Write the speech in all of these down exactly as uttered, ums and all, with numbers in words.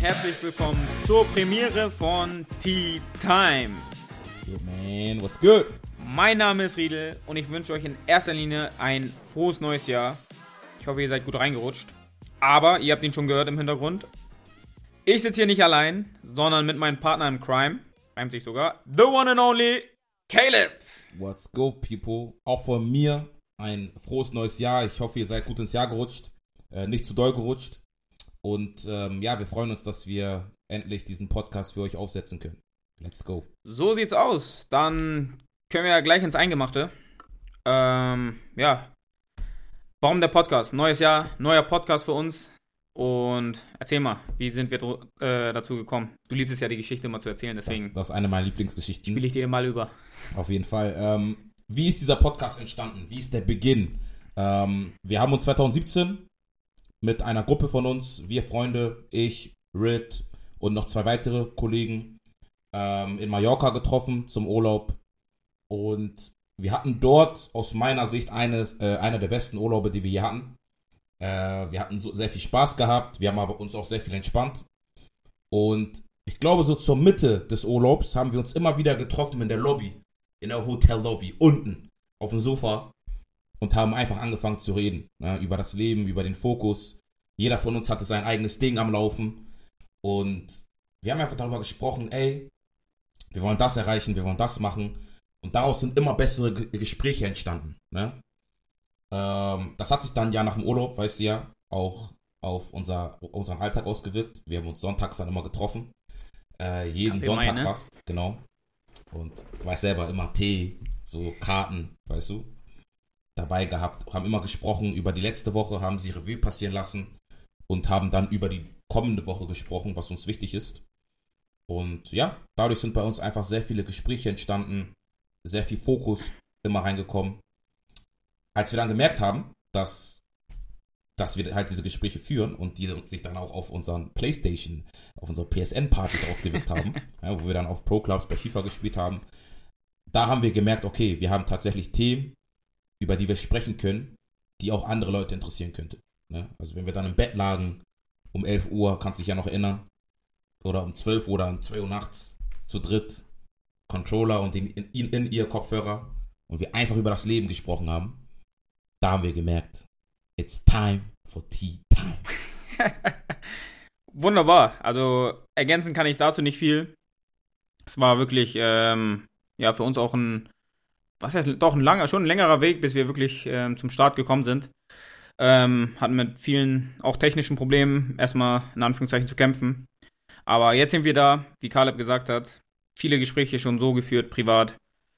herzlich willkommen zur Premiere von Tea Time. What's good, man? What's good? Mein Name ist Riedel und ich wünsche euch in erster Linie ein frohes neues Jahr. Ich hoffe, ihr seid gut reingerutscht. Aber ihr habt ihn schon gehört im Hintergrund. Ich sitze hier nicht allein, sondern mit meinem Partner im Crime, reimt sich sogar, the one and only Caleb. What's good, people? Auch von mir ein frohes neues Jahr. Ich hoffe, ihr seid gut ins Jahr gerutscht, äh, nicht zu doll gerutscht. Und ähm, ja, wir freuen uns, dass wir endlich diesen Podcast für euch aufsetzen können. Let's go. So sieht's aus. Dann können wir ja gleich ins Eingemachte. Ähm, ja. Warum der Podcast? Neues Jahr, neuer Podcast für uns. Und erzähl mal, wie sind wir äh, dazu gekommen? Du liebst es ja, die Geschichte immer zu erzählen, deswegen. Das, das ist eine meiner Lieblingsgeschichten. Spiele ich dir mal über. Auf jeden Fall. Ähm, wie ist dieser Podcast entstanden? Wie ist der Beginn? Ähm, wir haben uns zwanzig siebzehn mit einer Gruppe von uns, wir Freunde, ich, Rid und noch zwei weitere Kollegen ähm, in Mallorca getroffen zum Urlaub. Und wir hatten dort aus meiner Sicht eines, äh, einer der besten Urlaube, die wir hier hatten. Äh, wir hatten so sehr viel Spaß gehabt, wir haben aber uns auch sehr viel entspannt. Und ich glaube, so zur Mitte des Urlaubs haben wir uns immer wieder getroffen in der Lobby, in der Hotellobby, unten auf dem Sofa und haben einfach angefangen zu reden, ne, über das Leben, über den Fokus. Jeder von uns hatte sein eigenes Ding am Laufen und wir haben einfach darüber gesprochen, ey, wir wollen das erreichen, wir wollen das machen und daraus sind immer bessere G- Gespräche entstanden. Ne? Ähm, das hat sich dann ja nach dem Urlaub, weißt du ja, auch auf unser, unseren Alltag ausgewirkt. Wir haben uns sonntags dann immer getroffen, äh, jeden Kaffee Sonntag Wein, ne? fast, genau. Und du weißt selber, immer Tee, so Karten, weißt du, dabei gehabt, haben immer gesprochen über die letzte Woche, haben sie Revue passieren lassen und haben dann über die kommende Woche gesprochen, was uns wichtig ist. Und ja, dadurch sind bei uns einfach sehr viele Gespräche entstanden, sehr viel Fokus immer reingekommen. Als wir dann gemerkt haben, dass, dass wir halt diese Gespräche führen und die sich dann auch auf unseren Playstation, auf unsere P S N-Partys ausgewirkt haben, ja, wo wir dann auf Pro-Clubs bei FIFA gespielt haben, da haben wir gemerkt, okay, wir haben tatsächlich Themen, über die wir sprechen können, die auch andere Leute interessieren könnte. Ne? Also wenn wir dann im Bett lagen, um elf Uhr, kannst du dich ja noch erinnern, oder um zwölf Uhr oder um zwei Uhr nachts, zu dritt, Controller und in, in, in ihr Kopfhörer und wir einfach über das Leben gesprochen haben, da haben wir gemerkt, it's time for tea time. Wunderbar. Also ergänzen kann ich dazu nicht viel. Es war wirklich ähm, ja für uns auch ein, was heißt doch ein langer, schon ein längerer Weg, bis wir wirklich ähm, zum Start gekommen sind. Ähm, hatten mit vielen auch technischen Problemen erstmal in Anführungszeichen zu kämpfen. Aber jetzt sind wir da, wie Caleb gesagt hat, viele Gespräche schon so geführt, privat.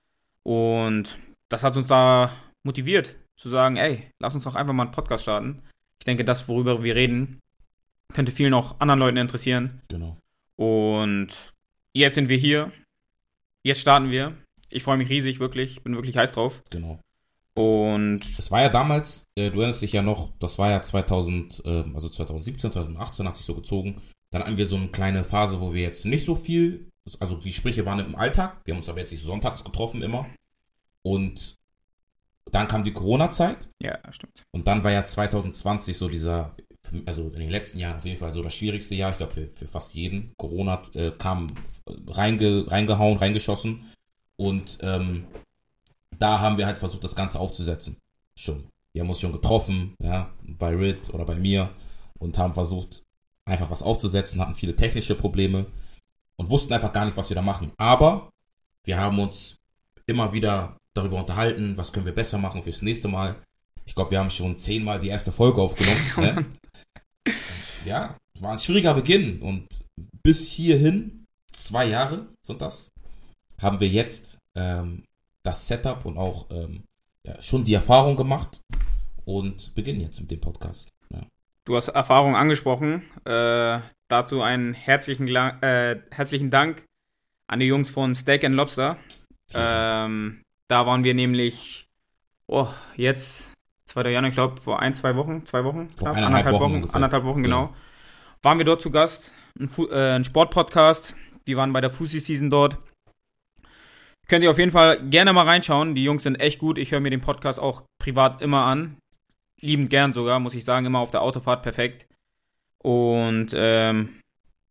Und das hat uns da motiviert, zu sagen, ey, lass uns doch einfach mal einen Podcast starten. Ich denke, das, worüber wir reden, könnte vielen auch anderen Leuten interessieren. Genau. Und jetzt sind wir hier. Jetzt starten wir. Ich freue mich riesig, wirklich. Bin wirklich heiß drauf. Genau. Und Es war ja damals, äh, du erinnerst dich ja noch, das war ja zweitausend, äh, also zwanzig siebzehn, zwanzig achtzehn hat sich so gezogen. Dann hatten wir so eine kleine Phase, wo wir jetzt nicht so viel, also die Gespräche waren im Alltag. Wir haben uns aber jetzt nicht so sonntags getroffen immer. Und dann kam die Corona-Zeit. ja, stimmt. Und dann war ja zwanzig zwanzig so dieser, also in den letzten Jahren auf jeden Fall so das schwierigste Jahr, ich glaube für, für fast jeden. Corona äh, kam reinge, reingehauen, reingeschossen und ähm, da haben wir halt versucht, das Ganze aufzusetzen. Schon. Wir haben uns schon getroffen, ja, bei Rid oder bei mir und haben versucht, einfach was aufzusetzen, hatten viele technische Probleme und wussten einfach gar nicht, was wir da machen. Aber wir haben uns immer wieder darüber unterhalten, was können wir besser machen fürs nächste Mal. Ich glaube, wir haben schon zehnmal die erste Folge aufgenommen. Ne? Und ja, es war ein schwieriger Beginn. Und bis hierhin, zwei Jahre sind das, haben wir jetzt ähm, das Setup und auch ähm, ja, schon die Erfahrung gemacht und beginnen jetzt mit dem Podcast. Ja. Du hast Erfahrung angesprochen. Äh, dazu einen herzlichen, Gla- äh, herzlichen Dank an die Jungs von Steak and Lobster. Ähm, da waren wir nämlich, oh, jetzt, zweiter Januar, ich glaube, vor ein, zwei Wochen, zwei Wochen, Vor knapp, eineinhalb Wochen Wochen, ungefähr. anderthalb Wochen, genau. Ja. Waren wir dort zu Gast, ein, Fu- äh, ein Sportpodcast. Wir waren bei der Fussi-Season dort. Könnt ihr auf jeden Fall gerne mal reinschauen. Die Jungs sind echt gut. Ich höre mir den Podcast auch privat immer an. Liebend gern sogar, muss ich sagen. Immer auf der Autofahrt perfekt. Und ähm,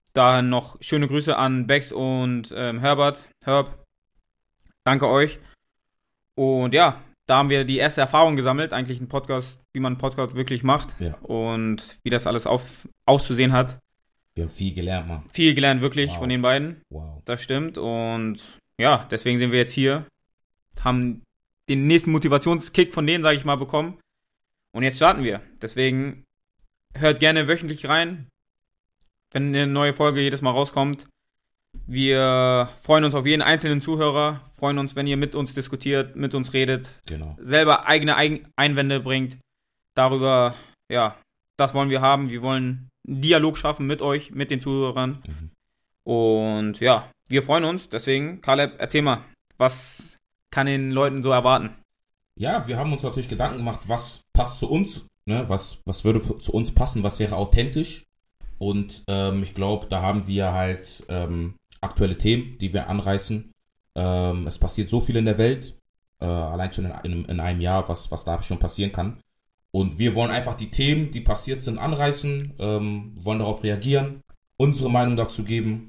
Daher noch schöne Grüße an Bex und ähm, Herbert. Herb, danke euch. Und ja, da haben wir die erste Erfahrung gesammelt, eigentlich ein Podcast, wie man einen Podcast wirklich macht Ja. und wie das alles auf, auszusehen hat. Wir haben viel gelernt, Mann. Viel gelernt, wirklich, Wow. von den beiden. Wow. Das stimmt. Und ja, deswegen sind wir jetzt hier, haben den nächsten Motivationskick von denen, sage ich mal, bekommen. Und jetzt starten wir. Deswegen hört gerne wöchentlich rein, wenn eine neue Folge jedes Mal rauskommt. Wir freuen uns auf jeden einzelnen Zuhörer, freuen uns, wenn ihr mit uns diskutiert, mit uns redet, Genau. selber eigene Eig- Einwände bringt. Darüber, ja, das wollen wir haben. Wir wollen einen Dialog schaffen mit euch, mit den Zuhörern. Mhm. Und ja, wir freuen uns. Deswegen, Caleb, erzähl mal, was kann den Leuten so erwarten? Ja, wir haben uns natürlich Gedanken gemacht, was passt zu uns, ne? was, was würde für, zu uns passen, was wäre authentisch. Und ähm, ich glaube, da haben wir halt ähm, aktuelle Themen, die wir anreißen. Ähm, es passiert so viel in der Welt, äh, allein schon in, in, in einem Jahr, was, was da schon passieren kann. Und wir wollen einfach die Themen, die passiert sind, anreißen, ähm, wollen darauf reagieren, unsere Meinung dazu geben.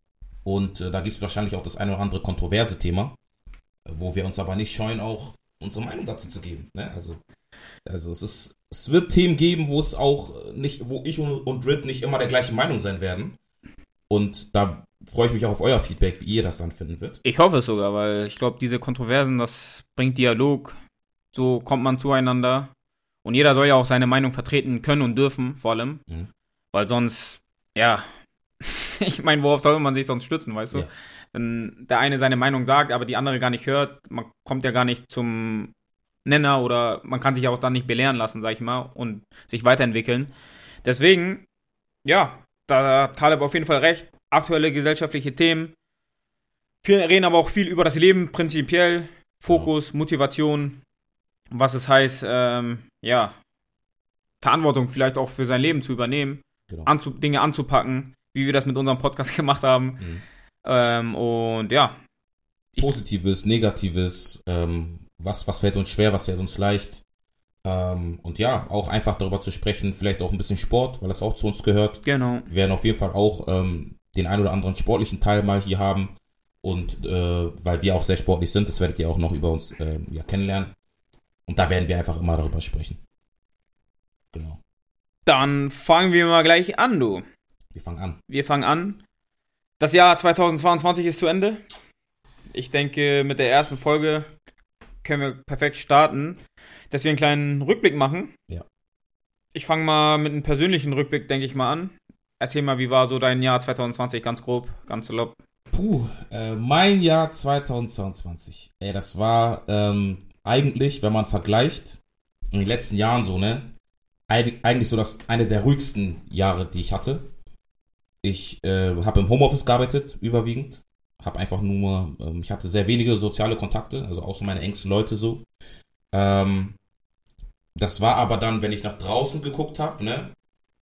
Und äh, da gibt es wahrscheinlich auch das eine oder andere kontroverse Thema, wo wir uns aber nicht scheuen, auch unsere Meinung dazu zu geben. Ne? Also, also es ist, es wird Themen geben, wo es auch nicht, wo ich und, und Rit nicht immer der gleichen Meinung sein werden. Und da freue ich mich auch auf euer Feedback, wie ihr das dann finden wird. Ich hoffe es sogar, weil ich glaube, diese Kontroversen, das bringt Dialog. So kommt man zueinander. Und jeder soll ja auch seine Meinung vertreten können und dürfen, vor allem. Mhm. Weil sonst, ja, ich meine, worauf soll man sich sonst stützen, weißt du? Ja. Wenn der eine seine Meinung sagt, aber die andere gar nicht hört, man kommt ja gar nicht zum Nenner oder man kann sich auch dann nicht belehren lassen, sag ich mal, und sich weiterentwickeln. Deswegen, ja, da hat Caleb auf jeden Fall recht. Aktuelle gesellschaftliche Themen. Wir reden aber auch viel über das Leben prinzipiell. Fokus, Motivation, was es heißt, ähm, ja, Verantwortung vielleicht auch für sein Leben zu übernehmen, Genau. anzu- Dinge anzupacken, wie wir das mit unserem Podcast gemacht haben. Mhm. Ähm, und ja, Positives, Negatives, ähm, was, was fällt uns schwer, was fällt uns leicht. Ähm, und ja, auch einfach darüber zu sprechen, vielleicht auch ein bisschen Sport, weil das auch zu uns gehört. genau. Wir werden auf jeden Fall auch ähm, den ein oder anderen sportlichen Teil mal hier haben. Und äh, weil wir auch sehr sportlich sind, das werdet ihr auch noch über uns äh, ja, kennenlernen. Und da werden wir einfach immer darüber sprechen. Genau. Dann fangen wir mal gleich an, du. Wir fangen an. Wir fangen an. Das Jahr zweitausendzweiundzwanzig ist zu Ende. Ich denke, mit der ersten Folge können wir perfekt starten, dass wir einen kleinen Rückblick machen. Ja. Ich fange mal mit einem persönlichen Rückblick, denke ich mal, an. Erzähl mal, wie war so dein Jahr zweitausendzwanzig, ganz grob, ganz salopp. Puh, äh, mein Jahr zweitausendzweiundzwanzig. Ey, das war ähm, eigentlich, wenn man vergleicht, in den letzten Jahren so, ne, eig- eigentlich so das eine der ruhigsten Jahre, die ich hatte. Ich äh, habe im Homeoffice gearbeitet, überwiegend. Habe einfach nur, ähm, ich hatte sehr wenige soziale Kontakte, also außer meine engsten Leute so. Ähm, das war aber dann, wenn ich nach draußen geguckt habe, ne,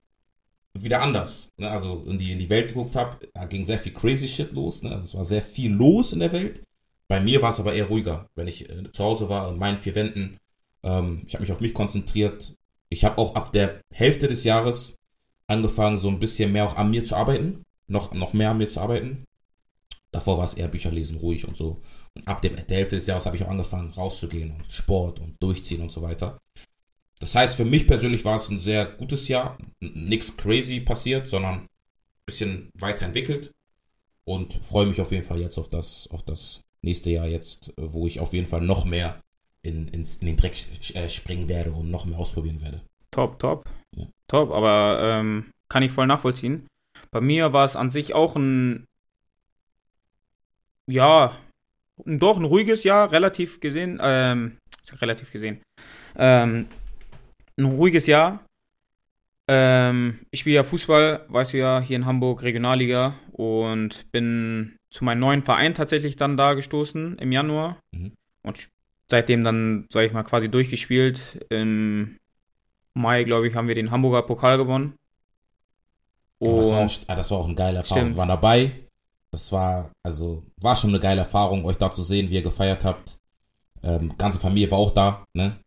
wieder anders. Ne? Also in die, in die Welt geguckt habe, da ging sehr viel crazy shit los. Ne? Also es war sehr viel los in der Welt. Bei mir war es aber eher ruhiger, wenn ich äh, zu Hause war, in meinen vier Wänden. Ähm, ich habe mich auf mich konzentriert. Ich habe auch ab der Hälfte des Jahres angefangen, so ein bisschen mehr auch an mir zu arbeiten. Noch, noch mehr an mir zu arbeiten. Davor war es eher Bücher lesen, ruhig und so. Und ab dem, der Hälfte des Jahres habe ich auch angefangen, rauszugehen und Sport und durchziehen und so weiter. Das heißt, für mich persönlich war es ein sehr gutes Jahr. Nichts crazy passiert, sondern ein bisschen weiterentwickelt. Und freue mich auf jeden Fall jetzt auf das, auf das nächste Jahr jetzt, wo ich auf jeden Fall noch mehr in, ins, in den Dreck äh, springen werde und noch mehr ausprobieren werde. Top, top. Ja. Top, aber ähm, kann ich voll nachvollziehen. Bei mir war es an sich auch ein, ja, ein, doch ein ruhiges Jahr, relativ gesehen, ähm, relativ gesehen, ähm, ein ruhiges Jahr. Ähm, ich spiele ja Fußball, weißt du ja, hier in Hamburg, Regionalliga, und bin zu meinem neuen Verein tatsächlich dann da gestoßen im Januar. Mhm. Und seitdem dann, sag ich mal, quasi durchgespielt. Im Mai, glaube ich, haben wir den Hamburger Pokal gewonnen. Aber das, war Und auch, ah, das war auch eine geile Erfahrung. Stimmt. Wir waren dabei. Das war, also, war schon eine geile Erfahrung, euch da zu sehen, wie ihr gefeiert habt. Ähm, ganze Familie war auch da, ne? hab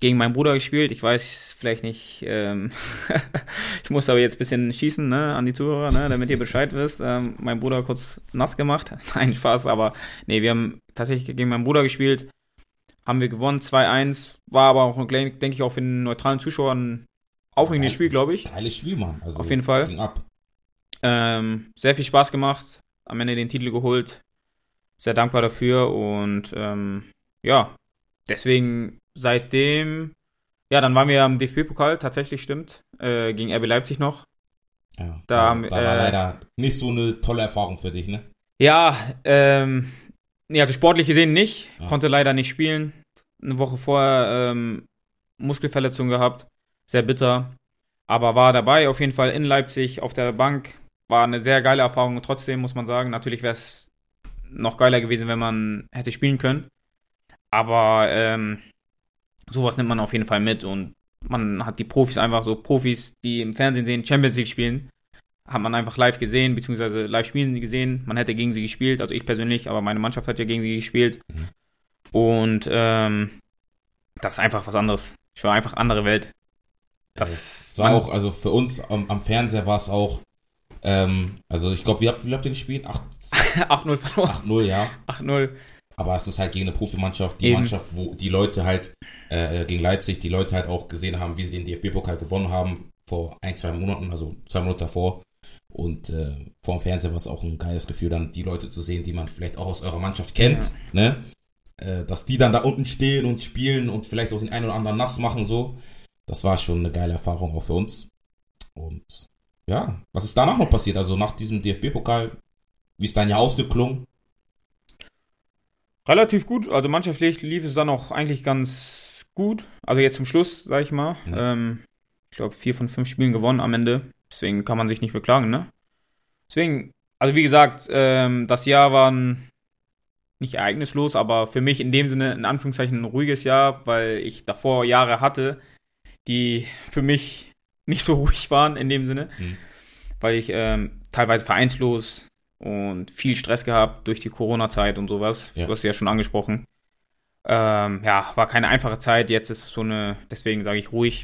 gegen meinen Bruder gespielt. Ich weiß vielleicht nicht, ähm, ich muss aber jetzt ein bisschen schießen, ne, an die Zuhörer, ne, damit ihr Bescheid wisst. Ähm, mein Bruder kurz nass gemacht. Nein, Spaß, aber nee, wir haben tatsächlich gegen meinen Bruder gespielt. Haben wir gewonnen, zwei eins. War aber auch, denke ich, auch für den neutralen Zuschauer ein aufregendes Spiel, glaube ich. Geiles Spiel, Mann. Also auf jeden Fall. Ging ab. Ähm, sehr viel Spaß gemacht. Am Ende den Titel geholt. Sehr dankbar dafür und ähm, ja, deswegen seitdem, ja, dann waren wir am D F B-Pokal, tatsächlich stimmt, äh, gegen R B Leipzig noch. Ja, da da, haben, da war äh, leider nicht so eine tolle Erfahrung für dich, ne? Ja, ähm, nee, also sportlich gesehen nicht, ja. Konnte leider nicht spielen. Eine Woche vorher ähm, Muskelverletzung gehabt, sehr bitter, aber war dabei auf jeden Fall in Leipzig auf der Bank. War eine sehr geile Erfahrung, trotzdem muss man sagen, natürlich wäre es noch geiler gewesen, wenn man hätte spielen können. Aber ähm, sowas nimmt man auf jeden Fall mit und man hat die Profis einfach so, Profis, die im Fernsehen sehen, Champions League spielen, hat man einfach live gesehen, beziehungsweise live spielen sie gesehen. Man hätte gegen sie gespielt, also ich persönlich, aber meine Mannschaft hat ja gegen sie gespielt. Mhm. Und ähm, das ist einfach was anderes. Ich war einfach andere Welt. Das war auch, also für uns am, am Fernseher war es auch, ähm, also ich glaube, wie habt, wie habt ihr gespielt? acht null verloren. acht null, ja. acht null. Aber es ist halt gegen eine Profimannschaft, die Eben. Mannschaft, wo die Leute halt, äh, gegen Leipzig, die Leute halt auch gesehen haben, wie sie den D F B-Pokal gewonnen haben, vor ein, zwei Monaten, also zwei Monate davor. Und äh, vor dem Fernseher war es auch ein geiles Gefühl, dann die Leute zu sehen, die man vielleicht auch aus eurer Mannschaft kennt, ja. ne? Äh, dass die dann da unten stehen und spielen und vielleicht auch den einen oder anderen nass machen, so. Das war schon eine geile Erfahrung auch für uns. Und ja, was ist danach noch passiert? Also nach diesem D F B-Pokal, wie ist dein Jahr ausgeklungen? Relativ gut, also mannschaftlich lief es dann auch eigentlich ganz gut. Also jetzt zum Schluss, sag ich mal. Mhm. Ähm, ich glaube, vier von fünf Spielen gewonnen am Ende. Deswegen kann man sich nicht beklagen, ne? Deswegen, also wie gesagt, ähm, das Jahr war ein, nicht ereignislos, aber für mich in dem Sinne in Anführungszeichen ein ruhiges Jahr, weil ich davor Jahre hatte, die für mich nicht so ruhig waren in dem Sinne. Mhm. Weil ich ähm, teilweise vereinslos und viel Stress gehabt durch die Corona-Zeit und sowas. Ja. Du hast es ja schon angesprochen. Ähm, ja, war keine einfache Zeit. Jetzt ist es so eine, deswegen sage ich ruhig,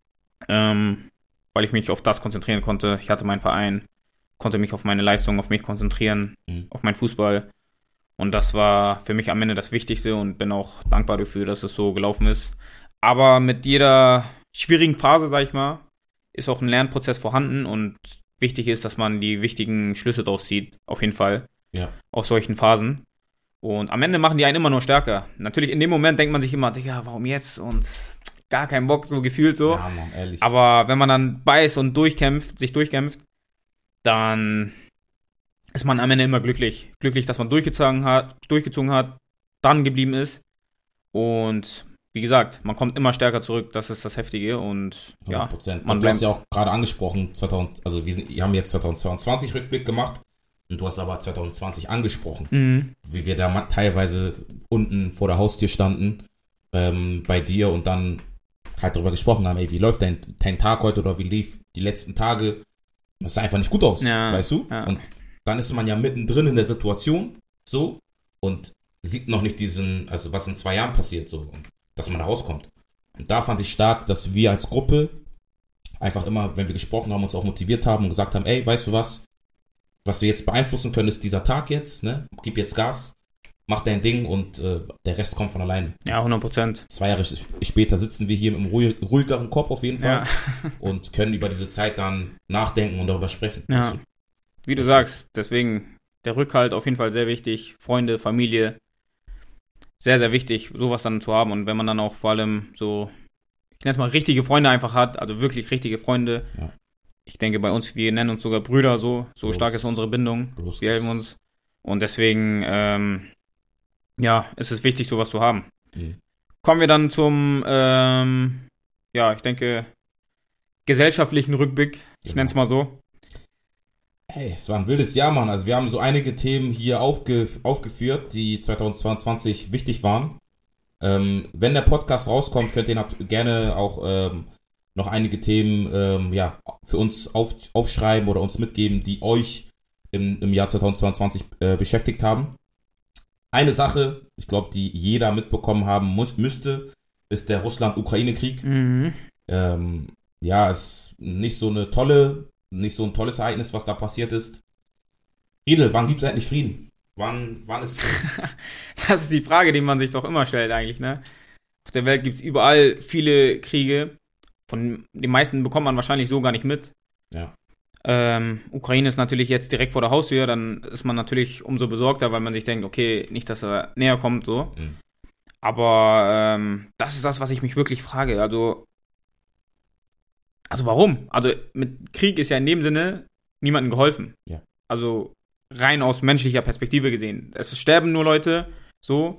ähm, weil ich mich auf das konzentrieren konnte. Ich hatte meinen Verein, konnte mich auf meine Leistung, auf mich konzentrieren, mhm. auf meinen Fußball. Und das war für mich am Ende das Wichtigste und bin auch dankbar dafür, dass es so gelaufen ist. Aber mit jeder schwierigen Phase, sag ich mal, ist auch ein Lernprozess vorhanden und wichtig ist, dass man die wichtigen Schlüsse draus zieht, auf jeden Fall, ja. aus solchen Phasen. Und am Ende machen die einen immer nur stärker. Natürlich, in dem Moment denkt man sich immer, Digga, warum jetzt? Und gar keinen Bock, so gefühlt so. Ja, Mann, ehrlich. Aber wenn man dann beißt und durchkämpft, sich durchkämpft, dann ist man am Ende immer glücklich. Glücklich, dass man durchgezogen hat, durchgezogen hat, dran geblieben ist. Und wie gesagt, man kommt immer stärker zurück, das ist das Heftige und ja, hundert Prozent. Man, du hast ja auch gerade angesprochen, zweitausend, also wir, sind, wir haben jetzt zweitausendzweiundzwanzig Rückblick gemacht und du hast aber zweitausendzwanzig angesprochen, mhm. wie wir da teilweise unten vor der Haustür standen, ähm, bei dir und dann halt darüber gesprochen haben, ey, wie läuft dein, dein Tag heute oder wie lief die letzten Tage? Das sah einfach nicht gut aus, ja, weißt du? Ja. Und dann ist man ja mittendrin in der Situation, so, und sieht noch nicht diesen, also was in zwei Jahren passiert, so, und dass man da rauskommt. Und da fand ich stark, dass wir als Gruppe einfach immer, wenn wir gesprochen haben, uns auch motiviert haben und gesagt haben, ey, weißt du was, was wir jetzt beeinflussen können, ist dieser Tag jetzt, ne? Gib jetzt Gas, mach dein Ding und äh, der Rest kommt von alleine. Ja, hundert Prozent. Zwei Jahre später sitzen wir hier mit einem ruhig, ruhigeren Kopf auf jeden Fall, ja. und können über diese Zeit dann nachdenken und darüber sprechen. Ja. Weißt du? Wie du das sagst, deswegen der Rückhalt auf jeden Fall sehr wichtig, Freunde, Familie, sehr, sehr wichtig, sowas dann zu haben. Und wenn man dann auch vor allem so, ich nenne es mal, richtige Freunde einfach hat, also wirklich richtige Freunde. Ja. Ich denke bei uns, wir nennen uns sogar Brüder so, so Bros. Stark ist unsere Bindung. Bros. Wir helfen uns. Und deswegen, ähm, ja, ist es wichtig, sowas zu haben. Mhm. Kommen wir dann zum, ähm, ja, ich denke, gesellschaftlichen Rückblick. Ich genau. nenne es mal so. Hey, es war ein wildes Jahr, Mann. Also wir haben so einige Themen hier aufge- aufgeführt, die zweitausendzweiundzwanzig wichtig waren. Ähm, wenn der Podcast rauskommt, könnt ihr gerne auch ähm, noch einige Themen ähm, ja, für uns auf- aufschreiben oder uns mitgeben, die euch im, im Jahr zweitausendzweiundzwanzig äh, beschäftigt haben. Eine Sache, ich glaube, die jeder mitbekommen haben muss, müsste, ist der Russland-Ukraine-Krieg. Mhm. Ähm, ja, ist nicht so eine tolle, nicht so ein tolles Ereignis, was da passiert ist. Riedel, wann gibt es endlich Frieden? Wann, wann ist Frieden? Das ist die Frage, die man sich doch immer stellt eigentlich, ne? Auf der Welt gibt es überall viele Kriege. Von den meisten bekommt man wahrscheinlich so gar nicht mit. Ja. Ähm, Ukraine ist natürlich jetzt direkt vor der Haustür, dann ist man natürlich umso besorgter, weil man sich denkt, okay, nicht, dass er näher kommt, so. Mhm. Aber ähm, das ist das, was ich mich wirklich frage. Also, also warum? Also mit Krieg ist ja in dem Sinne niemandem geholfen. Ja. Also rein aus menschlicher Perspektive gesehen. Es sterben nur Leute, so.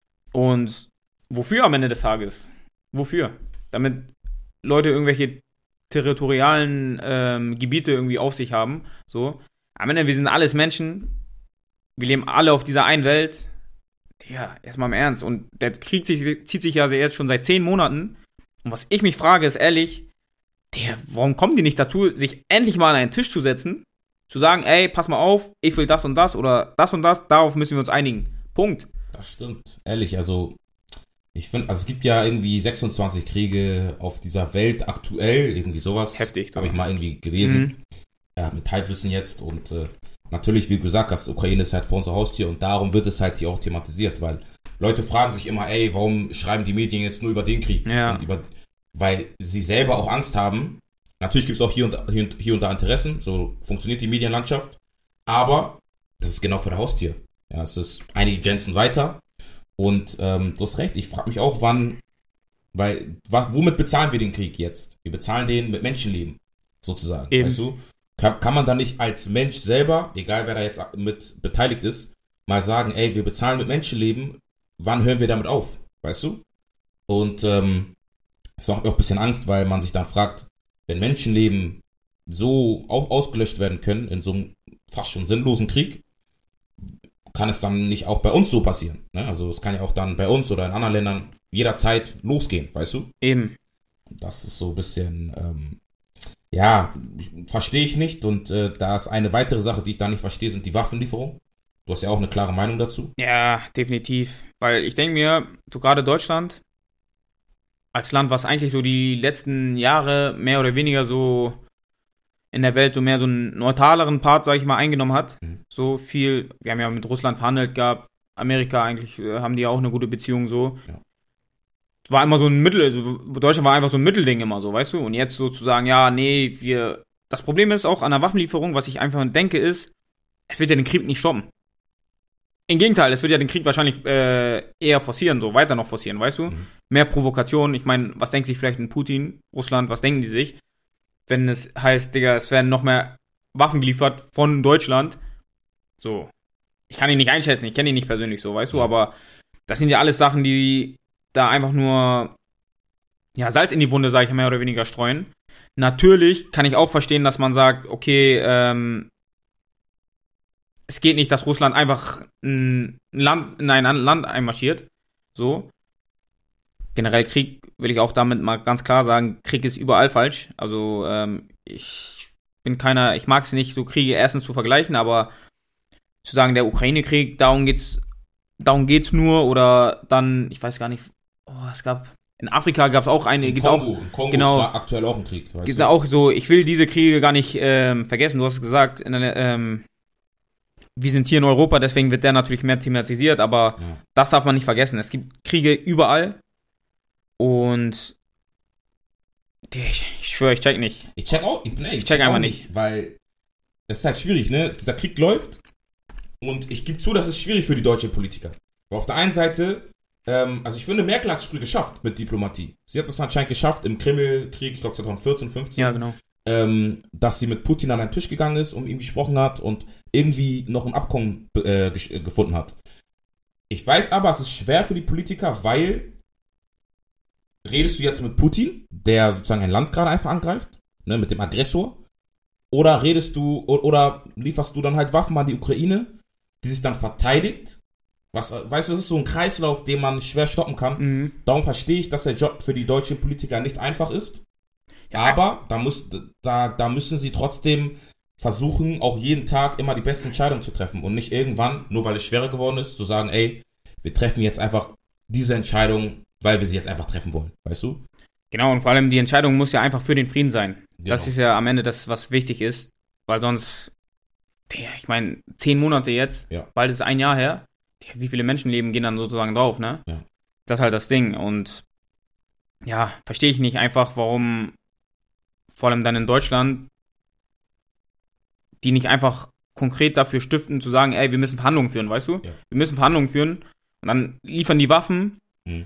Und wofür am Ende des Tages? Wofür? Damit Leute irgendwelche territorialen ähm, Gebiete irgendwie auf sich haben, so. Am Ende, wir sind alles Menschen. Wir leben alle auf dieser einen Welt. Ja, erstmal im Ernst. Und der Krieg zieht sich ja jetzt schon seit zehn Monaten. Und was ich mich frage, ist ehrlich, der, warum kommen die nicht dazu, sich endlich mal an einen Tisch zu setzen, zu sagen, ey, pass mal auf, ich will das und das oder das und das, darauf müssen wir uns einigen. Punkt. Das stimmt. Ehrlich, also ich finde, also es gibt ja irgendwie sechsundzwanzig Kriege auf dieser Welt aktuell, irgendwie sowas. Heftig. Habe ich mal irgendwie gelesen. Mhm. Ja, mit Halbwissen jetzt und äh, natürlich, wie du gesagt hast, Ukraine ist halt vor unser Haustier und darum wird es halt hier auch thematisiert, weil Leute fragen sich immer, ey, warum schreiben die Medien jetzt nur über den Krieg? Ja. Und über, weil sie selber auch Angst haben. Natürlich gibt es auch hier und, hier, und, hier und da Interessen, so funktioniert die Medienlandschaft, aber das ist genau vor der Haustür. Ja, es ist einige Grenzen weiter und ähm, du hast recht, ich frage mich auch, wann, weil, was, womit bezahlen wir den Krieg jetzt? Wir bezahlen den mit Menschenleben, sozusagen, Eben. weißt du? Kann, kann man da nicht als Mensch selber, egal wer da jetzt mit beteiligt ist, mal sagen, ey, wir bezahlen mit Menschenleben, wann hören wir damit auf, weißt du? Und ähm, das macht mir auch ein bisschen Angst, weil man sich dann fragt, wenn Menschenleben so auch ausgelöscht werden können in so einem fast schon sinnlosen Krieg, kann es dann nicht auch bei uns so passieren, ne? Also es kann ja auch dann bei uns oder in anderen Ländern jederzeit losgehen, weißt du? Eben. Das ist so ein bisschen... Ähm, Ja, verstehe ich nicht und äh, da ist eine weitere Sache, die ich da nicht verstehe, sind die Waffenlieferungen. Du hast ja auch eine klare Meinung dazu. Ja, definitiv. Weil ich denke mir, so gerade Deutschland, als Land, was eigentlich so die letzten Jahre mehr oder weniger so in der Welt so mehr so einen neutraleren Part, sag ich mal, eingenommen hat. Mhm. So viel, wir haben ja mit Russland verhandelt gehabt, Amerika eigentlich, äh, haben die ja auch eine gute Beziehung so. Ja. War immer so ein Mittel, also Deutschland war einfach so ein Mittelding immer so, weißt du? Und jetzt sozusagen, ja, nee, wir, das Problem ist auch an der Waffenlieferung, was ich einfach denke, ist, es wird ja den Krieg nicht stoppen. Im Gegenteil, es wird ja den Krieg wahrscheinlich äh, eher forcieren, so weiter noch forcieren, weißt du? Mhm. Mehr Provokation, ich meine, was denkt sich vielleicht ein Putin, Russland, was denken die sich, wenn es heißt, Digga, es werden noch mehr Waffen geliefert von Deutschland, so. Ich kann ihn nicht einschätzen, ich kenne ihn nicht persönlich so, weißt du, Mhm. aber das sind ja alles Sachen, die da einfach nur ja, Salz in die Wunde, sage ich mehr oder weniger, streuen. Natürlich kann ich auch verstehen, dass man sagt, okay, ähm, es geht nicht, dass Russland einfach ein Land, in ein Land einmarschiert. So. Generell Krieg will ich auch damit mal ganz klar sagen, Krieg ist überall falsch. Also ähm, ich bin keiner, ich mag es nicht, so Kriege erstens zu vergleichen, aber zu sagen, der Ukraine-Krieg, darum geht's, darum geht's nur, oder dann, ich weiß gar nicht, oh, es gab, in Afrika gab es auch eine, In gibt's Kongo, auch, in Kongo genau, ist da aktuell auch ein Krieg. Weißt gibt's du? auch so, ich will diese Kriege gar nicht ähm, vergessen, du hast es gesagt, in einer, ähm, wir sind hier in Europa, deswegen wird der natürlich mehr thematisiert, aber Ja. das darf man nicht vergessen, es gibt Kriege überall und ich, ich schwöre, ich check nicht. Ich check auch, ich, nee, ich Ich check check einfach auch nicht, weil es ist halt schwierig, ne? Dieser Krieg läuft und ich gebe zu, das ist schwierig für die deutschen Politiker. Weil auf der einen Seite, ähm, also ich finde, Merkel hat es früh geschafft mit Diplomatie. Sie hat es anscheinend geschafft im Krimmelkrieg, ich glaube zwanzig vierzehn, fünfzehn. Ja, genau. Ähm, dass sie mit Putin an einen Tisch gegangen ist und ihm gesprochen hat und irgendwie noch ein Abkommen äh, gesch- äh, gefunden hat. Ich weiß aber, es ist schwer für die Politiker, weil redest du jetzt mit Putin, der sozusagen ein Land gerade einfach angreift, ne, mit dem Aggressor, oder redest du o- oder lieferst du dann halt Waffen an die Ukraine, die sich dann verteidigt? Was, äh, weißt du, das ist so ein Kreislauf, den man schwer stoppen kann. Mhm. Darum verstehe ich, dass der Job für die deutschen Politiker nicht einfach ist. Ja. Aber da, muss, da, da müssen sie trotzdem versuchen, auch jeden Tag immer die beste Entscheidung zu treffen und nicht irgendwann, nur weil es schwerer geworden ist, zu sagen, ey, wir treffen jetzt einfach diese Entscheidung weil wir sie jetzt einfach treffen wollen, weißt du? Genau, und vor allem die Entscheidung muss ja einfach für den Frieden sein. Genau. Das ist ja am Ende das, was wichtig ist, weil sonst, ja, ich meine, zehn Monate jetzt, ja. bald ist ein Jahr her, ja, wie viele Menschenleben gehen dann sozusagen drauf, ne? Ja. Das ist halt das Ding und ja, verstehe ich nicht einfach, warum vor allem dann in Deutschland die nicht einfach konkret dafür stiften, zu sagen, ey, wir müssen Verhandlungen führen, weißt du? Ja. Wir müssen Verhandlungen führen und dann liefern die Waffen, Mhm.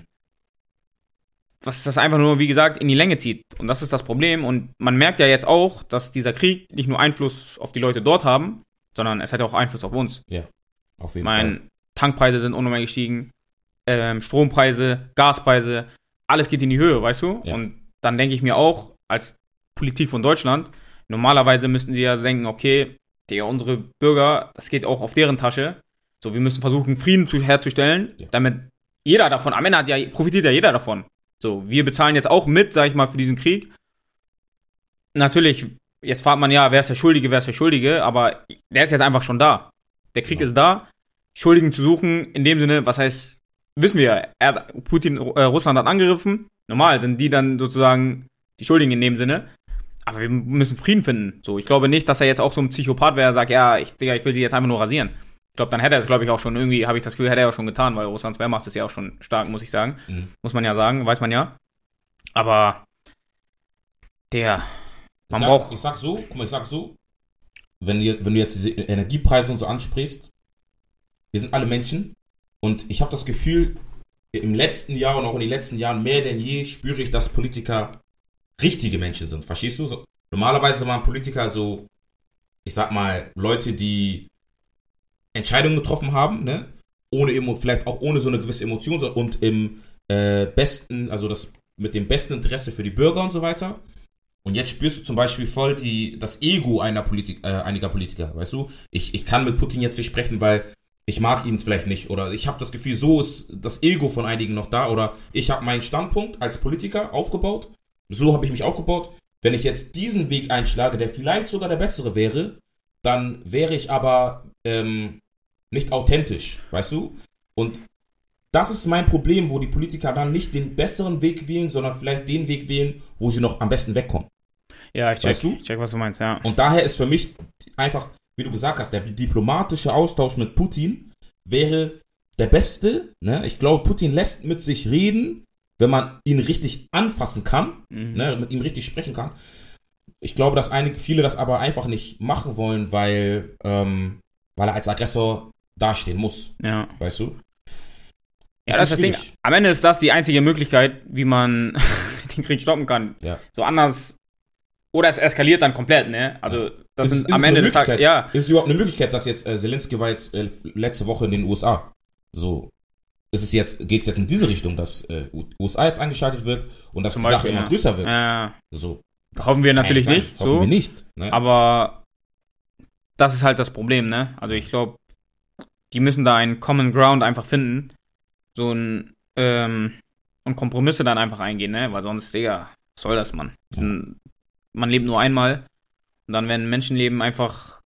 was das einfach nur, wie gesagt, in die Länge zieht. Und das ist das Problem. Und man merkt ja jetzt auch, dass dieser Krieg nicht nur Einfluss auf die Leute dort haben, sondern es hat ja auch Einfluss auf uns. Ja, auf jeden Ich meine, Fall. Tankpreise sind unnormal gestiegen, ähm, Strompreise, Gaspreise, alles geht in die Höhe, weißt du? Ja. Und dann denke ich mir auch, als Politik von Deutschland, normalerweise müssten sie ja denken, okay, Digga, unsere Bürger, das geht auch auf deren Tasche. So, wir müssen versuchen, Frieden zu, herzustellen, Ja. damit jeder davon, am Ende hat ja, profitiert ja jeder davon. So, wir bezahlen jetzt auch mit, sag ich mal, für diesen Krieg. Natürlich, jetzt fragt man ja, wer ist der Schuldige, wer ist der Schuldige, aber der ist jetzt einfach schon da. Der Krieg Genau. ist da. Schuldigen zu suchen, in dem Sinne, was heißt, wissen wir, er, Putin, äh, Russland hat angegriffen. Normal sind die dann sozusagen die Schuldigen in dem Sinne. Aber wir müssen Frieden finden. So, ich glaube nicht, dass er jetzt auch so ein Psychopath wäre, der sagt, ja, ich, Digga, ich will sie jetzt einfach nur rasieren. Ich glaube, dann hätte er es, glaube ich, auch schon irgendwie, habe ich das Gefühl, hätte er auch schon getan, weil Russlands Wehrmacht ist ja auch schon stark, muss ich sagen. Mhm. Muss man ja sagen, weiß man ja. Aber der, man ich, sag, braucht. ich sag so, guck mal, ich sag so, wenn, ihr, wenn du jetzt diese Energiepreise und so ansprichst, wir sind alle Menschen und ich habe das Gefühl, im letzten Jahr und auch in den letzten Jahren mehr denn je spüre ich, dass Politiker richtige Menschen sind, verstehst du? So, normalerweise waren Politiker so, ich sag mal, Leute, die Entscheidungen getroffen haben, ne? Ohne Emo, vielleicht auch ohne so eine gewisse Emotion so, und im äh, besten, also das mit dem besten Interesse für die Bürger und so weiter. Und jetzt spürst du zum Beispiel voll die, das Ego einer Politik, äh, einiger Politiker, weißt du? Ich, ich kann mit Putin jetzt nicht sprechen, weil ich mag ihn vielleicht nicht. Oder ich habe das Gefühl, so ist das Ego von einigen noch da. Oder ich habe meinen Standpunkt als Politiker aufgebaut. So habe ich mich aufgebaut. Wenn ich jetzt diesen Weg einschlage, der vielleicht sogar der bessere wäre, dann wäre ich aber ähm, nicht authentisch, weißt du? Und das ist mein Problem, wo die Politiker dann nicht den besseren Weg wählen, sondern vielleicht den Weg wählen, wo sie noch am besten wegkommen. Ja, ich check, Weißt du? ich check, was du meinst, ja. Und daher ist für mich einfach, wie du gesagt hast, der diplomatische Austausch mit Putin wäre der beste. Ne? Ich glaube, Putin lässt mit sich reden, wenn man ihn richtig anfassen kann, Mhm. ne? Mit ihm richtig sprechen kann. Ich glaube, dass einige, viele das aber einfach nicht machen wollen, weil, ähm, weil er als Aggressor dastehen muss, Ja. weißt du? Ja, das ist das Ding. schwierig. Am Ende ist das die einzige Möglichkeit, wie man den Krieg stoppen kann. Ja. So anders. Oder es eskaliert dann komplett, ne? Also, das Ist- sind ist am es Ende eine des Tages. Möglichkeit? Ja. Ist es überhaupt eine Möglichkeit, dass jetzt äh, Zelensky war jetzt äh, letzte Woche in den U S A? So, ist es jetzt, geht es jetzt in diese Richtung, dass äh, U S A jetzt eingeschaltet wird und dass Zum die Sache Beispiel, immer ja. größer wird? Ja. So, das Hoffen wir kann natürlich sein. nicht, Hoffen so. wir nicht. Ne? Aber das ist halt das Problem, ne? Also ich glaube, die müssen da einen Common Ground einfach finden. So ein, ähm, und Kompromisse dann einfach eingehen, ne? Weil sonst, Digga, was soll das, Mann? Ja. Man lebt nur einmal und dann werden Menschenleben einfach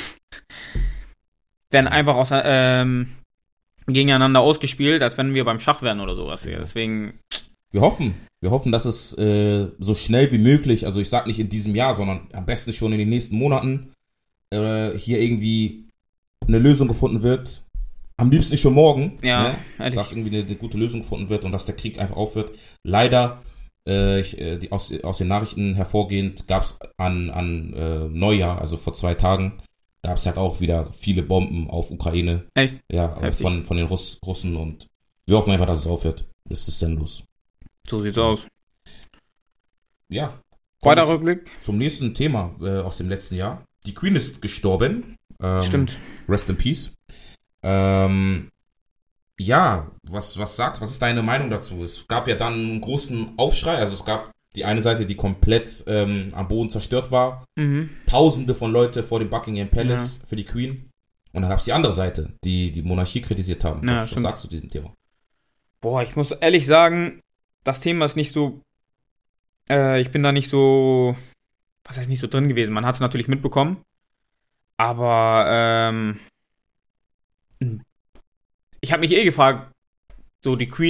werden einfach aus, ähm, gegeneinander ausgespielt, als wenn wir beim Schach wären oder sowas. Ja. Deswegen, Wir hoffen, wir hoffen, dass es äh, so schnell wie möglich, also ich sag nicht in diesem Jahr, sondern am besten schon in den nächsten Monaten äh, hier irgendwie eine Lösung gefunden wird. Am liebsten schon morgen, ja, ne? ehrlich. Dass irgendwie eine, eine gute Lösung gefunden wird und dass der Krieg einfach aufhört. Leider, äh, ich, äh, die, aus, aus den Nachrichten hervorgehend, gab es an, an äh, Neujahr, also vor zwei Tagen, gab es halt auch wieder viele Bomben auf Ukraine. Echt? Ja, äh, Heftig. von, von den Russ, Russen und wir hoffen einfach, dass es aufhört. Das ist sinnlos. So sieht's aus. Ja. Weiter Kommen wir Rückblick? Zum nächsten Thema äh, aus dem letzten Jahr. Die Queen ist gestorben. Ähm, Stimmt. Rest in Peace. Ähm, ja, was, was sagst, was ist deine Meinung dazu? Es gab ja dann einen großen Aufschrei, also es gab die eine Seite, die komplett ähm, am Boden zerstört war. Mhm. Tausende von Leute vor dem Buckingham Palace für die Queen. Und dann gab es die andere Seite, die die Monarchie kritisiert haben. Ja, was, was stimmt. sagst du zu diesem Thema? Boah, ich muss ehrlich sagen, das Thema ist nicht so, äh, ich bin da nicht so, was heißt nicht so drin gewesen. Man hat es natürlich mitbekommen, aber ähm, ich habe mich eh gefragt, so die Queen,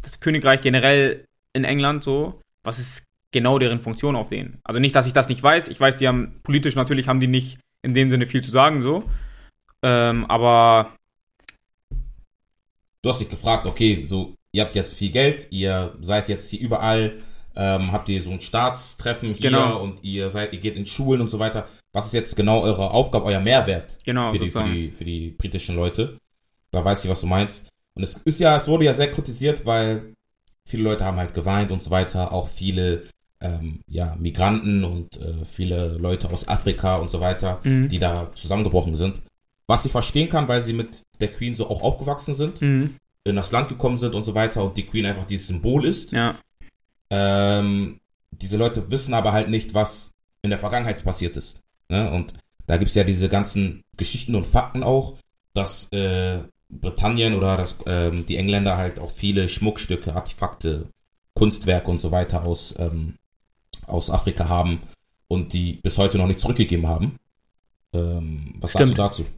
das Königreich generell in England so, was ist genau deren Funktion auf denen? Also nicht, dass ich das nicht weiß. Ich weiß, die haben, politisch natürlich haben die nicht in dem Sinne viel zu sagen, so. Ähm, aber Du hast dich gefragt, okay, so, ihr habt jetzt viel Geld, ihr seid jetzt hier überall, ähm, habt ihr so ein Staatstreffen hier Genau. und ihr seid, ihr geht in Schulen und so weiter. Was ist jetzt genau eure Aufgabe, euer Mehrwert genau, für die, für sozusagen. die, für die britischen Leute? Da weiß ich, was du meinst. Und es ist ja, es wurde ja sehr kritisiert, weil viele Leute haben halt geweint und so weiter, auch viele ähm, ja, Migranten und äh, viele Leute aus Afrika und so weiter, Mhm. die da zusammengebrochen sind. Was ich verstehen kann, weil sie mit der Queen so auch aufgewachsen sind, Mhm. in das Land gekommen sind und so weiter und die Queen einfach dieses Symbol ist. Ja. Ähm, diese Leute wissen aber halt nicht, was in der Vergangenheit passiert ist. Ne? Und da gibt's ja diese ganzen Geschichten und Fakten auch, dass äh, Britannien oder dass, ähm, die Engländer halt auch viele Schmuckstücke, Artefakte, Kunstwerke und so weiter aus, ähm, aus Afrika haben und die bis heute noch nicht zurückgegeben haben. Ähm, was Stimmt. sagst du dazu?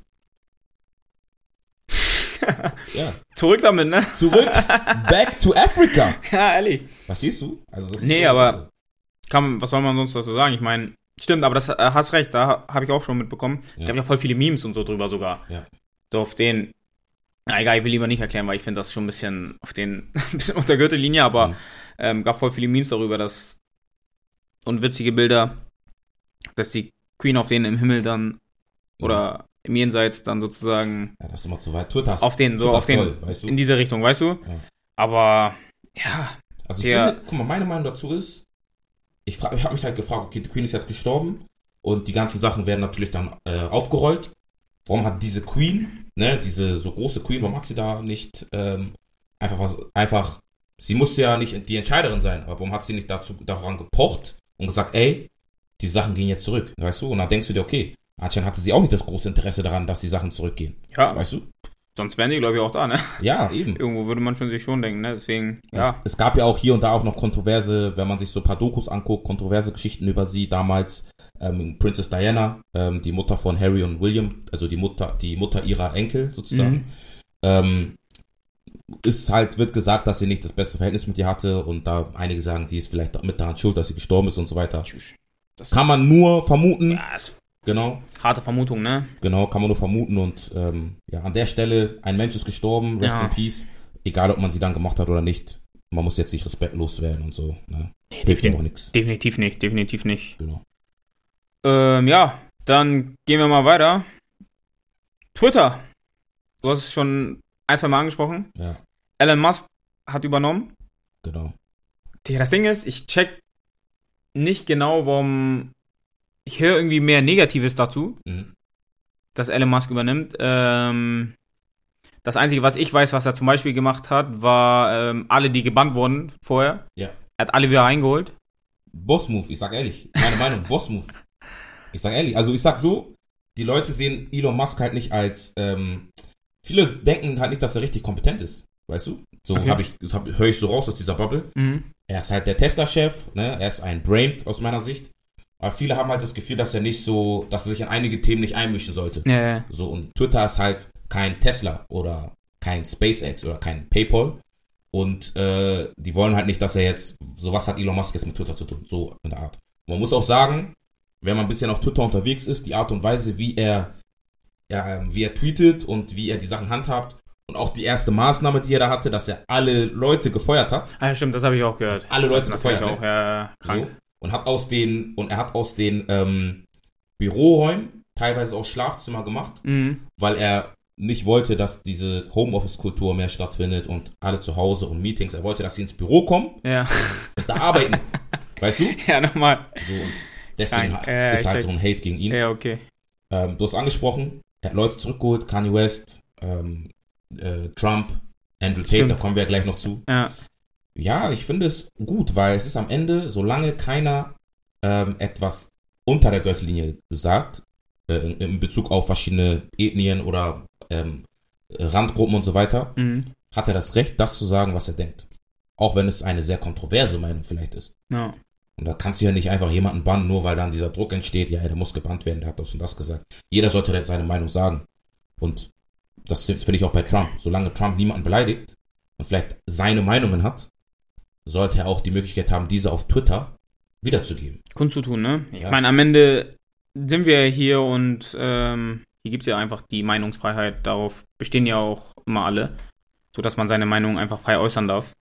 Ja. Zurück damit, ne? Zurück, back to Africa. Ja, ehrlich. Verstehst du? Also das Nee, ist so eine aber- Sache. Kann, was soll man sonst dazu sagen? Ich meine, stimmt, aber das äh, hast recht, da habe ich auch schon mitbekommen. Es Ja. gab ja voll viele Memes und so drüber sogar. Ja. So auf den, na egal, ich will lieber nicht erklären, weil ich finde das schon ein bisschen auf den, ein bisschen unter Gürtellinie, aber Mhm. ähm, gab voll viele Memes darüber, dass, und witzige Bilder, dass die Queen auf denen im Himmel dann, oder im Jenseits dann sozusagen Ja, das ist immer zu weit. Twitter ist, auf den, so Twitter auf ist den, toll, weißt du? in diese Richtung, weißt du? Ja. Aber, ja, Also ich Ja. finde, guck mal, meine Meinung dazu ist, ich, fra- ich habe mich halt gefragt, okay, die Queen ist jetzt gestorben und die ganzen Sachen werden natürlich dann äh, aufgerollt. Warum hat diese Queen, ne, diese so große Queen, warum hat sie da nicht ähm, einfach was, einfach, sie musste ja nicht die Entscheiderin sein, aber warum hat sie nicht dazu daran gepocht und gesagt, ey, die Sachen gehen jetzt zurück, weißt du? Und dann denkst du dir, okay, anscheinend hatte sie auch nicht das große Interesse daran, dass die Sachen zurückgehen, ja, weißt du? sonst wären die, glaube ich, auch da, ne? Ja, eben. Irgendwo würde man schon sich schon denken, ne? Deswegen, Es, ja. es gab ja auch hier und da auch noch kontroverse, wenn man sich so ein paar Dokus anguckt, kontroverse Geschichten über sie. Damals ähm, Princess Diana, ähm, die Mutter von Harry und William, also die Mutter, die Mutter ihrer Enkel sozusagen. Mhm. Ähm, ist halt, wird gesagt, dass sie nicht das beste Verhältnis mit ihr hatte und da einige sagen, sie ist vielleicht mit daran schuld, dass sie gestorben ist und so weiter. Das Kann man nur vermuten. Ja, ist Genau, harte Vermutung, ne? genau, kann man nur vermuten und ähm, ja, an der Stelle, ein Mensch ist gestorben, rest Ja. in peace, egal ob man sie dann gemacht hat oder nicht. Man muss jetzt nicht respektlos werden und so. Ne? Hilft ihm auch nichts. Definitiv nicht, definitiv nicht. Genau. Ähm, ja, dann gehen wir mal weiter. Twitter. Du hast es schon ein, zwei Mal angesprochen. Ja, Elon Musk hat übernommen. genau. Digga, das Ding ist, ich check nicht genau, warum. Ich höre irgendwie mehr Negatives dazu, Mhm. dass Elon Musk übernimmt. Ähm, das Einzige, was ich weiß, was er zum Beispiel gemacht hat, war ähm, alle, die gebannt wurden vorher. Ja. Er hat alle wieder reingeholt. Boss-Move, ich sag ehrlich. Meine Meinung, Boss-Move. Ich sag ehrlich, also ich sag so, die Leute sehen Elon Musk halt nicht als, ähm, viele denken halt nicht, dass er richtig kompetent ist. Weißt du? So Okay. habe ich, das hab, höre ich so raus aus dieser Bubble. Mhm. Er ist halt der Tesla-Chef, ne? Er ist ein Brain aus meiner Sicht. Aber viele haben halt das Gefühl, dass er nicht so, dass er sich in einige Themen nicht einmischen sollte. Ja, ja. So, und Twitter ist halt kein Tesla oder kein SpaceX oder kein PayPal. Und äh, die wollen halt nicht, dass er jetzt, sowas hat Elon Musk jetzt mit Twitter zu tun, so in der Art. Man muss auch sagen, wenn man ein bisschen auf Twitter unterwegs ist, die Art und Weise, wie er, ja, wie er tweetet und wie er die Sachen handhabt und auch die erste Maßnahme, die er da hatte, dass er alle Leute gefeuert hat. Ah, stimmt, das habe ich auch gehört. Alle Leute das ist natürlich gefeuert, auch, ja, krank. So, und hat aus den, und er hat aus den ähm, Büroräumen teilweise auch Schlafzimmer gemacht, Mhm. weil er nicht wollte, dass diese Homeoffice-Kultur mehr stattfindet und alle zu Hause und Meetings. Er wollte, dass sie ins Büro kommen Ja. und da arbeiten. Weißt du? Ja, nochmal. So, und deswegen Krank. Ja, ist ich halt check. so ein Hate gegen ihn. Ja, okay. Ähm, du hast angesprochen, er hat Leute zurückgeholt, Kanye West, ähm, äh, Trump, Andrew Tate, Stimmt. da kommen wir ja gleich noch zu. Ja. Ja, ich finde es gut, weil es ist am Ende, solange keiner ähm, etwas unter der Gürtellinie sagt, äh, in, in Bezug auf verschiedene Ethnien oder ähm, Randgruppen und so weiter, Mhm. hat er das Recht, das zu sagen, was er denkt. Auch wenn es eine sehr kontroverse Meinung vielleicht ist. Ja. Und da kannst du ja nicht einfach jemanden bannen, nur weil dann dieser Druck entsteht, ja, der muss gebannt werden, der hat das und das gesagt. Jeder sollte seine Meinung sagen. Und das finde ich auch bei Trump. Solange Trump niemanden beleidigt, und vielleicht seine Meinungen hat, sollte er auch die Möglichkeit haben, diese auf Twitter wiederzugeben. Kundzutun, ne? Ich Ja. meine, am Ende sind wir hier und ähm, hier gibt es ja einfach die Meinungsfreiheit. Darauf bestehen ja auch immer alle, sodass man seine Meinung einfach frei äußern darf.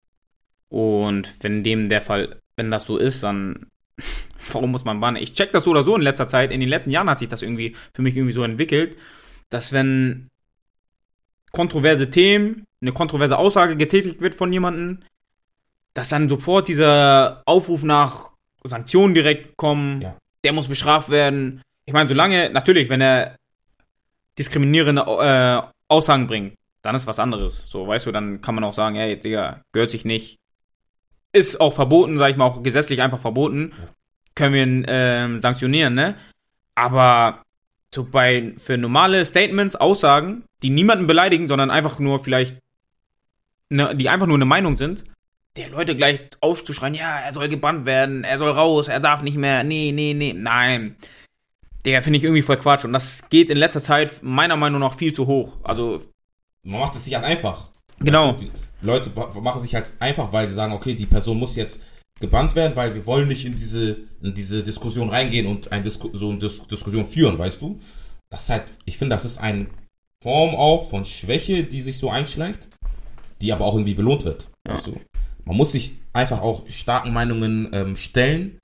Und wenn dem der Fall, wenn das so ist, dann warum muss man bannen? Ich check das so oder so in letzter Zeit. In den letzten Jahren hat sich das irgendwie für mich irgendwie so entwickelt, dass wenn kontroverse Themen, eine kontroverse Aussage getätigt wird von jemandem, dass dann sofort dieser Aufruf nach Sanktionen direkt kommen, Ja. der muss bestraft werden. Ich meine, solange, natürlich, wenn er diskriminierende äh, Aussagen bringt, dann ist was anderes. So, weißt du, dann kann man auch sagen, hey, Digga, gehört sich nicht. Ist auch verboten, sag ich mal, auch gesetzlich einfach verboten. Ja. Können wir ihn ähm, sanktionieren, ne? Aber so bei, für normale Statements, Aussagen, die niemanden beleidigen, sondern einfach nur vielleicht, ne, die einfach nur eine Meinung sind, der Leute gleich aufzuschreien, ja, er soll gebannt werden, er soll raus, er darf nicht mehr, nee, nee, nee, nein. Digga, finde ich irgendwie voll Quatsch. Und das geht in letzter Zeit meiner Meinung nach viel zu hoch. Also, Man macht es sich halt einfach. Genau. Weißt du, die Leute machen sich halt einfach, weil sie sagen, okay, die Person muss jetzt gebannt werden, weil wir wollen nicht in diese, in diese Diskussion reingehen und ein Disku- so eine Dis- Diskussion führen, weißt du? Das ist halt, ich finde, das ist eine Form auch von Schwäche, die sich so einschleicht, die aber auch irgendwie belohnt wird, Ja. weißt du? Man muss sich einfach auch starken Meinungen ähm, stellen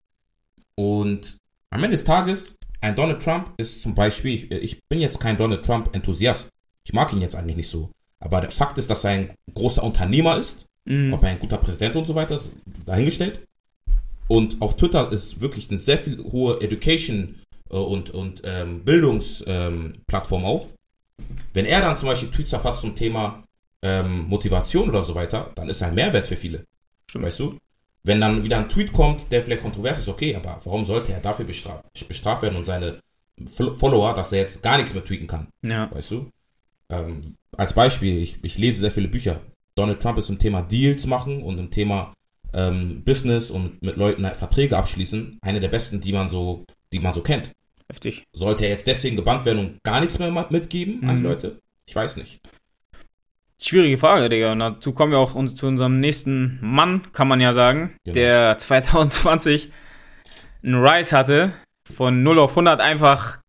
und am Ende des Tages, ein Donald Trump ist zum Beispiel, ich, ich bin jetzt kein Donald Trump-Enthusiast, ich mag ihn jetzt eigentlich nicht so, aber der Fakt ist, dass er ein großer Unternehmer ist, mh, ob er ein guter Präsident und so weiter ist, dahingestellt. Und auf Twitter ist wirklich eine sehr viel hohe Education- äh, und, und ähm, Bildungsplattform ähm, auch. Wenn er dann zum Beispiel Tweets verfasst zum Thema ähm, Motivation oder so weiter, dann ist er ein Mehrwert für viele. Stimmt. Weißt du? Wenn dann wieder ein Tweet kommt, der vielleicht kontrovers ist, okay, aber warum sollte er dafür bestraft, bestraft werden und seine Fol- Follower, dass er jetzt gar nichts mehr tweeten kann? ja, Weißt du? Ähm, als Beispiel, ich, ich lese sehr viele Bücher. Donald Trump ist im Thema Deals machen und im Thema ähm, Business und mit Leuten Verträge abschließen eine der besten, die man so, die man so kennt. heftig. Sollte er jetzt deswegen gebannt werden und gar nichts mehr mitgeben an die Mhm. Leute? Ich weiß nicht. Schwierige Frage, Digga. Und dazu kommen wir auch uns, zu unserem nächsten Mann, kann man ja sagen, Genau. der zwanzig zwanzig einen Rise hatte, von null auf hundert einfach,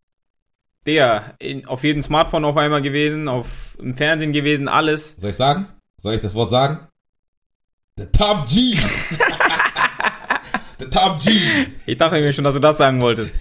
der in, auf jedem Smartphone auf einmal gewesen, auf im Fernsehen gewesen, alles. Soll ich sagen? Soll ich das Wort sagen? The Top G! The Top G! Ich dachte mir schon, dass du das sagen wolltest.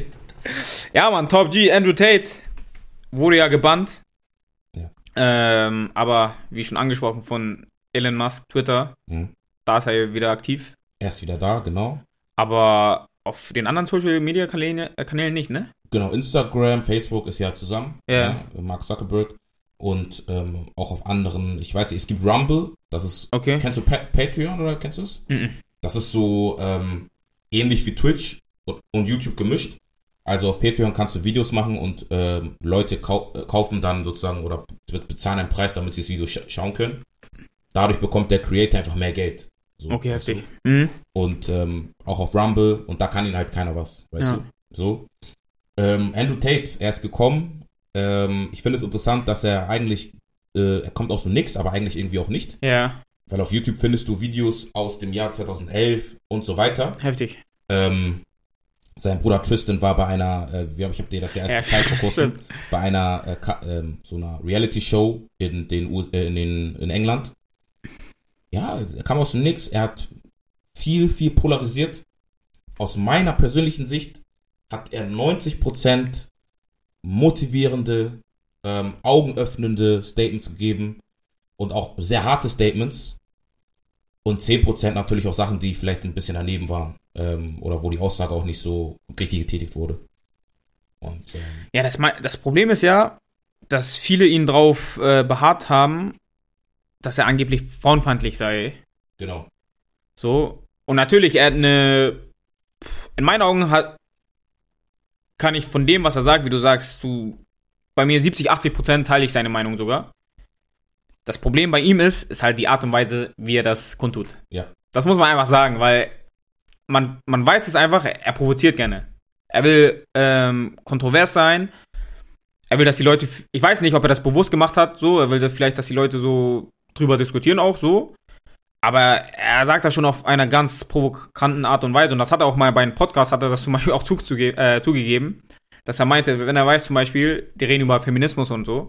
Ja, Mann, Top G, Andrew Tate, wurde ja gebannt. Ja. Ähm, aber, wie schon angesprochen von Elon Musk, Twitter, Mhm. da ist er wieder aktiv. Er ist wieder da, genau. Aber auf den anderen Social-Media-Kanälen äh, Kanälen nicht, ne? Genau, Instagram, Facebook ist ja zusammen. Ja. Ne? Mark Zuckerberg. Und ähm, auch auf anderen, ich weiß nicht, es gibt Rumble, das ist, Okay. kennst du pa- Patreon oder kennst du es? Mhm. Das ist so ähm, ähnlich wie Twitch und, und YouTube gemischt. Also auf Patreon kannst du Videos machen und ähm, Leute kau- äh, kaufen dann sozusagen oder be- bezahlen einen Preis, damit sie das Video sch- schauen können. Dadurch bekommt der Creator einfach mehr Geld. So, Okay, weißt du? heftig. Mhm. Und ähm, auch auf Rumble und da kann ihn halt keiner was, weißt Ja. du? So. Ähm, Andrew Tate, er ist gekommen. Ähm, ich finde es interessant, dass er eigentlich, äh, er kommt aus dem Nix, aber eigentlich irgendwie auch nicht. Ja, Weil auf YouTube findest du Videos aus dem Jahr zweitausendelf und so weiter. heftig. Ähm, sein Bruder Tristan war bei einer, äh, wir haben, ich habe dir das ja erst Ja, gezeigt vor kurzem, stimmt. bei einer äh, Ka- ähm, so einer Reality-Show in den, U- äh, in den in England. Ja, er kam aus dem Nix, er hat viel, viel polarisiert. Aus meiner persönlichen Sicht hat er neunzig Prozent motivierende, ähm, augenöffnende Statements gegeben und auch sehr harte Statements. Und zehn Prozent natürlich auch Sachen, die vielleicht ein bisschen daneben waren. Ähm, oder wo die Aussage auch nicht so richtig getätigt wurde. Und ähm, Ja, das, mei- das Problem ist ja, dass viele ihn drauf äh, beharrt haben, dass er angeblich frauenfeindlich sei. genau. So. Und natürlich, er hat eine. In meinen Augen hat. Kann ich von dem, was er sagt, wie du sagst, zu. Bei mir siebzig, achtzig Prozent teile ich seine Meinung sogar. Das Problem bei ihm ist, ist halt die Art und Weise, wie er das kundtut. Ja. Das muss man einfach sagen, weil man, man weiß es einfach, er, er provoziert gerne. Er will ähm, kontrovers sein. Er will, dass die Leute, ich weiß nicht, ob er das bewusst gemacht hat, so, er will das vielleicht, dass die Leute so drüber diskutieren auch so. Aber er sagt das schon auf einer ganz provokanten Art und Weise. Und das hat er auch mal bei einem Podcast, hat er das zum Beispiel auch zuge- äh, zugegeben, dass er meinte, wenn er weiß zum Beispiel, die reden über Feminismus und so.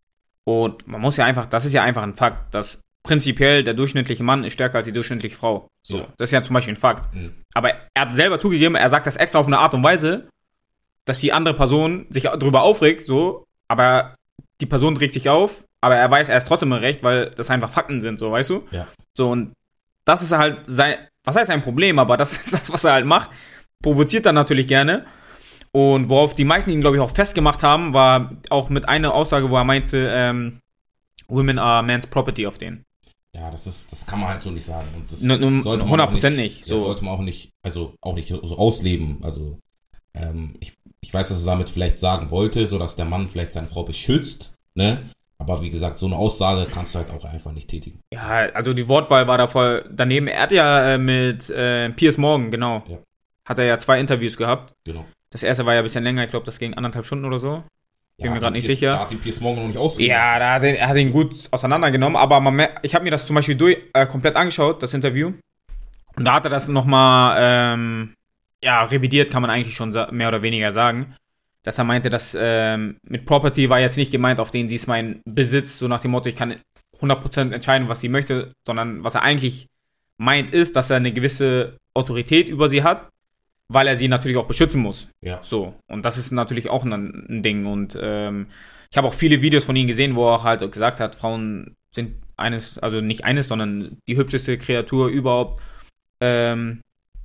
Und man muss ja einfach, das ist ja einfach ein Fakt, dass prinzipiell der durchschnittliche Mann ist stärker als die durchschnittliche Frau. So, ja. Das ist ja zum Beispiel ein Fakt. Mhm. Aber er hat selber zugegeben, er sagt das extra auf eine Art und Weise, dass die andere Person sich darüber aufregt, so, aber die Person regt sich auf, aber er weiß, er ist trotzdem im Recht, weil das einfach Fakten sind, so, weißt du? Ja. So, und das ist halt sein, was heißt ein Problem, aber das ist das, was er halt macht, provoziert dann natürlich gerne. Und worauf die meisten ihn, glaube ich, auch festgemacht haben, war auch mit einer Aussage, wo er meinte, ähm, Women are man's property auf den. Ja, das ist, das kann man halt so nicht sagen. Und das N- n- sollte man hundert Prozent nicht. nicht. Das So. sollte man auch nicht, also auch nicht so ausleben. Also, ähm, ich, ich weiß, was er damit vielleicht sagen wollte, so dass der Mann vielleicht seine Frau beschützt, ne? Aber wie gesagt, so eine Aussage kannst du halt auch einfach nicht tätigen. Ja, also die Wortwahl war da voll daneben. Er hat ja äh, mit äh, Piers Morgan, genau, Ja. hat er ja zwei Interviews gehabt. Genau. Das erste war ja ein bisschen länger, ich glaube, das ging anderthalb Stunden oder so. Bin Ja, mir hat gerade den nicht Piers- sicher. Da hat den Piers Morgan noch nicht ausreden Ja, lassen. da hat er, er hat ihn gut auseinandergenommen, aber man, mer- ich habe mir das zum Beispiel durch, äh, komplett angeschaut, das Interview. Und da hat er das nochmal, ähm, ja, revidiert, kann man eigentlich schon sa- mehr oder weniger sagen. Dass er meinte, dass ähm, mit Property war jetzt nicht gemeint, auf den sie ist mein Besitz, so nach dem Motto, ich kann hundert Prozent entscheiden, was sie möchte, sondern was er eigentlich meint ist, dass er eine gewisse Autorität über sie hat, weil er sie natürlich auch beschützen muss. Ja. So, und das ist natürlich auch ein, ein Ding. Und ähm, ich habe auch viele Videos von ihm gesehen, wo er auch halt gesagt hat, Frauen sind eines, also nicht eines, sondern die hübscheste Kreatur überhaupt. Ähm,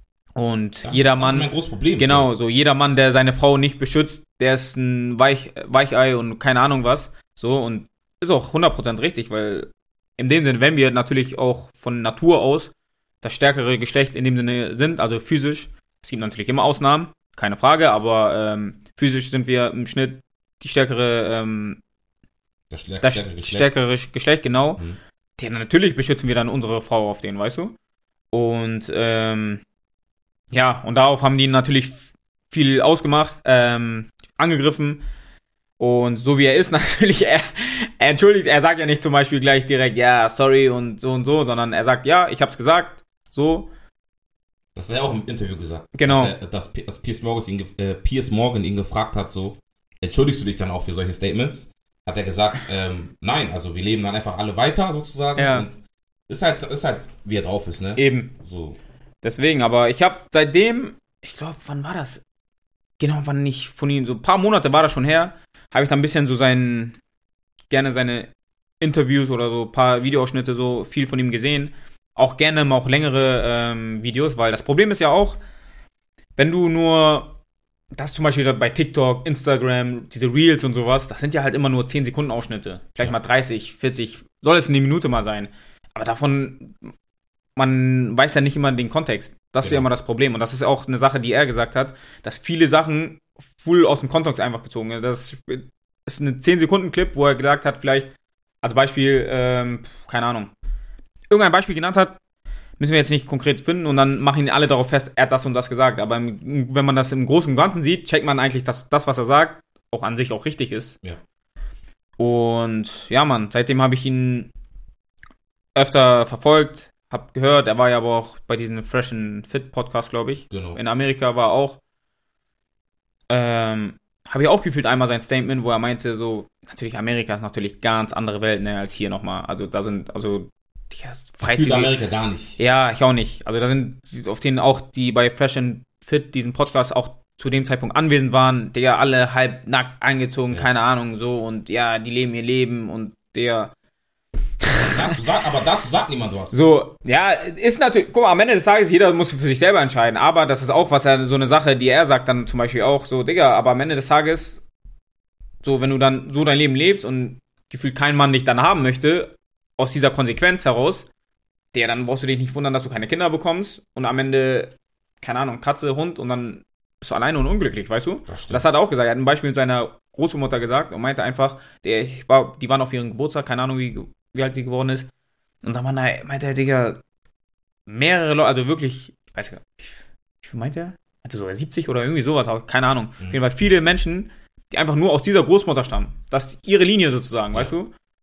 und Das, jeder das Mann, ist mein großes Problem. genau, so jeder Mann, der seine Frau nicht beschützt, der ist ein Weich, Weichei und keine Ahnung was. So, und ist auch hundert Prozent richtig, weil in dem Sinne, wenn wir natürlich auch von Natur aus das stärkere Geschlecht in dem Sinne sind, also physisch, es gibt natürlich immer Ausnahmen, keine Frage, aber ähm, physisch sind wir im Schnitt die stärkere, ähm, Das, stärk- das stärkere Geschlecht. stärkere Geschlecht, genau. Mhm. Ja, natürlich beschützen wir dann unsere Frau auf den, weißt du? Und ähm, ja, und darauf haben die natürlich viel ausgemacht, ähm, angegriffen. Und so wie er ist, natürlich, er, er entschuldigt, er sagt ja nicht zum Beispiel gleich direkt, ja, sorry und so und so, sondern er sagt, ja, ich hab's gesagt, so. Das hat er auch im Interview gesagt. Genau. Dass, er, dass, P- dass Piers, Morgan ihn, ge- äh, Piers Morgan ihn gefragt hat, so, entschuldigst du dich dann auch für solche Statements? Hat er gesagt, ähm, nein, also wir leben dann einfach alle weiter sozusagen. Ja. Und ist halt, ist halt, wie er drauf ist, ne? Eben. So. Deswegen, aber ich habe seitdem, ich glaube, wann war das? Genau, wann nicht von ihm, so ein paar Monate war das schon her, habe ich dann ein bisschen so seinen, gerne seine Interviews oder so ein paar Videoausschnitte so viel von ihm gesehen. Auch gerne mal auch längere ähm, Videos, weil das Problem ist ja auch, wenn du nur, das zum Beispiel bei TikTok, Instagram, diese Reels und sowas, das sind ja halt immer nur zehn Sekunden Ausschnitte. Vielleicht Ja. mal dreißig, vierzig, soll es eine Minute mal sein. Aber davon, man weiß ja nicht immer den Kontext. Das ist ja Genau. immer das Problem. Und das ist auch eine Sache, die er gesagt hat, dass viele Sachen full aus dem Kontext einfach gezogen werden. Das ist ein zehn Sekunden Clip, wo er gesagt hat, vielleicht, als Beispiel, ähm, keine Ahnung, irgendein Beispiel genannt hat, müssen wir jetzt nicht konkret finden und dann machen ihn alle darauf fest, er hat das und das gesagt. Aber im, wenn man das im Großen und Ganzen sieht, checkt man eigentlich, dass das, was er sagt, auch an sich auch richtig ist. Ja. Und ja, Mann, seitdem habe ich ihn öfter verfolgt, hab gehört, er war ja aber auch bei diesem Fresh and Fit Podcast, glaube ich. Genau. In Amerika war er auch. Ähm, habe ich auch gefühlt einmal sein Statement, wo er meinte, so, natürlich Amerika ist natürlich ganz andere Welt, ne, als hier nochmal. Also da sind, also, die hast Ich fühle Amerika gar nicht. Ja, ich auch nicht. Also da sind auf denen auch, die bei Fresh and Fit, diesen Podcast, auch zu dem Zeitpunkt anwesend waren, der alle halb nackt angezogen, Ja. keine Ahnung, so, und ja, die leben ihr Leben und der Dazu sagt, aber dazu sagt niemand was. so, ja, ist natürlich, guck mal, am Ende des Tages, jeder muss für sich selber entscheiden, aber das ist auch was er, so eine Sache, die er sagt dann zum Beispiel auch, so, Digga, aber am Ende des Tages, so, wenn du dann so dein Leben lebst und gefühlt kein Mann dich dann haben möchte, aus dieser Konsequenz heraus, der, dann brauchst du dich nicht wundern, dass du keine Kinder bekommst und am Ende, keine Ahnung, Katze, Hund und dann bist du alleine und unglücklich, weißt du? Das stimmt. Das hat er auch gesagt, er hat ein Beispiel mit seiner Großmutter gesagt und meinte einfach, der war, die waren auf ihrem Geburtstag, keine Ahnung, wie, wie alt sie geworden ist. Und dann meinte er, Digga, mehrere Leute, also wirklich, ich weiß gar nicht, wie viel meint er? Also sogar siebzig oder irgendwie sowas, aber keine Ahnung. Mhm. Auf jeden Fall viele Menschen, die einfach nur aus dieser Großmutter stammen. Das ist ihre Linie sozusagen, Ja. weißt du?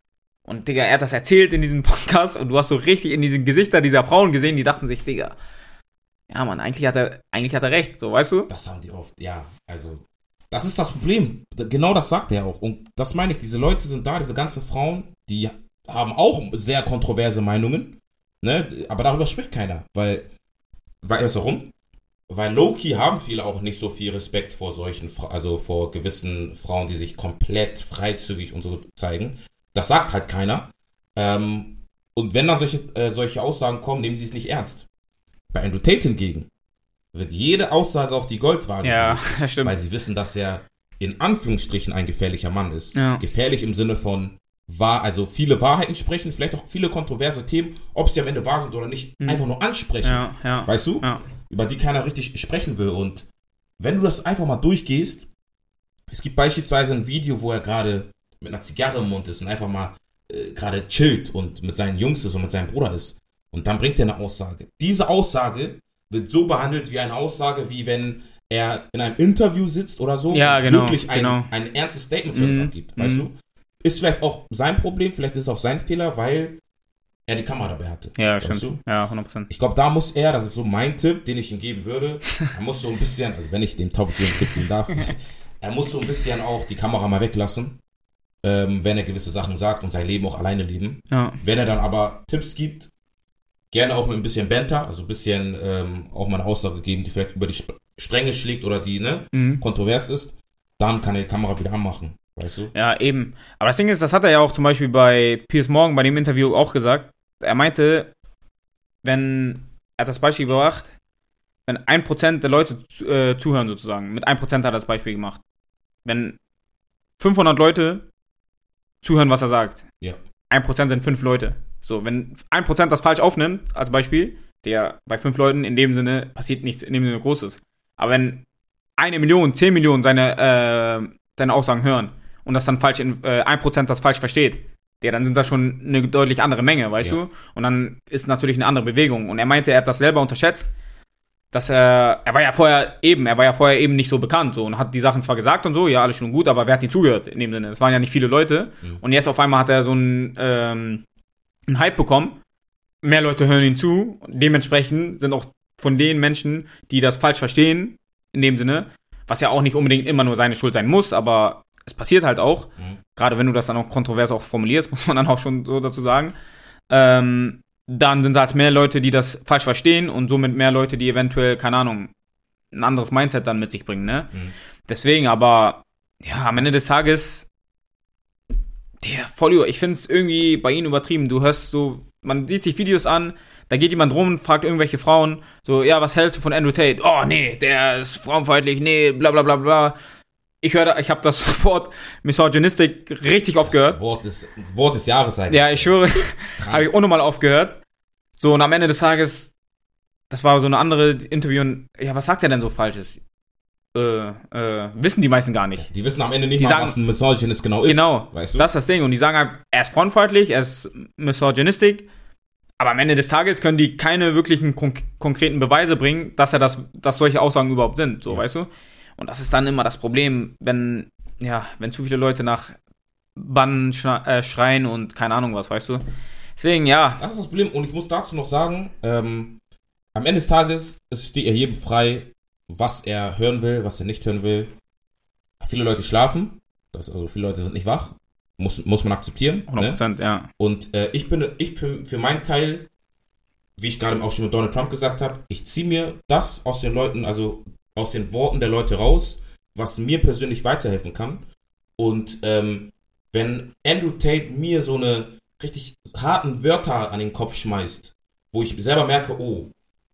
Und, Digga, er hat das erzählt in diesem Podcast und du hast so richtig in diesen Gesichter dieser Frauen gesehen, die dachten sich, Digga, ja, Mann, eigentlich hat er, eigentlich hat er recht, so, weißt du? Das haben die oft, ja, also, das ist das Problem. Genau das sagt er auch. Und das meine ich, diese Leute sind da, diese ganzen Frauen, die haben auch sehr kontroverse Meinungen, ne, aber darüber spricht keiner, weil, weil erst warum? Weil low-key haben viele auch nicht so viel Respekt vor solchen, also vor gewissen Frauen, die sich komplett freizügig und so zeigen. Das sagt halt keiner. Ähm, und wenn dann solche, äh, solche Aussagen kommen, nehmen sie es nicht ernst. Bei Andrew Tate hingegen wird jede Aussage auf die Goldwaage ja, gelegt, das stimmt. weil sie wissen, dass er in Anführungsstrichen ein gefährlicher Mann ist. Ja. Gefährlich im Sinne von, wahr, also viele Wahrheiten sprechen, vielleicht auch viele kontroverse Themen, ob sie am Ende wahr sind oder nicht, mhm. einfach nur ansprechen. Ja, ja. Weißt du? Ja. Über die keiner richtig sprechen will. Und wenn du das einfach mal durchgehst, es gibt beispielsweise ein Video, wo er gerade mit einer Zigarre im Mund ist und einfach mal äh, gerade chillt und mit seinen Jungs ist und mit seinem Bruder ist. Und dann bringt er eine Aussage. Diese Aussage wird so behandelt wie eine Aussage, wie wenn er in einem Interview sitzt oder so ja, und genau, wirklich ein, genau. ein ernstes Statement für das mhm. abgibt. Weißt mhm. du? Ist vielleicht auch sein Problem, vielleicht ist es auch sein Fehler, weil er die Kamera dabei hatte. Ja, weißt stimmt. Du? Ja, hundert Prozent. Ich glaube, da muss er, das ist so mein Tipp, den ich ihm geben würde, er muss so ein bisschen, also wenn ich dem Top G einen Tipp geben darf, er muss so ein bisschen auch die Kamera mal weglassen, ähm, wenn er gewisse Sachen sagt und sein Leben auch alleine leben. Ja. Wenn er dann aber Tipps gibt, gerne auch mit ein bisschen Banter, also ein bisschen ähm, auch mal eine Aussage geben, die vielleicht über die Sp- Stränge schlägt oder die ne, mhm. kontrovers ist, dann kann er die Kamera wieder anmachen, weißt du? Ja, eben. Aber das Ding ist, das hat er ja auch zum Beispiel bei Piers Morgan bei dem Interview auch gesagt. Er meinte, wenn, er hat das Beispiel gebracht, wenn ein Prozent der Leute zu, äh, zuhören sozusagen, mit ein Prozent hat er das Beispiel gemacht. Wenn fünfhundert Leute zuhören, was er sagt, ja. ein Prozent sind fünf Leute. So, wenn ein Prozent das falsch aufnimmt, als Beispiel, der bei fünf Leuten in dem Sinne passiert nichts in dem Sinne Großes. Aber wenn eine Million, zehn Millionen seine, äh, seine Aussagen hören und das dann falsch in, äh, ein Prozent das falsch versteht, ja, dann sind das schon eine deutlich andere Menge, weißt ja. du? Und dann ist natürlich eine andere Bewegung. Und er meinte, er hat das selber unterschätzt, dass er, er war ja vorher eben, er war ja vorher eben nicht so bekannt, so, und hat die Sachen zwar gesagt und so, ja, alles schon gut, aber wer hat ihm zugehört, in dem Sinne? Es waren ja nicht viele Leute. Mhm. Und jetzt auf einmal hat er so einen, ähm, einen Hype bekommen. Mehr Leute hören ihn zu. Dementsprechend sind auch von den Menschen, die das falsch verstehen, in dem Sinne, was ja auch nicht unbedingt immer nur seine Schuld sein muss, aber es passiert halt auch, mhm. gerade wenn du das dann auch kontrovers auch formulierst, muss man dann auch schon so dazu sagen, ähm, dann sind halt mehr Leute, die das falsch verstehen und somit mehr Leute, die eventuell, keine Ahnung, ein anderes Mindset dann mit sich bringen, ne? Mhm. Deswegen, aber, ja, am Ende des Tages, der voll über, ich finde es irgendwie bei ihnen übertrieben, du hörst so, man sieht sich Videos an, da geht jemand rum, fragt irgendwelche Frauen, so, ja, was hältst du von Andrew Tate? Oh, nee, der ist frauenfeindlich, nee, bla bla bla bla. Ich höre, ich habe das Wort Misogynistik richtig oft gehört. Das Wort des, Wort des Jahres eigentlich. Ja, ich schwöre, habe ich auch nochmal aufgehört. So, und am Ende des Tages, das war so eine andere Interview, und, ja, was sagt er denn so Falsches? Äh, äh, wissen die meisten gar nicht. Die wissen am Ende nicht die mal, sagen, was ein Misogynist genau ist. Genau, weißt du? Das ist das Ding. Und die sagen halt, er ist frauenfeindlich, er ist misogynistic, aber am Ende des Tages können die keine wirklichen konk- konkreten Beweise bringen, dass er das, dass solche Aussagen überhaupt sind, so, ja. Weißt du? Und das ist dann immer das Problem, wenn, ja, wenn zu viele Leute nach Bann schna- äh, schreien und keine Ahnung was, weißt du? Deswegen, ja. Das ist das Problem. Und ich muss dazu noch sagen, ähm, am Ende des Tages es steht er jedem frei, was er hören will, was er nicht hören will. Viele Leute schlafen, das, also viele Leute sind nicht wach, muss, muss man akzeptieren. hundert Prozent, ne? Ja. Und äh, ich bin, ich für, für meinen Teil, wie ich gerade auch schon mit Donald Trump gesagt habe, ich ziehe mir das aus den Leuten, also aus den Worten der Leute raus, was mir persönlich weiterhelfen kann. Und ähm, wenn Andrew Tate mir so eine richtig harten Wörter an den Kopf schmeißt, wo ich selber merke, oh,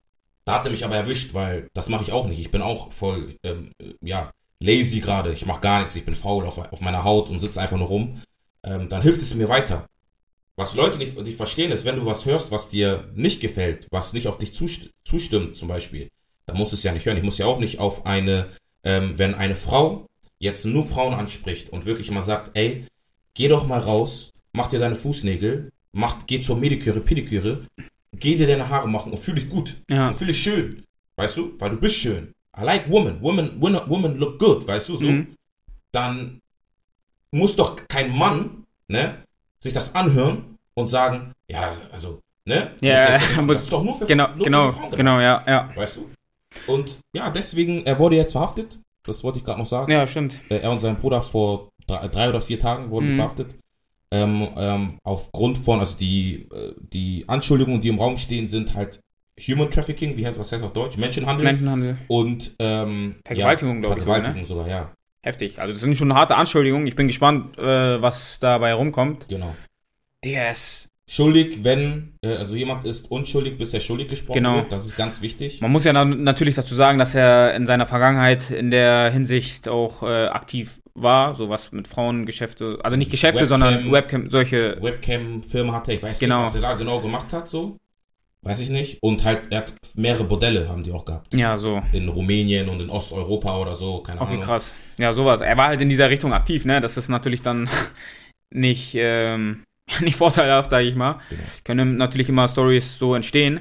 da hat er mich aber erwischt, weil das mache ich auch nicht. Ich bin auch voll, ähm, ja, lazy gerade. Ich mache gar nichts. Ich bin faul auf, auf meiner Haut und sitze einfach nur rum. Ähm, dann hilft es mir weiter. Was Leute nicht, nicht verstehen ist, wenn du was hörst, was dir nicht gefällt, was nicht auf dich zust- zustimmt zum Beispiel, dann musst du es ja nicht hören. Ich muss ja auch nicht auf eine, ähm, wenn eine Frau jetzt nur Frauen anspricht und wirklich mal sagt, ey, geh doch mal raus, mach dir deine Fußnägel, mach, geh zur Mediküre, Pediküre, geh dir deine Haare machen und fühl dich gut. Ja. Und fühl dich schön. Weißt du? Weil du bist schön. I like women. Women, women, women look good. Weißt du? So. Mhm. Dann muss doch kein Mann, ne, sich das anhören und sagen, ja, also, ne? Ja, das, ist, ja, das ist doch nur für, genau, nur genau, für die Frauen genau, ja, ja. Weißt du? Und ja, deswegen, er wurde jetzt verhaftet. Das wollte ich gerade noch sagen. Ja, stimmt. Äh, er und sein Bruder vor drei, drei oder vier Tagen wurden Mhm. verhaftet. Ähm, ähm, aufgrund von, also die, äh, die Anschuldigungen, die im Raum stehen, sind halt Human Trafficking, wie heißt, was heißt auf Deutsch? Menschenhandel. Menschenhandel. Und ähm, Vergewaltigung, ja, glaube ich. Vergewaltigung sogar, ne? sogar, ja. Heftig. Also das sind schon harte Anschuldigungen. Ich bin gespannt, äh, was dabei rumkommt. Genau. Der ist... Schuldig, wenn, äh, also jemand ist unschuldig, bis er schuldig gesprochen Genau. wird. Das ist ganz wichtig. Man muss ja na- natürlich dazu sagen, dass er in seiner Vergangenheit in der Hinsicht auch äh, aktiv war, sowas mit Frauengeschäfte, also nicht Geschäfte, Webcam- sondern Webcam, solche, Webcam-Firma hatte, ich weiß Genau. nicht, was er da genau gemacht hat, so. Weiß ich nicht. Und halt, er hat mehrere Bordelle, haben die auch gehabt. ja, so. In Rumänien und in Osteuropa oder so, keine Okay, Ahnung. krass. Ja, sowas. Er war halt in dieser Richtung aktiv, ne? Das ist natürlich dann nicht, ähm, nicht vorteilhaft, sage ich mal. Genau. Können natürlich immer Stories so entstehen.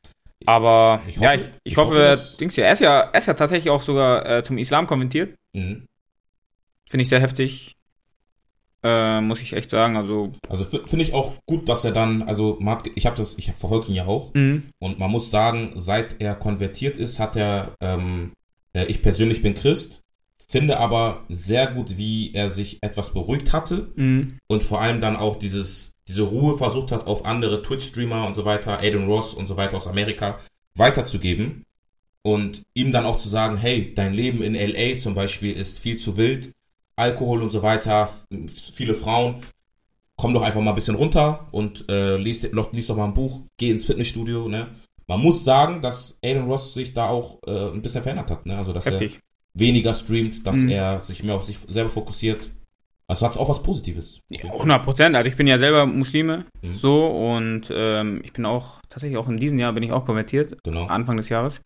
Aber Ich ja, hoffe- ich, ich, ich hoffe, hoffe, dass- Dings hier, er ist ja, er ist ja tatsächlich auch sogar äh, zum Islam konvertiert. Mhm. Finde ich sehr heftig. Äh, muss ich echt sagen. Also, Also f- finde ich auch gut, dass er dann, also man hat, ich habe das, ich verfolge ihn ja auch. mh, Und man muss sagen, seit er konvertiert ist, hat er, ähm, äh, ich persönlich bin Christ, finde aber sehr gut, wie er sich etwas beruhigt hatte mh, und vor allem dann auch dieses, diese Ruhe versucht hat, auf andere Twitch-Streamer und so weiter, Aiden Ross und so weiter aus Amerika weiterzugeben und ihm dann auch zu sagen, hey, dein Leben in L A zum Beispiel ist viel zu wild, Alkohol und so weiter, viele Frauen, komm doch einfach mal ein bisschen runter und äh, lies, lies doch mal ein Buch, geh ins Fitnessstudio, ne? Man muss sagen, dass Aiden Ross sich da auch äh, ein bisschen verändert hat, ne? Also, dass heftig. er weniger streamt, dass Mhm. er sich mehr auf sich selber fokussiert. Also hat es auch was Positives. Ja, hundert Prozent. Also ich bin ja selber Muslime, Mhm. so, und ähm, ich bin auch, tatsächlich auch in diesem Jahr bin ich auch konvertiert, Genau. Anfang des Jahres.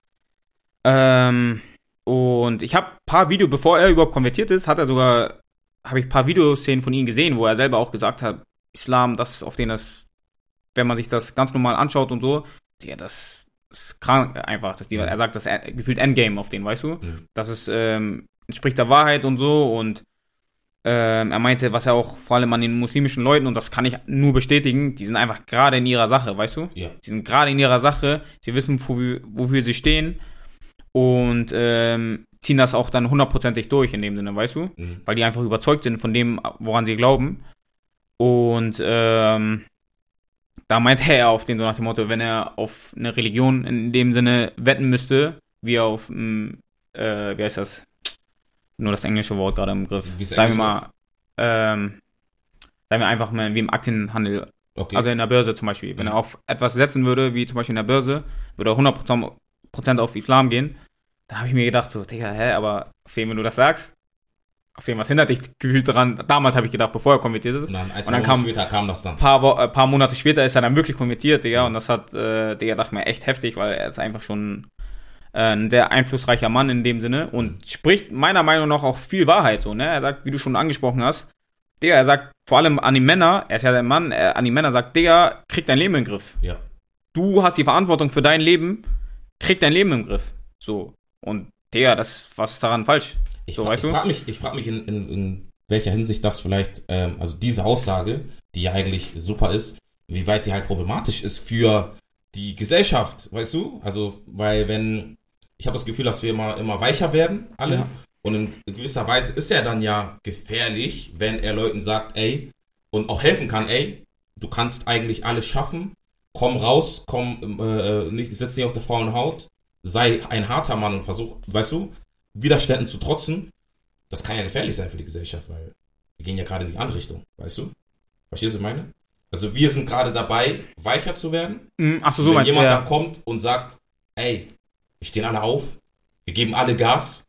Ähm, und ich habe ein paar Videos, bevor er überhaupt konvertiert ist, hat er sogar, habe ich ein paar Videoszenen von ihm gesehen, wo er selber auch gesagt hat, Islam, das, auf den das, wenn man sich das ganz normal anschaut und so, ja, das ist krank einfach. Das, die, Mhm. Er sagt, das äh, gefühlt Endgame auf den, weißt du? Mhm. Das ist, ähm, entspricht der Wahrheit und so, und ähm, er meinte, was er auch vor allem an den muslimischen Leuten, und das kann ich nur bestätigen, die sind einfach gerade in ihrer Sache, weißt du? Ja. Sie sind gerade in ihrer Sache, sie wissen, wofür, wofür sie stehen, und ähm, ziehen das auch dann hundertprozentig durch in dem Sinne, weißt du? Mhm. Weil die einfach überzeugt sind von dem, woran sie glauben. Und ähm, da meinte er auf den so nach dem Motto, wenn er auf eine Religion in dem Sinne wetten müsste, wie er auf, ähm, äh, wie heißt das? Nur das englische Wort gerade im Griff. Wie ist das Sagen wir englische mal, ähm, sagen wir einfach mal wie im Aktienhandel, Okay. also in der Börse zum Beispiel. Wenn Mhm. er auf etwas setzen würde, wie zum Beispiel in der Börse, würde er hundert Prozent auf Islam gehen. Dann habe ich mir gedacht, so, Digga, hä, aber auf den, wenn du das sagst, auf den, was hindert dich gefühlt daran? Damals habe ich gedacht, bevor er konvertiert ist. und dann, ein, und zwei dann Monate kam- später kam das dann. Ein paar, Wo- äh, paar Monate später ist er dann wirklich konvertiert, Digga, Mhm. und das hat, äh, Digga, dachte mir echt heftig, weil er ist einfach schon äh, ein sehr einflussreicher Mann in dem Sinne und Mhm. spricht meiner Meinung nach auch viel Wahrheit, so, ne? Er sagt, wie du schon angesprochen hast, Digga, er sagt vor allem an die Männer, er ist ja der Mann, er, an die Männer sagt, Digga, krieg dein Leben in den Griff. Ja. Du hast die Verantwortung für dein Leben, krieg dein Leben im Griff. So. Und, Digga, das, was ist daran falsch? Ich, So, fra weißt ich du? frage mich, ich frag mich in, in, in welcher Hinsicht das vielleicht, ähm, also diese Aussage, die ja eigentlich super ist, wie weit die halt problematisch ist für die Gesellschaft, weißt du? Also, weil wenn, ich habe das Gefühl, dass wir immer, immer weicher werden, alle. Ja. Und in gewisser Weise ist er dann ja gefährlich, wenn er Leuten sagt, ey, und auch helfen kann, ey, du kannst eigentlich alles schaffen, komm raus, komm, äh, nicht, sitz nicht auf der faulen Haut, sei ein harter Mann und versuch, weißt du, Widerständen zu trotzen. Das kann ja gefährlich sein für die Gesellschaft, weil wir gehen ja gerade in die andere Richtung, weißt du? Verstehst du, was ich meine? Also wir sind gerade dabei, weicher zu werden. Mhm, Achso, so Wenn meinst du, jemand ja. dann kommt und sagt, ey, wir stehen alle auf, wir geben alle Gas.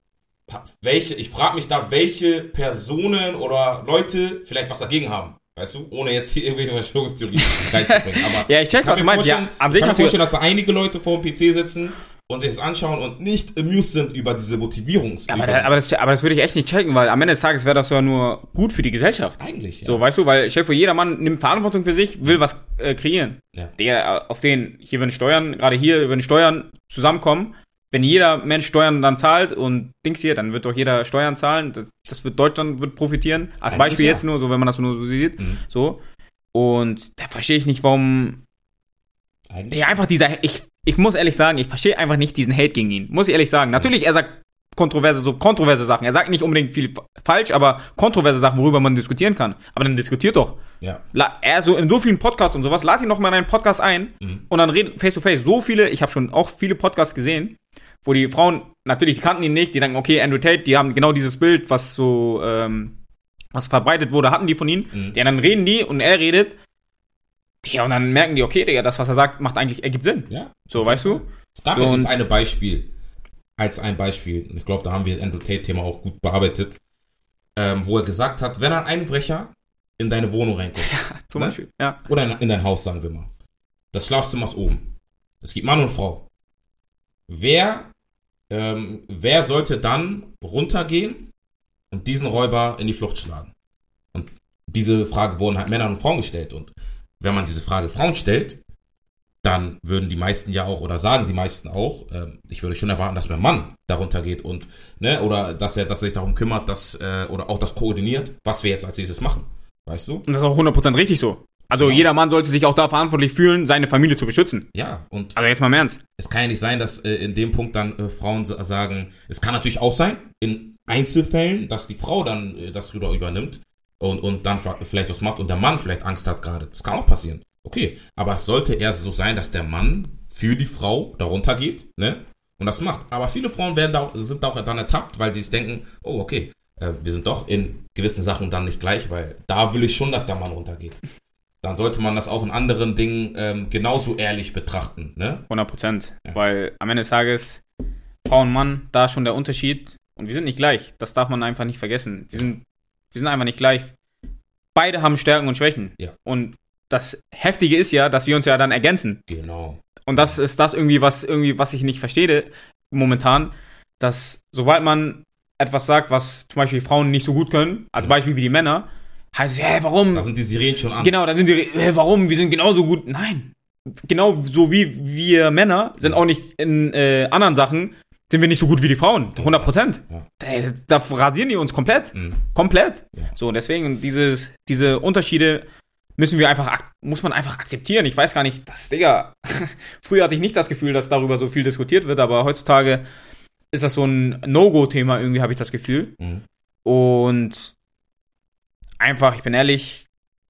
Welche, ich frage mich da, welche Personen oder Leute vielleicht was dagegen haben. Weißt du, ohne jetzt hier irgendwelche Verschwörungstheorien reinzubringen. Aber Ja, ich check, kann was du mir meinst. Ja, vorstellen- an ich sich kann mir hast du, vorstellen, dass da einige Leute vor dem P C sitzen und sich das anschauen und nicht amused sind über diese Motivierungs... aber, da, aber, das, aber das würde ich echt nicht checken, weil am Ende des Tages wäre das ja nur gut für die Gesellschaft. Eigentlich, ja. So, weißt du, weil Chef, jeder Mann nimmt Verantwortung für sich, will was äh, kreieren. Ja. Der, auf den, hier würden Steuern, gerade hier würden Steuern zusammenkommen. Wenn jeder Mensch Steuern dann zahlt und Dings hier, dann wird doch jeder Steuern zahlen. Das, das wird Deutschland wird profitieren. Als Eigentlich Beispiel ja. jetzt nur, so wenn man das nur so sieht. Mhm. So. Und da verstehe ich nicht, warum Eigentlich der einfach dieser, ich, ich muss ehrlich sagen, ich verstehe einfach nicht diesen Hate gegen ihn. Muss ich ehrlich sagen. Natürlich, er sagt kontroverse, so kontroverse Sachen. Er sagt nicht unbedingt viel falsch, aber kontroverse Sachen, worüber man diskutieren kann. Aber dann diskutiert doch. Ja. La, er so in so vielen Podcasts und sowas, lass ihn noch mal in einen Podcast ein Mhm. und dann redet face to face. So viele, ich habe schon auch viele Podcasts gesehen, wo die Frauen, natürlich, die kannten ihn nicht, die denken, okay, Andrew Tate, die haben genau dieses Bild, was so, ähm, was verbreitet wurde, hatten die von ihm. Mhm. Ja, dann reden die und er redet. Ja, und dann merken die, okay, Digga, das, was er sagt, macht eigentlich, ergibt Sinn. Ja. So, weißt du? Es gab So, ja dieses und- eine Beispiel, als ein Beispiel, und ich glaube, da haben wir das Andrew Tate-Thema auch gut bearbeitet, ähm, wo er gesagt hat, wenn ein Einbrecher in deine Wohnung reinkommt, Zum Ne? Beispiel, ja. oder in, in dein Haus, sagen wir mal, das Schlafzimmer ist oben, es gibt Mann und Frau, wer, ähm, wer sollte dann runtergehen und diesen Räuber in die Flucht schlagen? Und diese Frage wurden halt Männern und Frauen gestellt, und wenn man diese Frage Frauen stellt, dann würden die meisten ja auch, oder sagen die meisten auch, ähm, ich würde schon erwarten, dass mein Mann darunter geht und, ne, oder dass er, dass er sich darum kümmert, dass, äh, oder auch das koordiniert, was wir jetzt als nächstes machen. Weißt du? Und das ist auch hundert Prozent richtig so. Also Genau. jeder Mann sollte sich auch da verantwortlich fühlen, seine Familie zu beschützen. Ja, und Also jetzt mal im Ernst. es kann ja nicht sein, dass äh, in dem Punkt dann äh, Frauen sa- sagen, es kann natürlich auch sein, in Einzelfällen, dass die Frau dann äh, das rüber übernimmt und, und dann fra- vielleicht was macht und der Mann vielleicht Angst hat gerade. Das kann auch passieren. Okay, aber es sollte eher so sein, dass der Mann für die Frau darunter geht, ne? Und das macht. Aber viele Frauen werden da auch, sind da auch dann ertappt, weil sie sich denken, oh, okay, äh, wir sind doch in gewissen Sachen dann nicht gleich, weil da will ich schon, dass der Mann runtergeht. Dann sollte man das auch in anderen Dingen ähm, genauso ehrlich betrachten, ne? hundert Prozent. Ja. Weil am Ende des Tages, Frau und Mann, da ist schon der Unterschied. Und wir sind nicht gleich. Das darf man einfach nicht vergessen. Wir sind, wir sind einfach nicht gleich. Beide haben Stärken und Schwächen. Ja. Und das Heftige ist ja, dass wir uns ja dann ergänzen. Genau. Und das ist das irgendwie, was irgendwie, was ich nicht verstehe momentan, dass sobald man etwas sagt, was zum Beispiel Frauen nicht so gut können, als Mhm. Beispiel wie die Männer, heißt es, hä, warum? Da sind die Sirenen schon an. Genau, dann sind die, hä, warum? Wir sind genauso gut. Nein. Genau so wie wir Männer sind auch nicht in äh, anderen Sachen, sind wir nicht so gut wie die Frauen. hundert Prozent. Ja. Da, da rasieren die uns komplett. Mhm. Komplett. Ja. So, deswegen dieses, diese Unterschiede müssen wir einfach, ak- muss man einfach akzeptieren. Ich weiß gar nicht, das, Digga, früher hatte ich nicht das Gefühl, dass darüber so viel diskutiert wird, aber heutzutage ist das so ein No-Go-Thema irgendwie, habe ich das Gefühl. Mhm. Und einfach, ich bin ehrlich,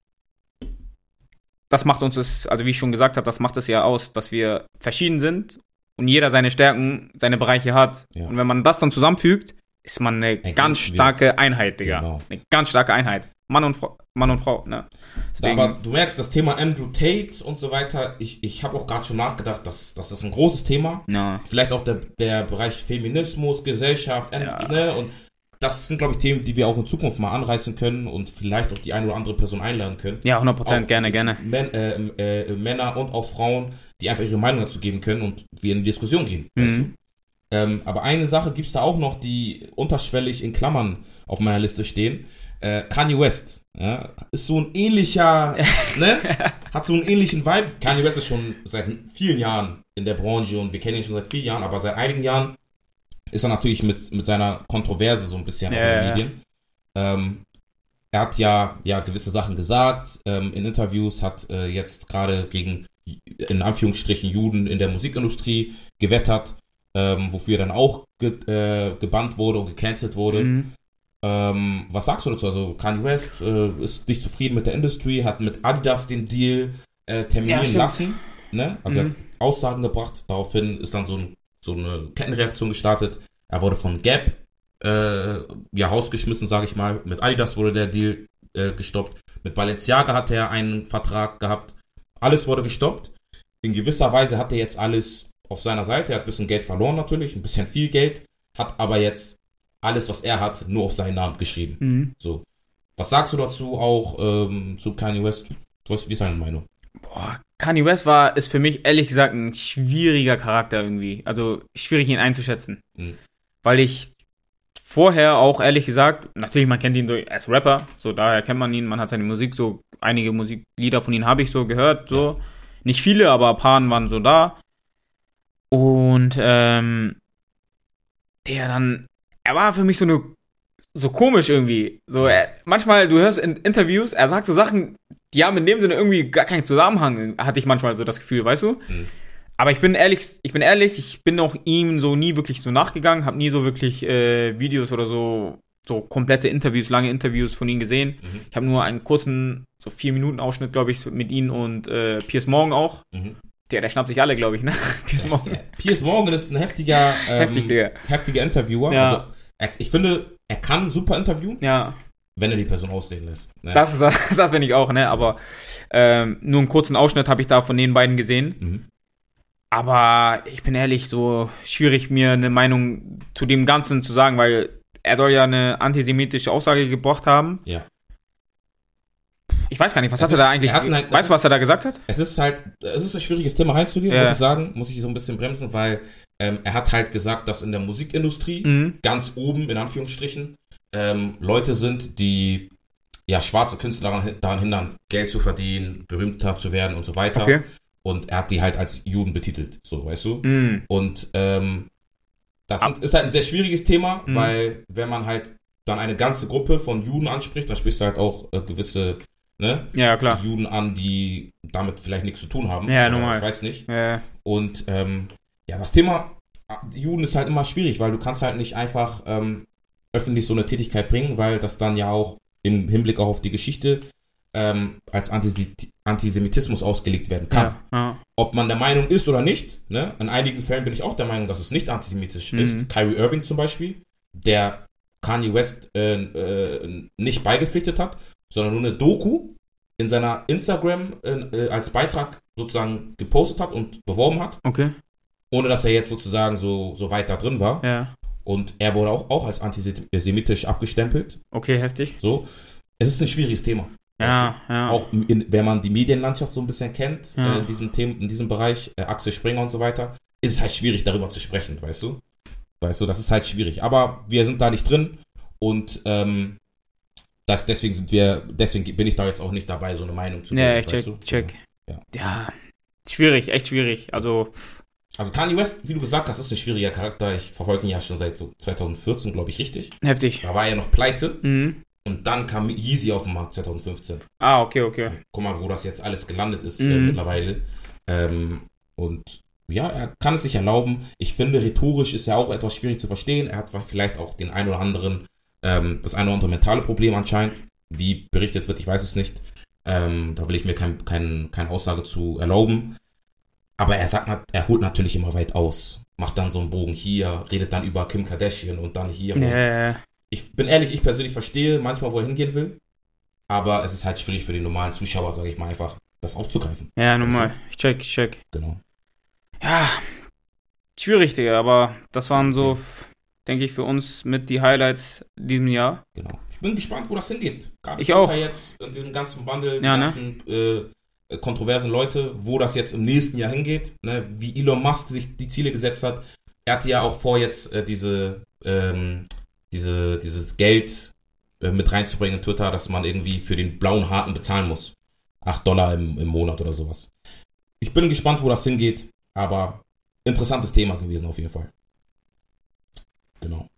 das macht uns das, also wie ich schon gesagt habe, das macht es ja aus, dass wir verschieden sind und jeder seine Stärken, seine Bereiche hat. Ja. Und wenn man das dann zusammenfügt, ist man eine Ergänzen ganz wir starke uns. Einheit, Digga. Genau. Eine ganz starke Einheit. Mann und Frau, Mann und Frau, ne? Deswegen, Aber du merkst, das Thema Andrew Tate und so weiter, ich, ich habe auch gerade schon nachgedacht, dass das ist ein großes Thema. ja. Vielleicht auch der, der Bereich Feminismus, Gesellschaft, Ja. ne? Und das sind, glaube ich, Themen, die wir auch in Zukunft mal anreißen können und vielleicht auch die eine oder andere Person einladen können. Ja, hundert Prozent, Auch gerne, gerne. Män, äh, äh, Männer und auch Frauen, die einfach ihre Meinung dazu geben können und wir in die Diskussion gehen. Weißt Mhm. du? Ähm, aber eine Sache gibt es da auch noch, die unterschwellig in Klammern auf meiner Liste stehen. Äh, Kanye West, ja, ist so ein ähnlicher, ne? Hat so einen ähnlichen Vibe. Kanye West ist schon seit vielen Jahren in der Branche und wir kennen ihn schon seit vielen Jahren, aber seit einigen Jahren ist er natürlich mit, mit seiner Kontroverse so ein bisschen Ja, auch in den ja. Medien. Ähm, er hat ja, ja gewisse Sachen gesagt, ähm, in Interviews, hat äh, jetzt gerade gegen, in Anführungsstrichen, Juden in der Musikindustrie gewettert, ähm, wofür er dann auch ge, äh, gebannt wurde und gecancelt wurde. Mhm. Ähm, was sagst du dazu? Also Kanye West äh, ist nicht zufrieden mit der Industry, hat mit Adidas den Deal äh, terminieren Ja, stimmt. lassen. Ne? Also Mhm. er hat Aussagen gebracht, daraufhin ist dann so, ein, so eine Kettenreaktion gestartet. Er wurde von Gap äh, ja, rausgeschmissen, sage ich mal. Mit Adidas wurde der Deal äh, gestoppt. Mit Balenciaga hat er einen Vertrag gehabt. Alles wurde gestoppt. In gewisser Weise hat er jetzt alles auf seiner Seite. Er hat ein bisschen Geld verloren natürlich, ein bisschen viel Geld, hat aber jetzt alles, was er hat, nur auf seinen Namen geschrieben. Mhm. So. Was sagst du dazu auch ähm, zu Kanye West? Was, wie ist deine Meinung? Boah, Kanye West war, ist für mich ehrlich gesagt ein schwieriger Charakter irgendwie. Also schwierig ihn einzuschätzen. Mhm. Weil ich vorher auch ehrlich gesagt, natürlich man kennt ihn so als Rapper, so daher kennt man ihn, man hat seine Musik, so einige Musiklieder von ihm habe ich so gehört, so. Nicht viele, aber ein paar waren so da. Und ähm, der dann, er war für mich so eine, so komisch irgendwie. So, er, manchmal, du hörst in Interviews, er sagt so Sachen, die haben in dem Sinne irgendwie gar keinen Zusammenhang, hatte ich manchmal so das Gefühl, weißt du? Mhm. Aber ich bin ehrlich, ich bin ehrlich, ich bin auch ihm so nie wirklich so nachgegangen, habe nie so wirklich äh, Videos oder so, so komplette Interviews, lange Interviews von ihm gesehen. Mhm. Ich habe nur einen kurzen, so vier Minuten Ausschnitt, glaube ich, mit ihm und äh, Piers Morgan auch. Mhm. Der, der schnappt sich alle, glaube ich, ne? Piers Morgan. Piers Morgan ist ein heftiger, ähm, Heftig, Digga. heftiger Interviewer. Ja. Also, er, ich finde, er kann super interviewen, ja. wenn er die Person ausreden lässt. Ne? Das ist das, das finde ich auch, ne? So. Aber ähm, nur einen kurzen Ausschnitt habe ich da von den beiden gesehen. Mhm. Aber ich bin ehrlich, so schwierig, mir eine Meinung zu dem Ganzen zu sagen, weil er soll ja eine antisemitische Aussage gebracht haben. Ja. Ich weiß gar nicht, was es hat ist, er da eigentlich, er halt, weißt du, was er da gesagt hat? Es ist halt, es ist ein schwieriges Thema reinzugehen, ja. muss ich sagen, muss ich so ein bisschen bremsen, weil ähm, er hat halt gesagt, dass in der Musikindustrie mhm. ganz oben, in Anführungsstrichen, ähm, Leute sind, die ja schwarze Künstler daran, daran hindern, Geld zu verdienen, berühmter zu werden und so weiter. Okay. Und er hat die halt als Juden betitelt, so, weißt du? Mm. Und ähm, das sind, ist halt ein sehr schwieriges Thema, mm. weil wenn man halt dann eine ganze Gruppe von Juden anspricht, dann sprichst du halt auch äh, gewisse ne, ja, klar. Juden an, die damit vielleicht nichts zu tun haben. Ja, normal. Ich weiß nicht. Ja. Und ähm, ja, das Thema Juden ist halt immer schwierig, weil du kannst halt nicht einfach ähm, öffentlich so eine Tätigkeit bringen, weil das dann ja auch im Hinblick auch auf die Geschichte ähm, als Antis- Antisemitismus ausgelegt werden kann. Ja, ja. Ob man der Meinung ist oder nicht, ne? In einigen Fällen bin ich auch der Meinung, dass es nicht antisemitisch mhm. ist. Kyrie Irving zum Beispiel, der Kanye West äh, äh, nicht beigepflichtet hat, sondern nur eine Doku in seiner Instagram äh, als Beitrag sozusagen gepostet hat und beworben hat. Okay. Ohne dass er jetzt sozusagen so, so weit da drin war. Ja. Und er wurde auch, auch als antisemitisch abgestempelt. Okay, heftig. So. Es ist ein schwieriges Thema. Ja, weißt du? ja. Auch in, wenn man die Medienlandschaft so ein bisschen kennt, ja. äh, in diesem Thema, in diesem Bereich, äh, Axel Springer und so weiter, ist es halt schwierig, darüber zu sprechen, weißt du? Weißt du, das ist halt schwierig. Aber wir sind da nicht drin und ähm, das, deswegen sind wir, deswegen bin ich da jetzt auch nicht dabei, so eine Meinung zu geben. Ja, ich check, du? check. Ja. ja, schwierig, echt schwierig. Also, also Kanye West, wie du gesagt hast, ist ein schwieriger Charakter. Ich verfolge ihn ja schon seit so zwanzig vierzehn, glaube ich, richtig. Heftig. Da war er noch pleite. Mhm. Und dann kam Yeezy auf den Markt zwanzig fünfzehn. Ah, okay, okay. Guck mal, wo das jetzt alles gelandet ist mhm. äh, mittlerweile. Ähm, und ja, er kann es sich erlauben. Ich finde, rhetorisch ist er auch etwas schwierig zu verstehen. Er hat vielleicht auch den ein oder anderen, ähm, das ein oder andere mentale Problem anscheinend. Wie berichtet wird, ich weiß es nicht. Ähm, da will ich mir keine kein, kein Aussage zu erlauben. Aber er sagt, er holt natürlich immer weit aus. Macht dann so einen Bogen hier, redet dann über Kim Kardashian und dann hier. Yeah. Ich bin ehrlich, ich persönlich verstehe manchmal, wo er hingehen will. Aber es ist halt schwierig für den normalen Zuschauer, sage ich mal, einfach das aufzugreifen. Ja, normal. Ich check, ich check. Genau. Ja, schwierig, Digga, aber das waren so, denke ich, für uns mit die Highlights in diesem Jahr. Genau. Ich bin gespannt, wo das hingeht. Gerade ich auch. Jetzt in diesem ganzen Wandel, die ja, ganzen ne? äh, kontroversen Leute, wo das jetzt im nächsten Jahr hingeht, ne? Wie Elon Musk sich die Ziele gesetzt hat. Er hatte ja auch vor, jetzt äh, diese, ähm, diese, dieses Geld äh, mit reinzubringen in Twitter, dass man irgendwie für den blauen Haken bezahlen muss. acht Dollar im, im Monat oder sowas. Ich bin gespannt, wo das hingeht, aber interessantes Thema gewesen auf jeden Fall. Genau.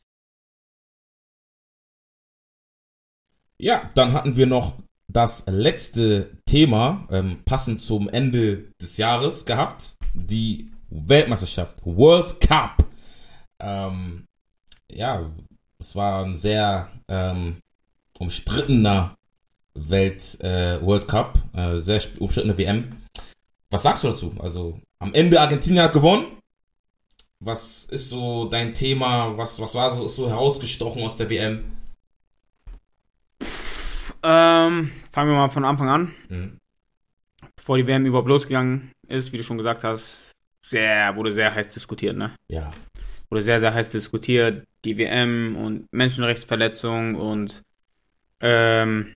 Ja, dann hatten wir noch das letzte Thema, ähm, passend zum Ende des Jahres gehabt, die Weltmeisterschaft, World Cup. Ähm, ja, es war ein sehr ähm, umstrittener Welt äh, World Cup, äh, sehr umstrittene W M. Was sagst du dazu? Also am Ende Argentinien hat gewonnen. Was ist so dein Thema? Was, was war so, ist so herausgestochen aus der W M? Ähm, fangen wir mal von Anfang an. Mhm. Bevor die W M überhaupt losgegangen ist, wie du schon gesagt hast, sehr, wurde sehr heiß diskutiert, ne? Ja. Wurde sehr, sehr heiß diskutiert, die W M und Menschenrechtsverletzungen und ähm,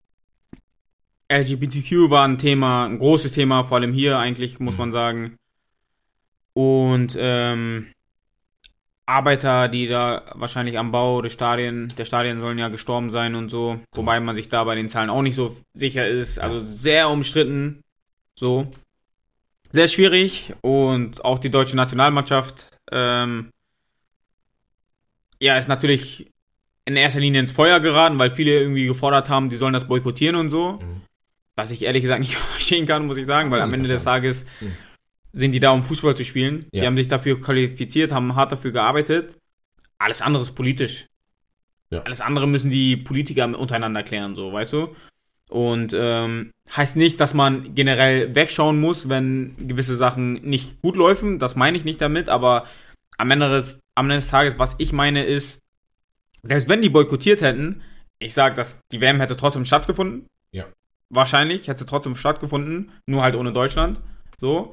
L G B T Q war ein Thema, ein großes Thema, vor allem hier eigentlich, muss mhm. man sagen. Und ähm, Arbeiter, die da wahrscheinlich am Bau des Stadien, der Stadien sollen ja gestorben sein und so, wobei man sich da bei den Zahlen auch nicht so sicher ist. Also sehr umstritten, so. Sehr schwierig und auch die deutsche Nationalmannschaft ähm, ja, ist natürlich in erster Linie ins Feuer geraten, weil viele irgendwie gefordert haben, die sollen das boykottieren und so. Mhm. was ich ehrlich gesagt nicht verstehen kann, muss ich sagen, weil Ja, am Ende des verstanden. Tages Hm. sind die da, um Fußball zu spielen. Ja. Die haben sich dafür qualifiziert, haben hart dafür gearbeitet. Alles andere ist politisch. Ja. Alles andere müssen die Politiker untereinander klären, so, weißt du? Und ähm, heißt nicht, dass man generell wegschauen muss, wenn gewisse Sachen nicht gut laufen. Das meine ich nicht damit, aber am Ende des, am Ende des Tages, was ich meine, ist, selbst wenn die boykottiert hätten, ich sage, dass die W M hätte trotzdem stattgefunden. Ja. Wahrscheinlich hätte trotzdem stattgefunden, nur halt ohne Deutschland. So.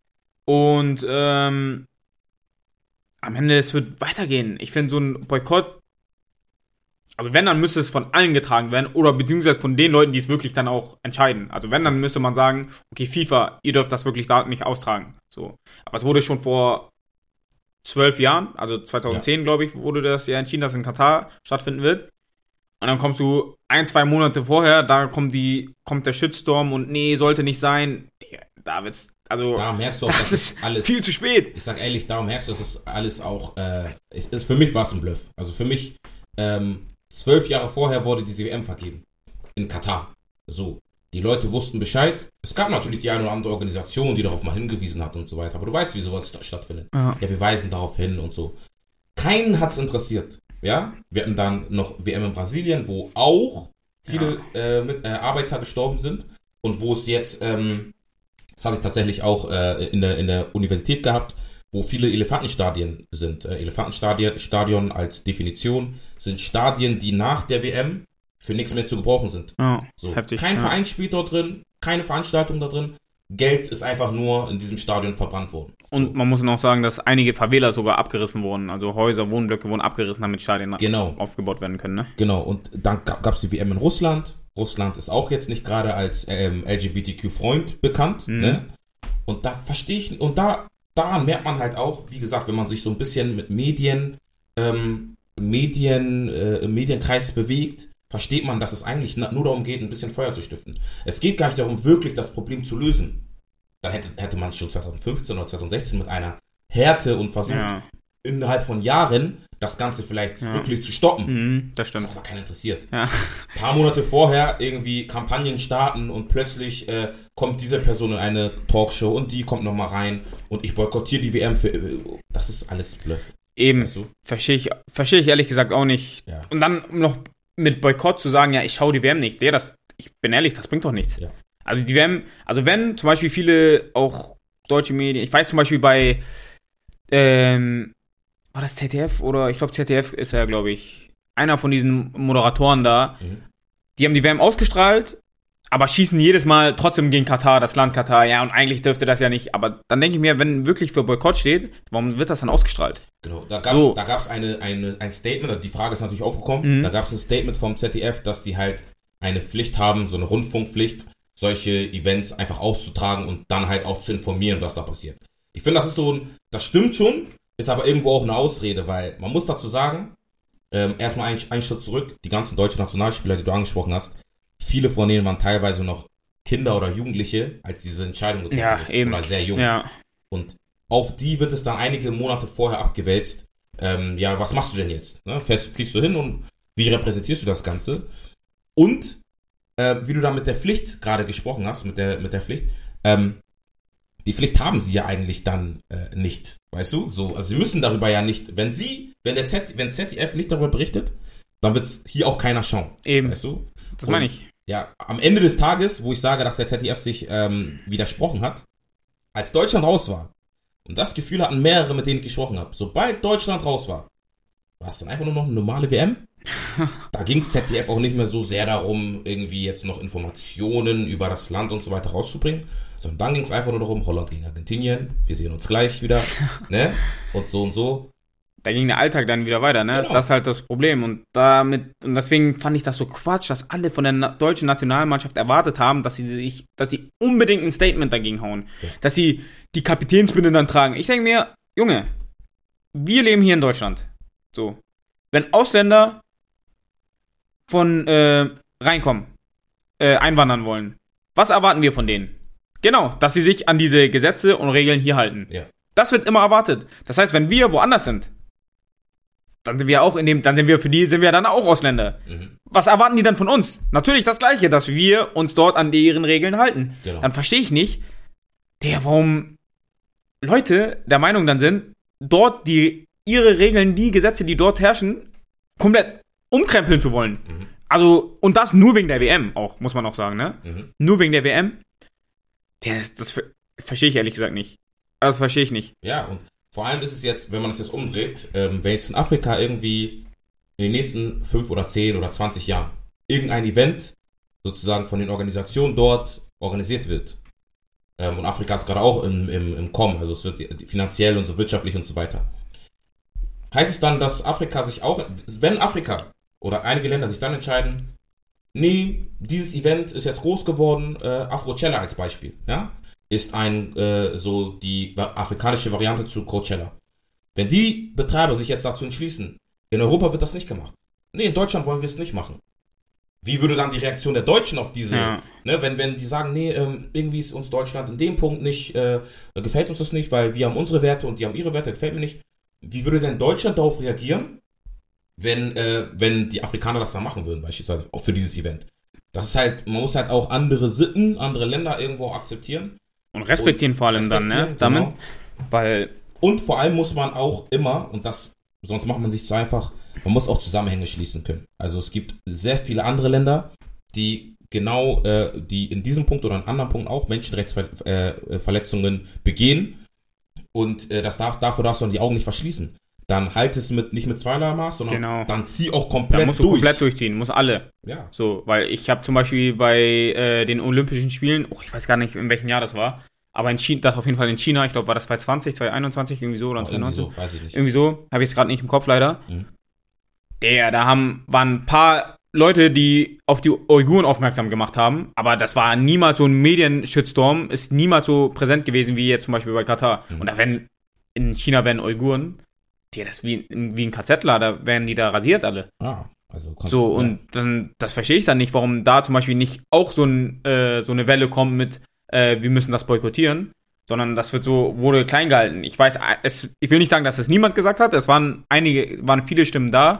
Und ähm, am Ende, es wird weitergehen. Ich finde so ein Boykott, also wenn, dann müsste es von allen getragen werden oder beziehungsweise von den Leuten, die es wirklich dann auch entscheiden. Also wenn, dann müsste man sagen, okay, FIFA, ihr dürft das wirklich da nicht austragen. So. Aber es wurde schon vor zwölf Jahren, also zweitausendzehn, ja. glaube ich, wurde das ja entschieden, dass es in Katar stattfinden wird. Und dann kommst du ein, zwei Monate vorher, da kommt die, kommt der Shitstorm und nee, sollte nicht sein. Da wird's, also, da merkst du auch, das, das ist alles viel zu spät. Ich sag ehrlich, darum merkst du, dass es alles auch, äh, ist, ist, für mich war es ein Bluff. Also für mich, ähm, zwölf Jahre vorher wurde diese W M vergeben. In Katar. So. Die Leute wussten Bescheid. Es gab natürlich die eine oder andere Organisation, die darauf mal hingewiesen hat und so weiter. Aber du weißt, wie sowas st- stattfindet. Ja. ja, wir weisen darauf hin und so. Keinen hat's interessiert. Ja, wir hatten dann noch W M in Brasilien, wo auch viele ja. äh, mit, äh, Arbeiter gestorben sind und wo es jetzt, ähm, das hatte ich tatsächlich auch äh, in, der, in der Universität gehabt, wo viele Elefantenstadien sind. Äh, Elefantenstadion Stadion als Definition sind Stadien, die nach der W M für nichts mehr zu gebrauchen sind. Ja, so. heftig. Kein ja. Verein spielt dort drin, keine Veranstaltung da drin. Geld ist einfach nur in diesem Stadion verbrannt worden. Und man muss noch sagen, dass einige Favelas sogar abgerissen wurden. Also Häuser, Wohnblöcke wurden abgerissen, damit Stadien genau. aufgebaut werden können. Ne? Genau, und dann gab es die W M in Russland. Russland ist auch jetzt nicht gerade als ähm, L G B T Q-Freund bekannt. Mhm. Ne? Und da verstehe ich, und da daran merkt man halt auch, wie gesagt, wenn man sich so ein bisschen mit Medien, ähm, Medien, äh, im Medienkreis bewegt, versteht man, dass es eigentlich nur darum geht, ein bisschen Feuer zu stiften. Es geht gar nicht darum, wirklich das Problem zu lösen. Dann hätte, hätte man es schon zweitausendfünfzehn oder zweitausendsechzehn mit einer Härte und versucht, ja. innerhalb von Jahren das Ganze vielleicht ja. wirklich zu stoppen. Mhm, das stimmt. Das hat aber keinen interessiert. Ja. Ein paar Monate vorher irgendwie Kampagnen starten und plötzlich äh, kommt diese Person in eine Talkshow und die kommt nochmal rein und ich boykottiere die W M für. Das ist alles Bluff. Eben. Weißt du? Verstehe ich, verstehe ich ehrlich gesagt auch nicht. Ja. Und dann noch mit Boykott zu sagen, ja, ich schaue die W M nicht. Ja, das, ich bin ehrlich, das bringt doch nichts. Ja. Also die W M, also wenn zum Beispiel viele auch deutsche Medien, ich weiß zum Beispiel bei, ähm, war das Z D F oder ich glaube Z D F ist ja, glaube ich, einer von diesen Moderatoren da, mhm. die haben die W M ausgestrahlt, aber schießen jedes Mal trotzdem gegen Katar, das Land Katar, ja, und eigentlich dürfte das ja nicht, aber dann denke ich mir, wenn wirklich für Boykott steht, warum wird das dann ausgestrahlt? Genau, da gab's, so. da gab's eine, eine, ein Statement, die Frage ist natürlich aufgekommen, mhm. da gab es ein Statement vom Z D F, dass die halt eine Pflicht haben, so eine Rundfunkpflicht, solche Events einfach auszutragen und dann halt auch zu informieren, was da passiert. Ich finde, das ist so ein, das stimmt schon, ist aber irgendwo auch eine Ausrede, weil man muss dazu sagen, ähm, erstmal einen, einen Schritt zurück, die ganzen deutschen Nationalspieler, die du angesprochen hast, viele von denen waren teilweise noch Kinder oder Jugendliche, als diese Entscheidung getroffen ja, ist, eben. oder sehr jung. Ja. Und auf die wird es dann einige Monate vorher abgewälzt, ähm, ja, was machst du denn jetzt? Ne? Fährst, fliegst du hin und wie repräsentierst du das Ganze? Und Äh, wie du da mit der Pflicht gerade gesprochen hast, mit der, mit der Pflicht, ähm, die Pflicht haben sie ja eigentlich dann äh, nicht, weißt du? So, also sie müssen darüber ja nicht, wenn sie, wenn der Z, wenn Z D F nicht darüber berichtet, dann wird es hier auch keiner schauen. Eben. Weißt du? Das meine ich. Ja, am Ende des Tages, wo ich sage, dass der Z D F sich ähm, widersprochen hat, als Deutschland raus war, und das Gefühl hatten mehrere, mit denen ich gesprochen habe, sobald Deutschland raus war, war es dann einfach nur noch eine normale W M? Da ging es Z D F auch nicht mehr so sehr darum, irgendwie jetzt noch Informationen über das Land und so weiter rauszubringen, sondern dann ging es einfach nur darum, Holland gegen Argentinien, wir sehen uns gleich wieder, ne? Und so und so. Da ging der Alltag dann wieder weiter, ne? Genau. Das ist halt das Problem. Und damit, und deswegen fand ich das so Quatsch, dass alle von der na- deutschen Nationalmannschaft erwartet haben, dass sie sich, dass sie unbedingt ein Statement dagegen hauen. Ja. Dass sie die Kapitänsbinde dann tragen. Ich denke mir, Junge, wir leben hier in Deutschland. So. Wenn Ausländer von äh, reinkommen, äh, einwandern wollen, was erwarten wir von denen? Genau, dass sie sich an diese Gesetze und Regeln hier halten. Ja. Das wird immer erwartet. Das heißt, wenn wir woanders sind, dann sind wir auch in dem, dann sind wir für die, sind wir dann auch Ausländer. Mhm. Was erwarten die dann von uns? Natürlich das Gleiche, dass wir uns dort an deren Regeln halten. Genau. Dann verstehe ich nicht, der, warum Leute der Meinung dann sind, dort die, ihre Regeln, die Gesetze, die dort herrschen, komplett umkrempeln zu wollen. Mhm. Also, und das nur wegen der W M auch, muss man auch sagen, ne? Mhm. Nur wegen der W M. Das, das ver- verstehe ich ehrlich gesagt nicht. Das verstehe ich nicht. Ja, und vor allem ist es jetzt, wenn man es jetzt umdreht, ähm, wenn jetzt in Afrika irgendwie in den nächsten fünf oder zehn oder zwanzig Jahren irgendein Event sozusagen von den Organisationen dort organisiert wird, ähm, und Afrika ist gerade auch im, im, im Kommen, also es wird finanziell und so wirtschaftlich und so weiter, heißt es dann, dass Afrika sich auch, wenn Afrika oder einige Länder sich dann entscheiden, nee, dieses Event ist jetzt groß geworden, äh, Afrochella als Beispiel, ja, ist ein, äh, so die afrikanische Variante zu Coachella. Wenn die Betreiber sich jetzt dazu entschließen, in Europa wird das nicht gemacht. Nee, in Deutschland wollen wir es nicht machen. Wie würde dann die Reaktion der Deutschen auf diese, ja. ne, wenn, wenn die sagen, nee, ähm, irgendwie ist uns Deutschland in dem Punkt nicht, äh, gefällt uns das nicht, weil wir haben unsere Werte und die haben ihre Werte, gefällt mir nicht. Wie würde denn Deutschland darauf reagieren, wenn, äh, wenn die Afrikaner das dann machen würden, beispielsweise auch für dieses Event? Das ist halt, man muss halt auch andere Sitten, andere Länder irgendwo akzeptieren. Und respektieren und vor allem dann, ne? Damit, genau. Weil und vor allem muss man auch immer, und das, sonst macht man sich zu einfach, man muss auch Zusammenhänge schließen können. Also es gibt sehr viele andere Länder, die genau, äh, die in diesem Punkt oder in anderen Punkten auch Menschenrechtsverletzungen äh, begehen. Und äh, das darf, dafür darfst du die Augen nicht verschließen. Dann halt es mit, nicht mit zweierlei Maß, sondern genau. Dann zieh auch komplett durch. Dann musst du durch. komplett durchziehen, muss alle. Ja. So, weil ich habe zum Beispiel bei äh, den Olympischen Spielen, oh, ich weiß gar nicht, in welchem Jahr das war, aber in China, das auf jeden Fall in China, ich glaube, war das zwanzig zwanzig, zwanzig einundzwanzig, irgendwie so, oder oh, zwanzig neunzehn. Irgendwie so, weiß ich nicht. Irgendwie so, habe ich es gerade nicht im Kopf leider. Mhm. Der, da haben, waren ein paar Leute, die auf die Uiguren aufmerksam gemacht haben, aber das war niemals so ein Medienshitstorm, ist niemals so präsent gewesen wie jetzt zum Beispiel bei Katar. Mhm. Und da werden, in China werden Uiguren, die, das ist wie, wie ein K Z-ler, da werden die da rasiert alle. Ah, also so, und dann, das verstehe ich dann nicht, warum da zum Beispiel nicht auch so, ein, äh, so eine Welle kommt mit, äh, wir müssen das boykottieren, sondern das wird so, wurde klein gehalten. Ich weiß, es, ich will nicht sagen, dass es niemand gesagt hat, es waren einige, waren viele Stimmen da.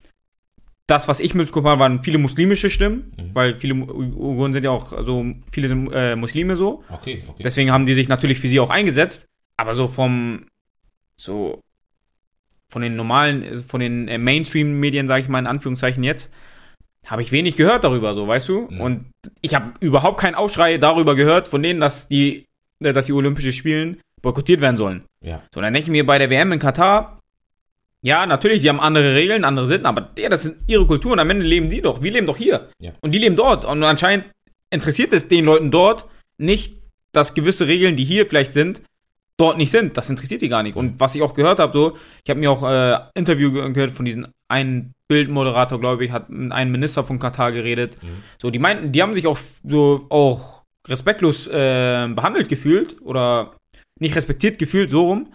Das, was ich mitbekommen habe, waren viele muslimische Stimmen, mhm. weil viele Uiguren sind ja auch so, viele sind äh, Muslime so. Okay, okay. Deswegen haben die sich natürlich für sie auch eingesetzt, aber so vom, so, von den normalen, von den äh, Mainstream-Medien, sage ich mal in Anführungszeichen jetzt, habe ich wenig gehört darüber, so, weißt du? Mhm. Und ich habe überhaupt keinen Aufschrei darüber gehört, von denen, dass die, dass die Olympischen Spielen boykottiert werden sollen. Ja. So, dann denke ich mir bei der W M in Katar, ja, natürlich, die haben andere Regeln, andere Sitten, aber der, das sind ihre Kulturen, am Ende leben die doch, wir leben doch hier. Ja. Und die leben dort. Und anscheinend interessiert es den Leuten dort nicht, dass gewisse Regeln, die hier vielleicht sind, dort nicht sind. Das interessiert die gar nicht. Und was ich auch gehört habe, so, ich habe mir auch äh, Interview gehört von diesem einen Bildmoderator, glaube ich, hat mit einem Minister von Katar geredet. Mhm. So, die meinten, die haben sich auch so auch respektlos äh, behandelt gefühlt oder nicht respektiert gefühlt, so rum.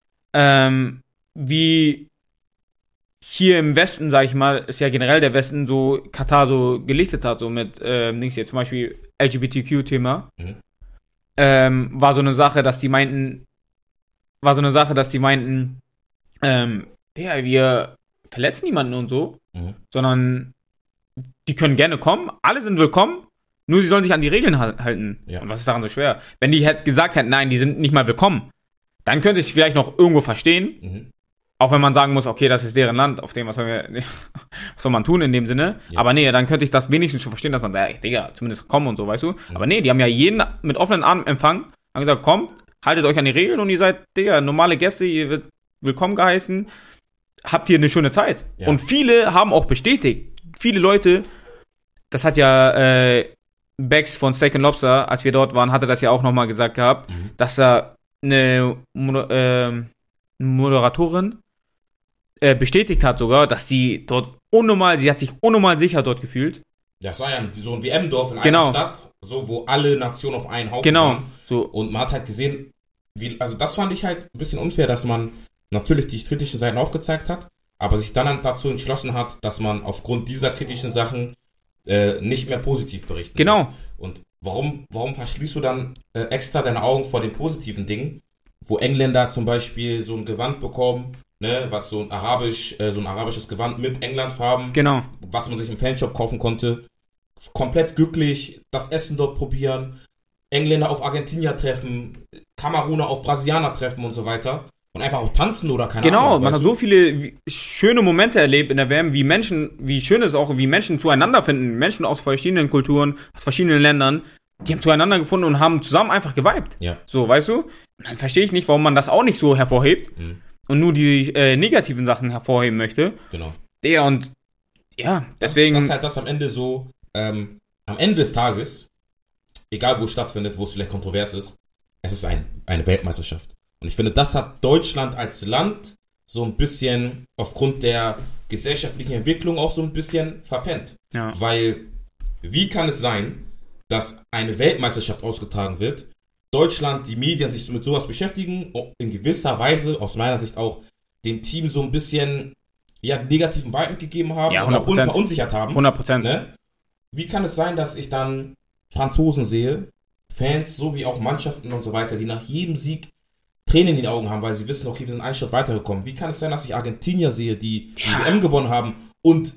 Ähm, wie hier im Westen, sag ich mal, ist ja generell der Westen so Katar so gelichtet hat, so mit ähm, Dings hier, zum Beispiel L G B T Q-Thema. Mhm. Ähm, war so eine Sache, dass die meinten, war so eine Sache, dass die meinten, ähm, ja, wir verletzen niemanden und so, mhm. sondern die können gerne kommen, alle sind willkommen, nur sie sollen sich an die Regeln halten. Ja. Und was ist daran so schwer? Wenn die hätten gesagt hätten, nein, die sind nicht mal willkommen, dann könnte ich es vielleicht noch irgendwo verstehen, mhm. auch wenn man sagen muss, okay, das ist deren Land, auf dem, was soll, wir, was soll man tun in dem Sinne? Ja. Aber nee, dann könnte ich das wenigstens schon verstehen, dass man sagt, ey, Digga, zumindest kommen und so, weißt du? Mhm. Aber nee, die haben ja jeden mit offenen Armen empfangen, haben gesagt, kommt, haltet euch an die Regeln und ihr seid, Digga, normale Gäste, ihr wird willkommen geheißen, habt ihr eine schöne Zeit. Ja. Und viele haben auch bestätigt, viele Leute, das hat ja äh, Bex von Steak and Lobster, als wir dort waren, hatte das ja auch nochmal gesagt gehabt, mhm. dass da eine Moder- äh, Moderatorin äh, bestätigt hat sogar, dass die dort unnormal, sie hat sich unnormal sicher dort gefühlt. Das war ja so ein W M-Dorf in genau. einer Stadt, so wo alle Nationen auf einen Haufen genau. waren. So. Und man hat halt gesehen, wie, also das fand ich halt ein bisschen unfair, dass man natürlich die kritischen Seiten aufgezeigt hat, aber sich dann dazu entschlossen hat, dass man aufgrund dieser kritischen Sachen äh, nicht mehr positiv berichten genau. wird. Und warum, warum verschließt du dann äh, extra deine Augen vor den positiven Dingen, wo Engländer zum Beispiel so ein Gewand bekommen, ne, was so ein arabisch, äh, so ein arabisches Gewand mit Englandfarben, Genau. was man sich im Fanshop kaufen konnte. Komplett glücklich, das Essen dort probieren, Engländer auf Argentinier treffen, Kameruner auf Brasilianer treffen und so weiter. Und einfach auch tanzen oder keine Genau, Ahnung. man hat du? so viele wie, schöne Momente erlebt in der W M, wie Menschen, wie schön es auch, wie Menschen zueinander finden. Menschen aus verschiedenen Kulturen, aus verschiedenen Ländern, die haben zueinander gefunden und haben zusammen einfach geweibt. Ja. So, weißt du? Und dann verstehe ich nicht, warum man das auch nicht so hervorhebt Mhm. und nur die äh, negativen Sachen hervorheben möchte. Genau. Der und ja, deswegen. Das, das ist halt das am Ende so, ähm, am Ende des Tages, egal wo es stattfindet, wo es vielleicht kontrovers ist, es ist ein, eine Weltmeisterschaft. Und ich finde, das hat Deutschland als Land so ein bisschen aufgrund der gesellschaftlichen Entwicklung auch so ein bisschen verpennt. Ja. Weil, wie kann es sein, dass eine Weltmeisterschaft ausgetragen wird, Deutschland, die Medien sich mit sowas beschäftigen, in gewisser Weise, aus meiner Sicht auch, dem Team so ein bisschen ja, negativen Vibe mitgegeben haben Ja, und auch hundert Prozent. verunsichert haben. hundert Prozent. Ne? Wie kann es sein, dass ich dann Franzosen sehe, Fans sowie auch Mannschaften und so weiter, die nach jedem Sieg Tränen in den Augen haben, weil sie wissen, okay, wir sind einen Schritt weitergekommen. Wie kann es sein, dass ich Argentinier sehe, die die Ja. W M gewonnen haben und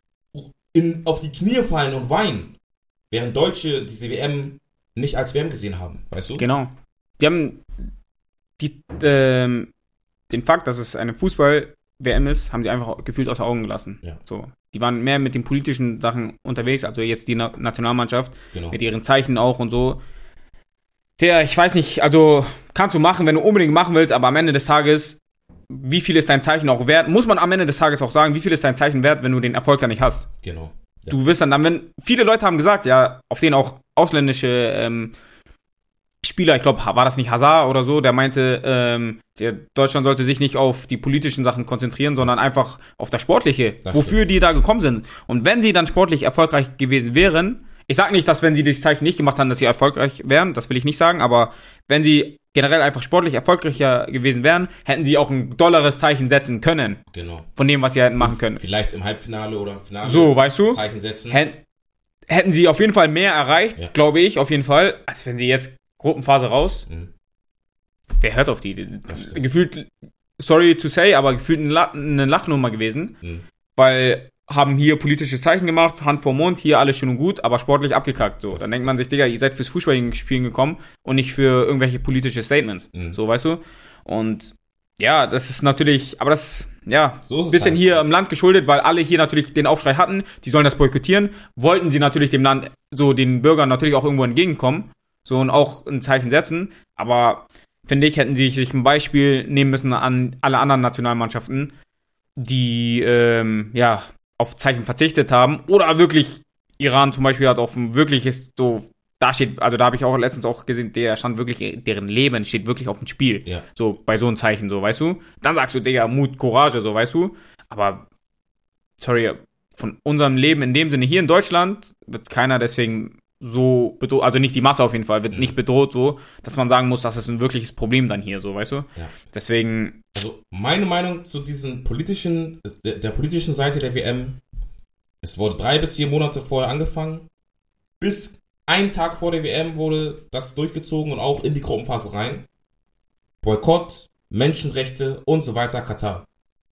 in, auf die Knie fallen und weinen, während Deutsche diese W M nicht als W M gesehen haben, weißt du? Genau. Die haben die, ähm, den Fakt, dass es eine Fußball-W M ist, haben sie einfach gefühlt aus den Augen gelassen. Ja. So. Die waren mehr mit den politischen Sachen unterwegs, also jetzt die Na- Nationalmannschaft, Genau. mit ihren Zeichen auch und so. Der, ich weiß nicht, also kannst du machen, wenn du unbedingt machen willst, aber am Ende des Tages, wie viel ist dein Zeichen auch wert? Muss man am Ende des Tages auch sagen, wie viel ist dein Zeichen wert, wenn du den Erfolg dann nicht hast? Genau. Ja. Du wirst dann, dann, wenn viele Leute haben gesagt, ja, auf denen auch ausländische ähm, Spieler, ich glaube, war das nicht Hazard oder so, der meinte, ähm, der Deutschland sollte sich nicht auf die politischen Sachen konzentrieren, sondern einfach auf das Sportliche, Das wofür stimmt. die da gekommen sind. Und wenn sie dann sportlich erfolgreich gewesen wären, ich sage nicht, dass wenn sie das Zeichen nicht gemacht haben, dass sie erfolgreich wären, das will ich nicht sagen, aber wenn sie generell einfach sportlich erfolgreicher gewesen wären, hätten sie auch ein dolleres Zeichen setzen können, Genau. von dem, was sie hätten machen können. Vielleicht im Halbfinale oder im Finale So, weißt du? Zeichen setzen. Hätten, hätten sie auf jeden Fall mehr erreicht, Ja. glaube ich, auf jeden Fall, als wenn sie jetzt Gruppenphase raus. Mhm. Wer hört auf die? Das stimmt. Gefühlt, sorry to say, aber gefühlt eine, La- eine Lachnummer gewesen, Mhm. weil haben hier politisches Zeichen gemacht, Hand vor Mund, hier alles schön und gut, aber sportlich abgekackt. So, Das- dann denkt man sich, Digga, ihr seid fürs Fußballspielen gekommen und nicht für irgendwelche politische Statements. Mhm. So, weißt du? Und ja, das ist natürlich, aber das, ja, So ist es bisschen halt. hier im Land geschuldet, weil alle hier natürlich den Aufschrei hatten, die sollen das boykottieren, wollten sie natürlich dem Land, so den Bürgern natürlich auch irgendwo entgegenkommen, so und auch ein Zeichen setzen, aber finde ich, hätten sie sich ein Beispiel nehmen müssen an alle anderen Nationalmannschaften, die, ähm, ja, auf Zeichen verzichtet haben oder wirklich Iran zum Beispiel hat auf ein wirkliches, so, da steht, also da habe ich auch letztens auch gesehen, der stand wirklich, deren Leben steht wirklich auf dem Spiel. Ja. So, bei so einem Zeichen, so, weißt du? Dann sagst du, Digga, Mut, Courage, so, weißt du? Aber, sorry, von unserem Leben in dem Sinne hier in Deutschland wird keiner deswegen so bedroht, also nicht die Masse auf jeden Fall, wird Mhm. nicht bedroht so, dass man sagen muss, das ist ein wirkliches Problem dann hier, so, weißt du? Ja. Deswegen, Also meine Meinung zu diesen politischen, der, der politischen Seite der W M, es wurde drei bis vier Monate vorher angefangen, bis einen Tag vor der W M wurde das durchgezogen und auch in die Gruppenphase rein. Boykott, Menschenrechte und so weiter, Katar.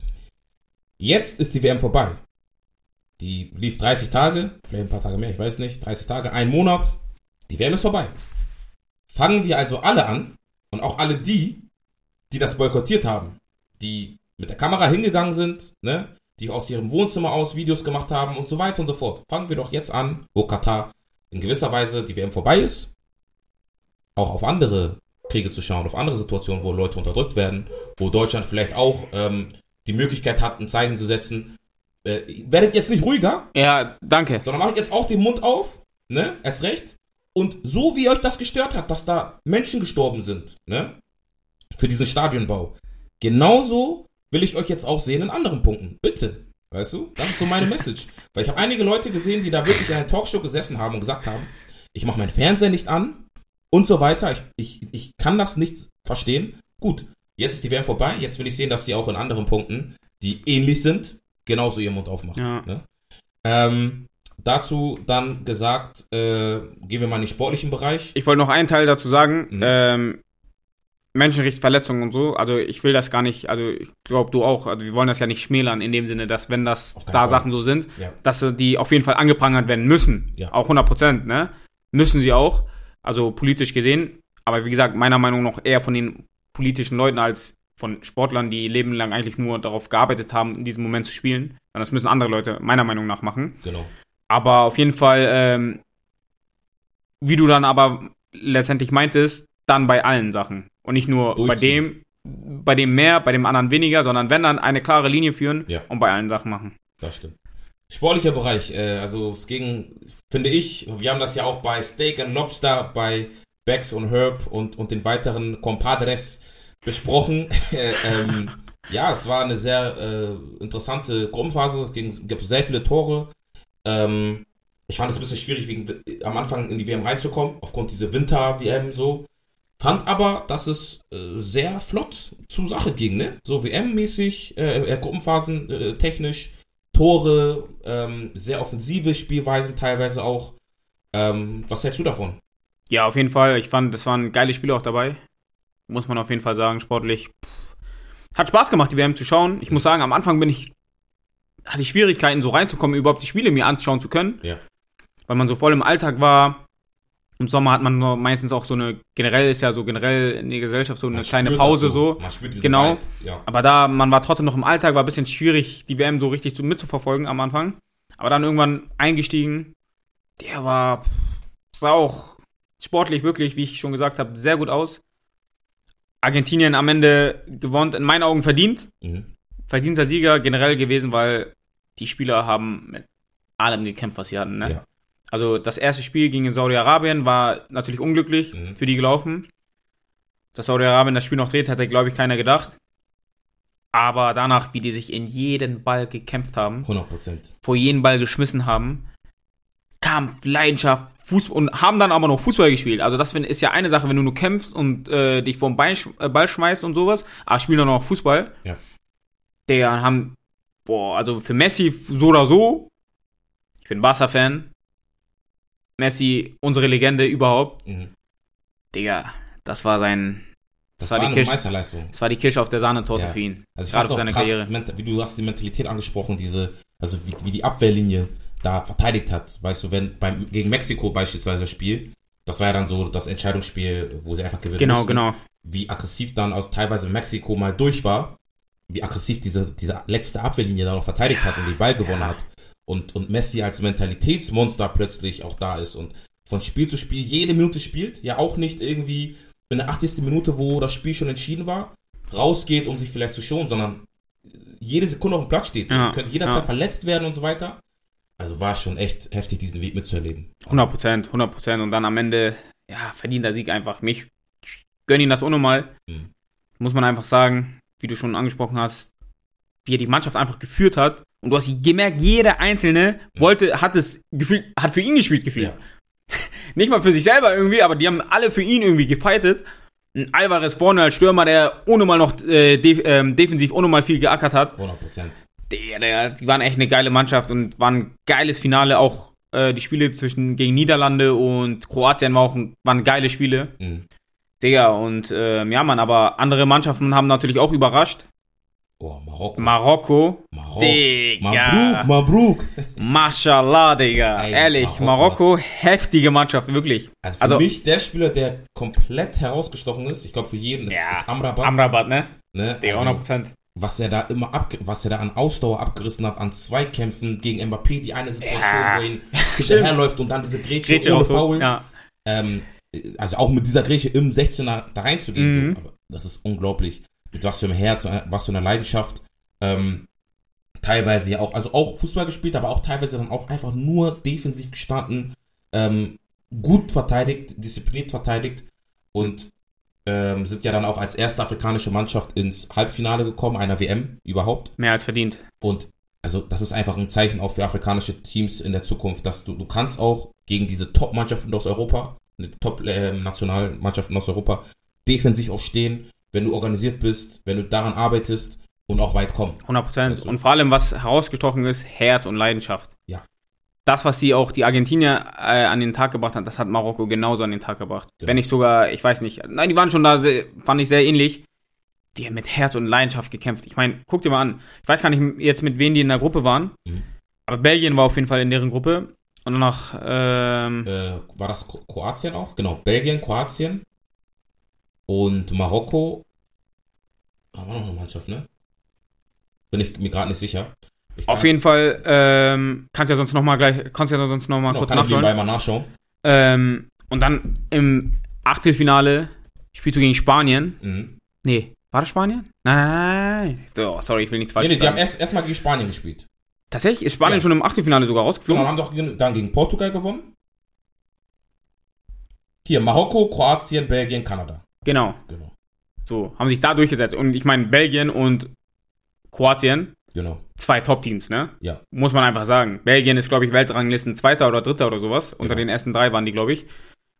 Jetzt ist die W M vorbei. Die lief dreißig Tage, vielleicht ein paar Tage mehr, ich weiß nicht, dreißig Tage, ein Monat. Die W M ist vorbei. Fangen wir also alle an und auch alle die, die das boykottiert haben, die mit der Kamera hingegangen sind, ne, die aus ihrem Wohnzimmer aus Videos gemacht haben und so weiter und so fort. Fangen wir doch jetzt an, wo Katar in gewisser Weise die W M vorbei ist, auch auf andere Kriege zu schauen, auf andere Situationen, wo Leute unterdrückt werden, wo Deutschland vielleicht auch ähm, die Möglichkeit hat, ein Zeichen zu setzen. Äh, werdet jetzt nicht ruhiger, ja, danke. sondern macht jetzt auch den Mund auf, ne, erst recht. Und so wie euch das gestört hat, dass da Menschen gestorben sind, ne, für diesen Stadionbau, genauso will ich euch jetzt auch sehen in anderen Punkten. Bitte. Weißt du? Das ist so meine Message. Weil ich habe einige Leute gesehen, die da wirklich in einer Talkshow gesessen haben und gesagt haben, ich mache meinen Fernseher nicht an und so weiter. Ich, ich, ich kann das nicht verstehen. Gut, jetzt ist die W M vorbei. Jetzt will ich sehen, dass sie auch in anderen Punkten, die ähnlich sind, genauso ihren Mund aufmacht. Ja. Ne? Ähm, dazu dann gesagt, äh, gehen wir mal in den sportlichen Bereich. Ich wollte noch einen Teil dazu sagen. Mhm. Ähm, Menschenrechtsverletzungen und so, also ich will das gar nicht, also ich glaube du auch, also wir wollen das ja nicht schmälern in dem Sinne, dass wenn das da Fall. Sachen so sind, ja. dass die auf jeden Fall angeprangert werden müssen, ja. auch hundert Prozent, ne, müssen sie auch, also politisch gesehen, aber wie gesagt, meiner Meinung nach eher von den politischen Leuten als von Sportlern, die lebenlang eigentlich nur darauf gearbeitet haben, in diesem Moment zu spielen, und das müssen andere Leute meiner Meinung nach machen. Genau. Aber auf jeden Fall, ähm, wie du dann aber letztendlich meintest, dann bei allen Sachen. Und nicht nur bei dem, bei dem mehr, bei dem anderen weniger, sondern wenn dann eine klare Linie führen ja. und bei allen Sachen machen. Das stimmt. Sportlicher Bereich, äh, also es ging, finde ich, wir haben das ja auch bei Steak and Lobster, bei Bex und Herb und, und den weiteren Compadres besprochen. äh, ähm, ja, es war eine sehr äh, interessante Gruppenphase, es ging, gab sehr viele Tore. Ähm, ich fand es ein bisschen schwierig, wegen, am Anfang in die W M reinzukommen, aufgrund dieser Winter-W M so. Fand aber, dass es äh, sehr flott zur Sache ging, ne? So W M-mäßig, äh, Gruppenphasen äh, technisch, Tore, ähm, sehr offensive Spielweisen teilweise auch. Ähm, was hältst du davon? Ja, auf jeden Fall. Ich fand, das waren geile Spiele auch dabei. Muss man auf jeden Fall sagen, sportlich. Pff, hat Spaß gemacht, die W M zu schauen. Ich muss sagen, am Anfang bin ich, hatte ich Schwierigkeiten, so reinzukommen, überhaupt die Spiele mir anschauen zu können. Ja. Weil man so voll im Alltag war. Im Sommer hat man meistens auch so eine, generell ist ja so generell in der Gesellschaft so eine man kleine Pause so. so. Man spürt diesen genau. Vibe, ja. Aber da, man war trotzdem noch im Alltag, war ein bisschen schwierig, die W M so richtig mitzuverfolgen am Anfang. Aber dann irgendwann eingestiegen. Der war, sah auch sportlich wirklich, wie ich schon gesagt habe, sehr gut aus. Argentinien am Ende gewonnen, in meinen Augen verdient. Mhm. Verdienter Sieger generell gewesen, weil die Spieler haben mit allem gekämpft, was sie hatten, ne? Ja. Also das erste Spiel gegen Saudi-Arabien war natürlich unglücklich mhm. für die gelaufen. Dass Saudi-Arabien das Spiel noch dreht, hätte, glaube ich, keiner gedacht. Aber danach, wie die sich in jeden Ball gekämpft haben, hundert Prozent vor jeden Ball geschmissen haben, Kampf, Leidenschaft, Fußball und haben dann aber noch Fußball gespielt. Also das ist ja eine Sache, wenn du nur kämpfst und äh, dich vom Bein, äh, Ball schmeißt und sowas, aber spielen dann noch Fußball. Ja. Der haben, boah, also für Messi so oder so, ich bin Barca-Fan, Messi, unsere Legende überhaupt. Mhm. Digga, das war sein... Das, das war, war eine Kirsche, Meisterleistung. Das war die Kirsche auf der Sahnetorte ja. für ihn. Also ich gerade für seine krass, Karriere. Wie du hast die Mentalität angesprochen, diese, also wie, wie die Abwehrlinie da verteidigt hat. Weißt du, wenn beim gegen Mexiko beispielsweise das Spiel, das war ja dann so das Entscheidungsspiel, wo sie einfach gewinnen genau, mussten. Genau, genau. Wie aggressiv dann aus teilweise Mexiko mal durch war, wie aggressiv diese, diese letzte Abwehrlinie da noch verteidigt ja. hat und den Ball gewonnen ja. hat. Und, und Messi als Mentalitätsmonster plötzlich auch da ist und von Spiel zu Spiel jede Minute spielt, ja auch nicht irgendwie in der achtzigsten Minute, wo das Spiel schon entschieden war, rausgeht, um sich vielleicht zu schonen, sondern jede Sekunde auf dem Platz steht. Ja, könnte jederzeit ja. verletzt werden und so weiter. Also war schon echt heftig, diesen Weg mitzuerleben. hundert Prozent, hundert Prozent. Und dann am Ende, ja, verdient der Sieg einfach. Mich gönn ihn das unnormal. Mhm. Muss man einfach sagen, wie du schon angesprochen hast, wie er die Mannschaft einfach geführt hat. Und du hast gemerkt, jeder Einzelne mhm. wollte, hat es gefühlt, hat für ihn gespielt gefühlt. Ja. Nicht mal für sich selber irgendwie, aber die haben alle für ihn irgendwie gefightet. Ein Alvarez vorne als Stürmer, der ohne mal noch äh, def- ähm, defensiv ohne mal viel geackert hat. hundert Prozent. Der, der, die waren echt eine geile Mannschaft und waren ein geiles Finale. Auch äh, die Spiele zwischen gegen Niederlande und Kroatien war auch ein, waren geile Spiele. Mhm. Digga, und äh, ja, Mann, aber andere Mannschaften haben natürlich auch überrascht. Oh, Marokko. Marokko. Marokko. Digga. Mabruk, Mabruk. Mashallah, Digga. Ey, Ehrlich, Marokko, Marokko heftige Mannschaft, wirklich. Also für also, mich der Spieler, der komplett herausgestochen ist, ich glaube für jeden, ja, ist Amrabat. Amrabat, ne? ne? Digga, also, hundert Prozent. Was er da immer ab, was er da an Ausdauer abgerissen hat, an Zweikämpfen gegen Mbappé, die eine Situation, ja. wo ihn hinterherläuft und dann diese Grätsche, Grätsche ohne Foul. Ja. Ähm, also auch mit dieser Grätsche im sechzehner da reinzugehen, mhm. so. Aber das ist unglaublich. Mit was für einem Herz, was für einer Leidenschaft. Ähm, teilweise ja auch, also auch Fußball gespielt, aber auch teilweise dann auch einfach nur defensiv gestanden, ähm, gut verteidigt, diszipliniert verteidigt und ähm, sind ja dann auch als erste afrikanische Mannschaft ins Halbfinale gekommen, einer W M überhaupt. Mehr als verdient. Und also das ist einfach ein Zeichen auch für afrikanische Teams in der Zukunft, dass du, du kannst auch gegen diese Top-Mannschaften aus Europa, eine Top-Nationalmannschaften aus Europa, defensiv auch stehen, wenn du organisiert bist, wenn du daran arbeitest und auch weit kommen. hundert Prozent. Weißt du? Und vor allem, was herausgestochen ist, Herz und Leidenschaft. Ja. das, was die auch die Argentinier äh, an den Tag gebracht haben, das hat Marokko genauso an den Tag gebracht. Genau. Wenn nicht sogar, ich weiß nicht, nein, die waren schon da, sehr, fand ich sehr ähnlich. Die haben mit Herz und Leidenschaft gekämpft. Ich meine, guck dir mal an. Ich weiß gar nicht jetzt, mit wem die in der Gruppe waren. Mhm. Aber Belgien war auf jeden Fall in deren Gruppe. Und danach, ähm... Äh, war das Kroatien auch? Genau, Belgien, Kroatien und Marokko. Da war noch eine Mannschaft, ne? Bin ich mir gerade nicht sicher. Ich auf jeden Fall, ähm, kannst ja sonst noch mal gleich, kannst ja sonst noch mal genau, kurz kann nachschauen. Kann ich mal nachschauen. Ähm, und dann im Achtelfinale spielst du gegen Spanien. Mhm. Nee, war das Spanien? Nein, nein, nein. So, sorry, ich will nichts falsch nee, nee, sagen. die haben erst erstmal gegen Spanien gespielt. Tatsächlich? Ist Spanien ja. schon im Achtelfinale sogar rausgeflogen? Genau, haben doch dann gegen Portugal gewonnen. Hier, Marokko, Kroatien, Belgien, Kanada. Genau. Genau. So, haben sich da durchgesetzt. Und ich meine, Belgien und Kroatien, genau. Zwei Top-Teams, ne? Ja. Muss man einfach sagen. Belgien ist, glaube ich, Weltranglisten Zweiter oder Dritter oder sowas. Genau. Unter den ersten drei waren die, glaube ich.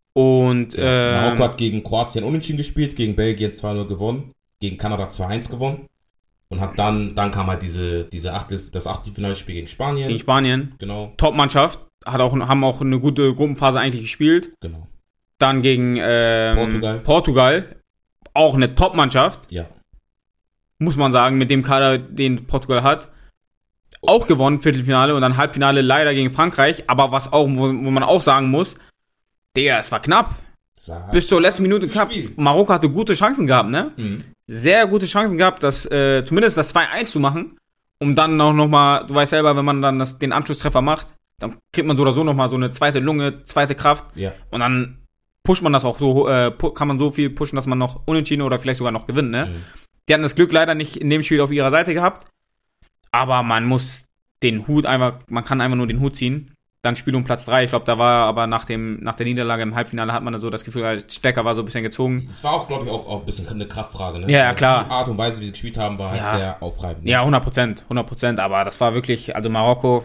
Und, ja. ähm, Marokko hat gegen Kroatien unentschieden gespielt, gegen Belgien zwei null gewonnen, gegen Kanada zwei eins gewonnen. Und hat dann, dann kam halt diese, diese Achtel, das Achtelfinale-Spiel gegen Spanien. Gegen Spanien. Genau. Top-Mannschaft. Hat auch, haben auch eine gute Gruppenphase eigentlich gespielt. Genau. Dann gegen ähm, Portugal. Portugal. Auch eine Top-Mannschaft. Ja. Muss man sagen, mit dem Kader, den Portugal hat. Auch gewonnen, Viertelfinale und dann Halbfinale leider gegen Frankreich. Aber was auch, wo, wo man auch sagen muss, Digga, es war knapp. Es war bis zur letzten Minute knapp. Spiel. Marokko hatte gute Chancen gehabt, ne? Mhm. Sehr gute Chancen gehabt, das, äh, zumindest das zwei eins zu machen, um dann auch nochmal, du weißt selber, wenn man dann das, den Anschlusstreffer macht, dann kriegt man so oder so nochmal so eine zweite Lunge, zweite Kraft. Ja. Und dann pusht man das auch so, äh, kann man so viel pushen, dass man noch unentschieden oder vielleicht sogar noch gewinnt, ne? Mhm. Die hatten das Glück leider nicht in dem Spiel auf ihrer Seite gehabt, aber man muss den Hut einfach, man kann einfach nur den Hut ziehen. Dann Spiel um Platz drei. Ich glaube, da war aber nach dem nach der Niederlage im Halbfinale hat man so das Gefühl, Stecker war so ein bisschen gezogen. Es war auch, glaube ich, auch, auch ein bisschen eine Kraftfrage. Ne? Ja, ja, klar. Die Art und Weise, wie sie gespielt haben, war halt ja. sehr aufreibend. Ne? Ja, hundert Prozent. hundert Prozent. Aber das war wirklich, also Marokko.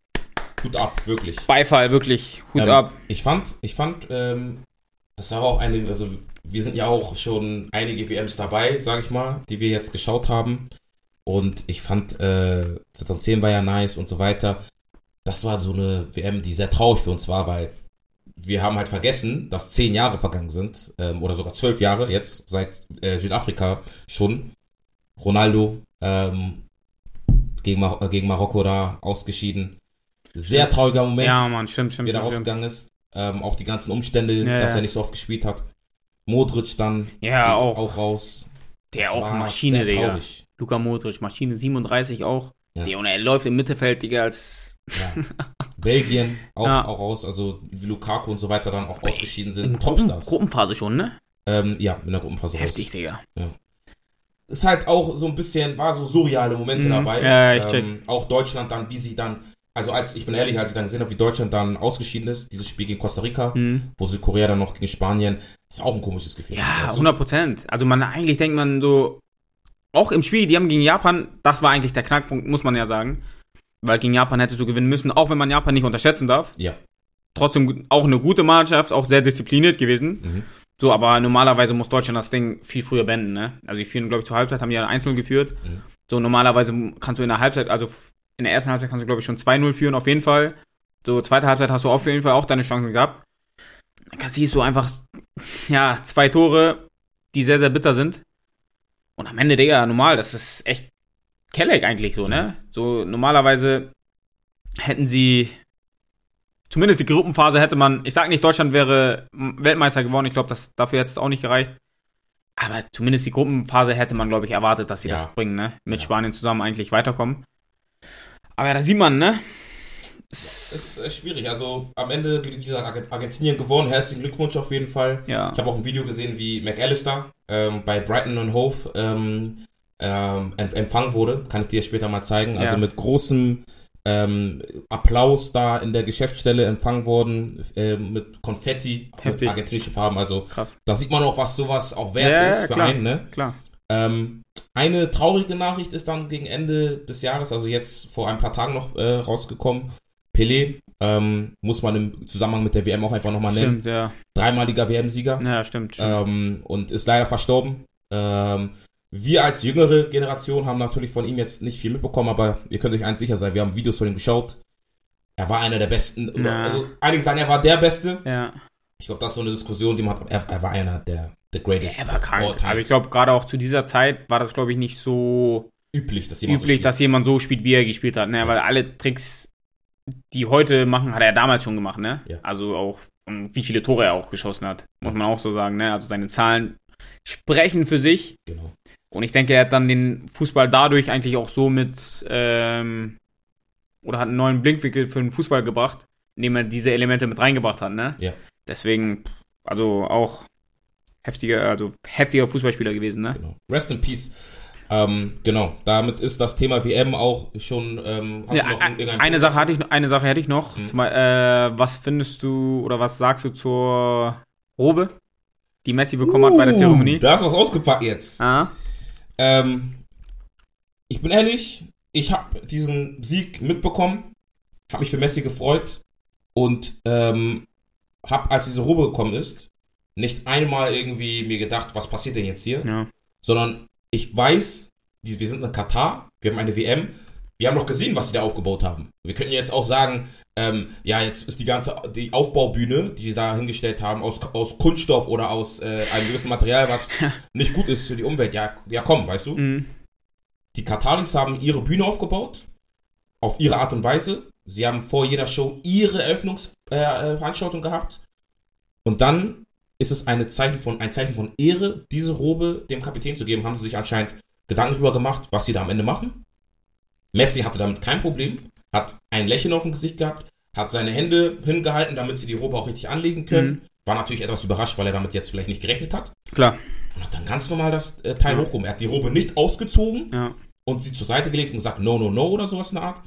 Hut ab, wirklich. Beifall, wirklich. Hut ähm, ab. Ich fand, ich fand, ähm, das war auch eine, also wir sind ja auch schon einige W Ms dabei, sage ich mal, die wir jetzt geschaut haben. Und ich fand, äh, zweitausendzehn war ja nice und so weiter. Das war so eine W M, die sehr traurig für uns war, weil wir haben halt vergessen, dass zehn Jahre vergangen sind, ähm, oder sogar zwölf Jahre jetzt, seit äh, Südafrika schon. Ronaldo ähm, gegen, Mar- äh, gegen Marokko da ausgeschieden. Sehr trauriger Moment, ja, Mann, stimmt, stimmt, wie er da stimmt, rausgegangen ist. Ähm, auch die ganzen Umstände, ja, dass ja. er nicht so oft gespielt hat. Modric dann ja, auch. auch raus. Der das auch Maschine, Digga. Luka Modric, Maschine, siebenunddreißig auch. Ja. Der, und er läuft im Mittelfeld, Digga, als... Ja. Belgien auch, ja. auch raus, also wie Lukaku und so weiter dann auch ausgeschieden sind. In Gruppen, Gruppenphase schon, ne? Ähm, ja, in der Gruppenphase Heftig, raus. Digga. Ja. Ist halt auch so ein bisschen, war so surreale Momente mhm. dabei. Ja, ich check. Ähm, auch Deutschland dann, wie sie dann, also als, ich bin ehrlich, als ich dann gesehen habe, wie Deutschland dann ausgeschieden ist, dieses Spiel gegen Costa Rica, mhm. wo Südkorea dann noch gegen Spanien, ist auch ein komisches Gefühl. Ja, weißt du? hundert Prozent. Also man, eigentlich denkt man so, auch im Spiel, die haben gegen Japan, das war eigentlich der Knackpunkt, muss man ja sagen. Weil gegen Japan hättest du gewinnen müssen, auch wenn man Japan nicht unterschätzen darf. Ja. Trotzdem auch eine gute Mannschaft, auch sehr diszipliniert gewesen. Mhm. So, aber normalerweise muss Deutschland das Ding viel früher beenden, ne? Also die führen, glaube ich, zur Halbzeit, haben die ja eins null geführt. Mhm. So, normalerweise kannst du in der Halbzeit, also in der ersten Halbzeit kannst du, glaube ich, schon zwei null führen, auf jeden Fall. So, zweite Halbzeit hast du auf jeden Fall auch deine Chancen gehabt. Dann siehst du einfach, ja, zwei Tore, die sehr, sehr bitter sind. Und am Ende, Digga, normal, das ist echt Kelleck eigentlich so, ne? So, normalerweise hätten sie, zumindest die Gruppenphase hätte man, ich sag nicht, Deutschland wäre Weltmeister geworden, ich glaube, dafür hätte es auch nicht gereicht. Aber zumindest die Gruppenphase hätte man, glaube ich, erwartet, dass sie ja. das bringen, ne? Mit ja. Spanien zusammen eigentlich weiterkommen. Aber ja, da sieht man, ne? Es ist schwierig, also am Ende, wie gesagt, Argentinien gewonnen, herzlichen Glückwunsch auf jeden Fall. Ja. Ich habe auch ein Video gesehen, wie McAllister ähm, bei Brighton und Hove ähm, ähm, empfangen wurde, kann ich dir später mal zeigen, also ja. mit großem ähm, Applaus da in der Geschäftsstelle empfangen worden, äh, mit Konfetti, Heftig. Mit argentinischen Farben, also krass. Da sieht man auch, was sowas auch wert ja, ist für klar, einen, ne? Klar. Ähm, eine traurige Nachricht ist dann gegen Ende des Jahres, also jetzt vor ein paar Tagen noch äh, rausgekommen. Pelé, ähm, muss man im Zusammenhang mit der W M auch einfach nochmal nennen. Stimmt, ja. Dreimaliger W M-Sieger. Ja, stimmt. stimmt. Ähm, und ist leider verstorben. Ähm, wir als jüngere Generation haben natürlich von ihm jetzt nicht viel mitbekommen, aber ihr könnt euch eins sicher sein, wir haben Videos von ihm geschaut. er war einer der Besten. Oder, Ja. also einige sagen, er war der Beste. Ja. Ich glaube, das ist so eine Diskussion, die man hat. Er, er war einer der the greatest. Er war of all krank. time. Aber ich glaube, gerade auch zu dieser Zeit war das, glaube ich, nicht so üblich, dass jemand üblich, so spielt. dass jemand so spielt, wie er gespielt hat. Ne? Ja. Weil alle Tricks, die heute machen, hat er damals schon gemacht. Ne? Ja. Also auch, und wie viele Tore er auch geschossen hat, muss man auch so sagen. Ne? Also seine Zahlen sprechen für sich. Genau. Und ich denke, er hat dann den Fußball dadurch eigentlich auch so mit, ähm, oder hat einen neuen Blickwinkel für den Fußball gebracht, indem er diese Elemente mit reingebracht hat. Ne? Ja. Deswegen, also auch heftiger, also heftiger Fußballspieler gewesen. Ne? Genau. Rest in Peace. Ähm, genau, damit ist das Thema W M auch schon. Ähm, hast Ja, du noch ein- irgendeinen eine Punkt Sache dazu? hatte ich, eine Sache hätte ich noch. Mhm. Zumal, äh, was findest du oder was sagst du zur Robe, die Messi bekommen hat bei der Uh, Zeremonie? Da hast du was ausgepackt jetzt. Ah, Ähm, ich bin ehrlich, ich habe diesen Sieg mitbekommen, habe mich für Messi gefreut und ähm, habe, als diese Robe gekommen ist, nicht einmal irgendwie mir gedacht, was passiert denn jetzt hier, ja. sondern ich weiß, die- wir sind in Katar, wir haben eine W M, wir haben doch gesehen, was sie da aufgebaut haben. Wir könnten jetzt auch sagen, ähm, ja, jetzt ist die ganze die Aufbaubühne, die sie da hingestellt haben, aus, aus Kunststoff oder aus äh, einem gewissen Material, was nicht gut ist für die Umwelt. Ja, ja, komm, weißt du? Mhm. Die Kataris haben ihre Bühne aufgebaut, auf ihre Art und Weise. Sie haben vor jeder Show ihre Eröffnungsveranstaltung äh, gehabt. Und dann ist es eine Zeichen von, ein Zeichen von Ehre, diese Robe dem Kapitän zu geben. Haben sie sich anscheinend Gedanken darüber gemacht, was sie da am Ende machen. Messi hatte damit kein Problem, hat ein Lächeln auf dem Gesicht gehabt, hat seine Hände hingehalten, damit sie die Robe auch richtig anlegen können. Mhm. War natürlich etwas überrascht, weil er damit jetzt vielleicht nicht gerechnet hat. Klar. Und hat dann ganz normal das äh, Teil Ja. hochgehoben. Er hat die Robe nicht ausgezogen Ja. und sie zur Seite gelegt und gesagt, no, no, no oder sowas in der Art.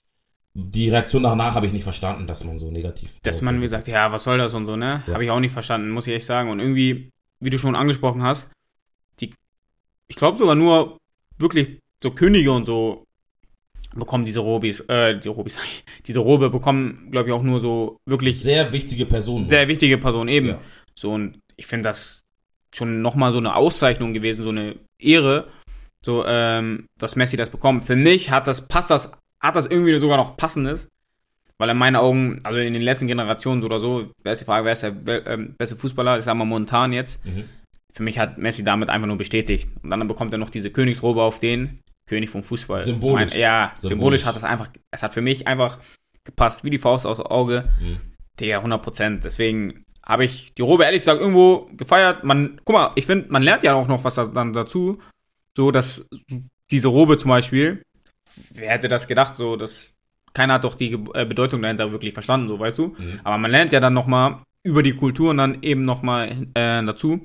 Die Reaktion danach habe ich nicht verstanden, dass man so negativ... Dass darauf man, wie reagiert. gesagt, ja, was soll das und so, ne? Ja. Habe ich auch nicht verstanden, muss ich echt sagen. Und irgendwie, wie du schon angesprochen hast, die, ich glaube sogar nur wirklich so Könige und so bekommen diese Robis, äh, die Robis, diese Robe bekommen, glaube ich, auch nur so wirklich Sehr wichtige Personen. sehr wichtige Personen eben. Ja. So, und ich finde das schon nochmal so eine Auszeichnung gewesen, so eine Ehre, so, ähm, dass Messi das bekommt. Für mich hat das, passt das, hat das irgendwie sogar noch Passendes, weil in meinen Augen, also in den letzten Generationen so oder so, wer ist die Frage, wer ist der Wel- ähm, beste Fußballer, ich sag mal momentan jetzt, Mhm. für mich hat Messi damit einfach nur bestätigt. Und dann bekommt er noch diese Königsrobe auf den König vom Fußball. Symbolisch. Mein, ja, Symbolisch. symbolisch hat das einfach, es hat für mich einfach gepasst, wie die Faust aus dem Auge. Mhm. Digga, hundert Prozent. Deswegen habe ich die Robe ehrlich gesagt irgendwo gefeiert. Man, guck mal, ich finde, man lernt ja auch noch was da, dann dazu. So, dass diese Robe zum Beispiel, wer hätte das gedacht, so, dass keiner hat doch die äh, Bedeutung dahinter wirklich verstanden, so, weißt du? Mhm. Aber man lernt ja dann nochmal über die Kultur und dann eben nochmal äh, dazu,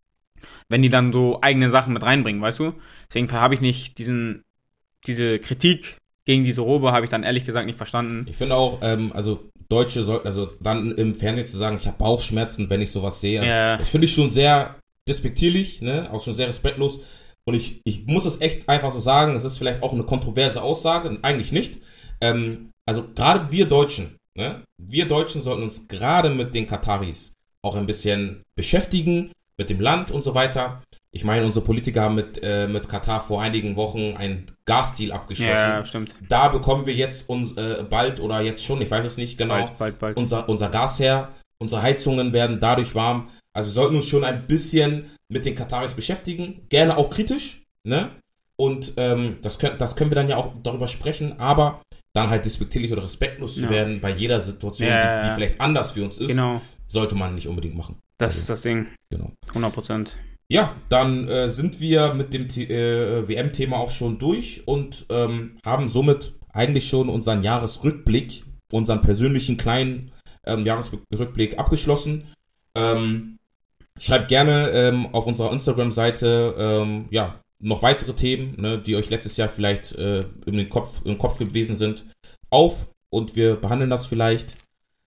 wenn die dann so eigene Sachen mit reinbringen, weißt du? Deswegen habe ich nicht diesen, diese Kritik gegen diese Robe, habe ich dann ehrlich gesagt nicht verstanden. Ich finde auch, ähm, also Deutsche sollten, also dann im Fernsehen zu sagen, ich habe Bauchschmerzen, wenn ich sowas sehe. Also, Ja. das finde ich schon sehr despektierlich, ne? Auch schon sehr respektlos. Und ich, ich muss es echt einfach so sagen, es ist vielleicht auch eine kontroverse Aussage, eigentlich nicht. Ähm, also gerade wir Deutschen, ne? Wir Deutschen sollten uns gerade mit den Kataris auch ein bisschen beschäftigen, mit dem Land und so weiter. Ich meine, unsere Politiker haben mit, äh, mit Katar vor einigen Wochen einen Gasdeal abgeschlossen. Ja, stimmt. Da bekommen wir jetzt uns äh, bald oder jetzt schon, ich weiß es nicht genau, Bald, bald, bald. unser, unser Gas her. Unsere Heizungen werden dadurch warm. Also wir sollten uns schon ein bisschen mit den Kataris beschäftigen. Gerne auch kritisch, ne? Und ähm, das, können, das können wir dann ja auch darüber sprechen, aber dann halt despektierlich oder respektlos Ja. zu werden bei jeder Situation, Ja, die, ja, die ja. vielleicht anders für uns ist, Genau, sollte man nicht unbedingt machen. das Also, ist das Ding. Genau. hundert Prozent. Ja, dann äh, sind wir mit dem The- äh, W M-Thema auch schon durch und ähm, haben somit eigentlich schon unseren Jahresrückblick, unseren persönlichen kleinen ähm, Jahresrückblick abgeschlossen. Ähm, schreibt gerne ähm, auf unserer Instagram-Seite ähm, ja, noch weitere Themen, ne, die euch letztes Jahr vielleicht äh, in den Kopf, im Kopf gewesen sind, auf und wir behandeln das vielleicht.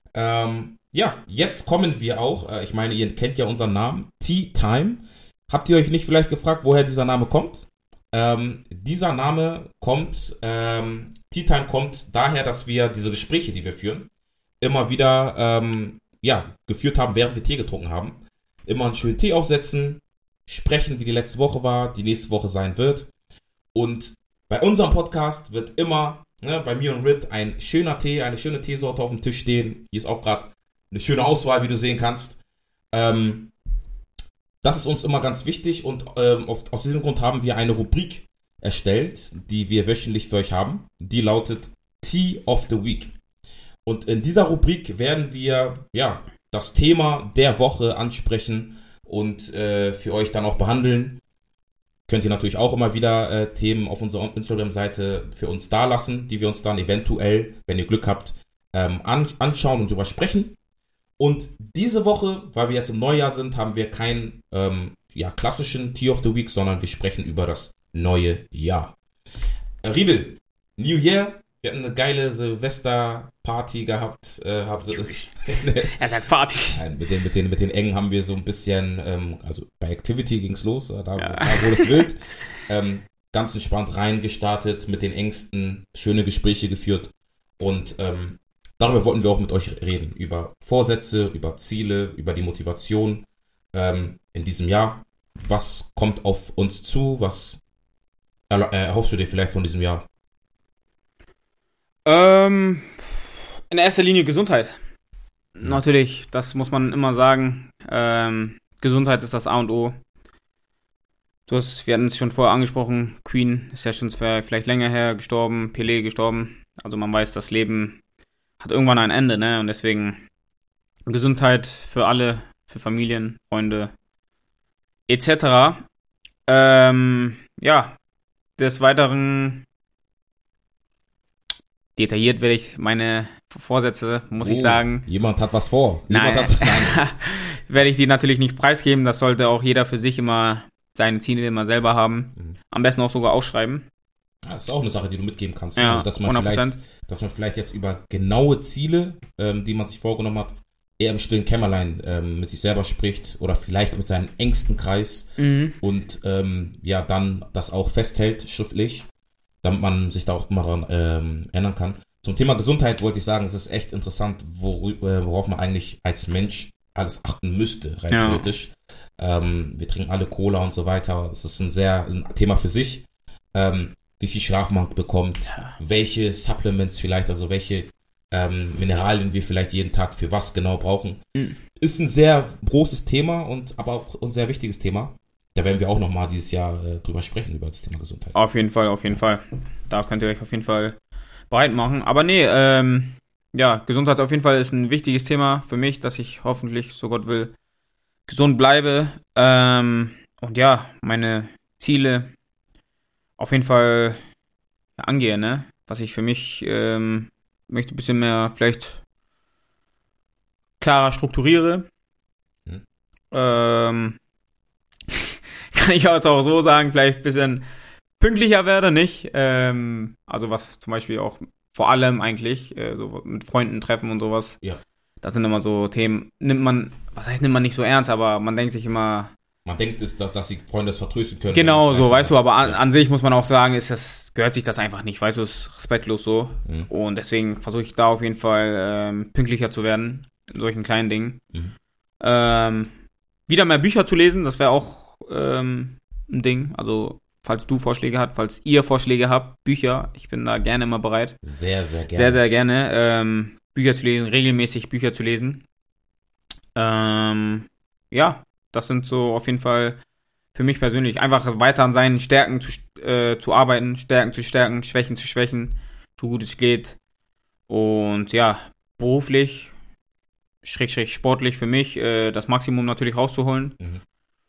Ähm, ja, jetzt kommen wir auch, äh, ich meine, ihr kennt ja unseren Namen, Tea Time. Habt ihr euch nicht vielleicht gefragt, woher dieser Name kommt? Ähm, dieser Name kommt, ähm, Tea Time kommt daher, dass wir diese Gespräche, die wir führen, immer wieder ähm, ja, geführt haben, während wir Tee getrunken haben. Immer einen schönen Tee aufsetzen, sprechen, wie die letzte Woche war, die nächste Woche sein wird. Und bei unserem Podcast wird immer Ne, bei mir und Rit ein schöner Tee, eine schöne Teesorte auf dem Tisch stehen. Hier ist auch gerade eine schöne Auswahl, wie du sehen kannst. Ähm, das ist uns immer ganz wichtig und ähm, auf, aus diesem Grund haben wir eine Rubrik erstellt, die wir wöchentlich für euch haben. Die lautet Tea of the Week. Und in dieser Rubrik werden wir ja das Thema der Woche ansprechen und äh, für euch dann auch behandeln. Könnt ihr natürlich auch immer wieder äh, Themen auf unserer Instagram-Seite für uns dalassen, die wir uns dann eventuell, wenn ihr Glück habt, ähm, an, anschauen und drüber sprechen. Und diese Woche, weil wir jetzt im Neujahr sind, haben wir keinen ähm, ja, klassischen Tea of the Week, sondern wir sprechen über das neue Jahr. Äh, Riedel, New Year, wir hatten eine geile Silvester-Party gehabt. Äh, hab so, er sagt Party. Nein, mit den, mit, den, mit den Engen haben wir so ein bisschen, ähm, also bei Activity ging's los, äh, da, Ja. da wurde es wild. ähm, ganz entspannt reingestartet, mit den Ängsten, schöne Gespräche geführt und ähm, darüber wollten wir auch mit euch reden, über Vorsätze, über Ziele, über die Motivation ähm, in diesem Jahr. Was kommt auf uns zu? Was erla- äh, erhoffst du dir vielleicht von diesem Jahr? Ähm, in erster Linie Gesundheit. Natürlich, das muss man immer sagen. Ähm, Gesundheit ist das A und O. Du hast, wir hatten es schon vorher angesprochen, Queen ist ja schon vielleicht länger her gestorben, Pelé gestorben. Also man weiß, das Leben hat irgendwann ein Ende, ne? Und deswegen Gesundheit für alle, für Familien, Freunde, et cetera. Ähm, ja, des Weiteren detailliert werde ich meine Vorsätze, muss ich Oh, sagen. Jemand hat was vor. Jemand Nein, hat, nein. werde ich die natürlich nicht preisgeben. Das sollte auch jeder für sich immer seine Ziele immer selber haben. Mhm. Am besten auch sogar aufschreiben. Das ist auch eine Sache, die du mitgeben kannst. Ja, also, dass man hundert Prozent. vielleicht, dass man vielleicht jetzt über genaue Ziele, ähm, die man sich vorgenommen hat, eher im stillen Kämmerlein ähm, mit sich selber spricht oder vielleicht mit seinem engsten Kreis Mhm. und ähm, ja, dann das auch festhält schriftlich, damit man sich da auch immer daran ähm, ändern kann. Zum Thema Gesundheit wollte ich sagen, es ist echt interessant, worü- äh, worauf man eigentlich als Mensch alles achten müsste, rein Ja. theoretisch. Ähm, wir trinken alle Cola und so weiter. Es ist ein sehr ein Thema für sich. Ähm, wie viel Schlaf man bekommt, Ja. welche Supplements vielleicht, also welche ähm, Mineralien wir vielleicht jeden Tag für was genau brauchen. Mhm. Ist ein sehr großes Thema und aber auch ein sehr wichtiges Thema. Da werden wir auch nochmal dieses Jahr äh, drüber sprechen, über das Thema Gesundheit. Auf jeden Fall, auf jeden Fall. Da könnt ihr euch auf jeden Fall bereit machen. Aber nee, ähm, ja, Gesundheit auf jeden Fall ist ein wichtiges Thema für mich, dass ich hoffentlich, so Gott will, gesund bleibe. Ähm, und ja, meine Ziele auf jeden Fall ja, angehe, ne? Was ich für mich ähm, möchte ein bisschen mehr vielleicht klarer strukturiere. Mhm. Ähm, kann ich jetzt auch so sagen, vielleicht ein bisschen pünktlicher werde, nicht? Ähm, also was zum Beispiel auch vor allem eigentlich, äh, so mit Freunden treffen und sowas. Ja. Das sind immer so Themen, nimmt man, was heißt, nimmt man nicht so ernst, aber man denkt sich immer, Man denkt, es, dass, dass die Freunde es vertrösten können. genau so, Vielleicht- weißt du, aber an, Ja. an sich muss man auch sagen, ist das, gehört sich das einfach nicht, weißt du, ist respektlos so. Mhm. Und deswegen versuche ich da auf jeden Fall ähm, pünktlicher zu werden, in solchen kleinen Dingen. Mhm. Ähm, wieder mehr Bücher zu lesen, das wäre auch ähm, ein Ding. Also, falls du Vorschläge habt, falls ihr Vorschläge habt, Bücher, ich bin da gerne immer bereit. Sehr, sehr gerne. Sehr, sehr gerne. Ähm, Bücher zu lesen, regelmäßig Bücher zu lesen. Ähm, ja, das sind so auf jeden Fall für mich persönlich einfach weiter an seinen Stärken zu, äh, zu arbeiten, Stärken zu stärken, Schwächen zu schwächen, so gut es geht. Und ja, beruflich, schräg, schräg sportlich für mich, äh, das Maximum natürlich rauszuholen. Mhm.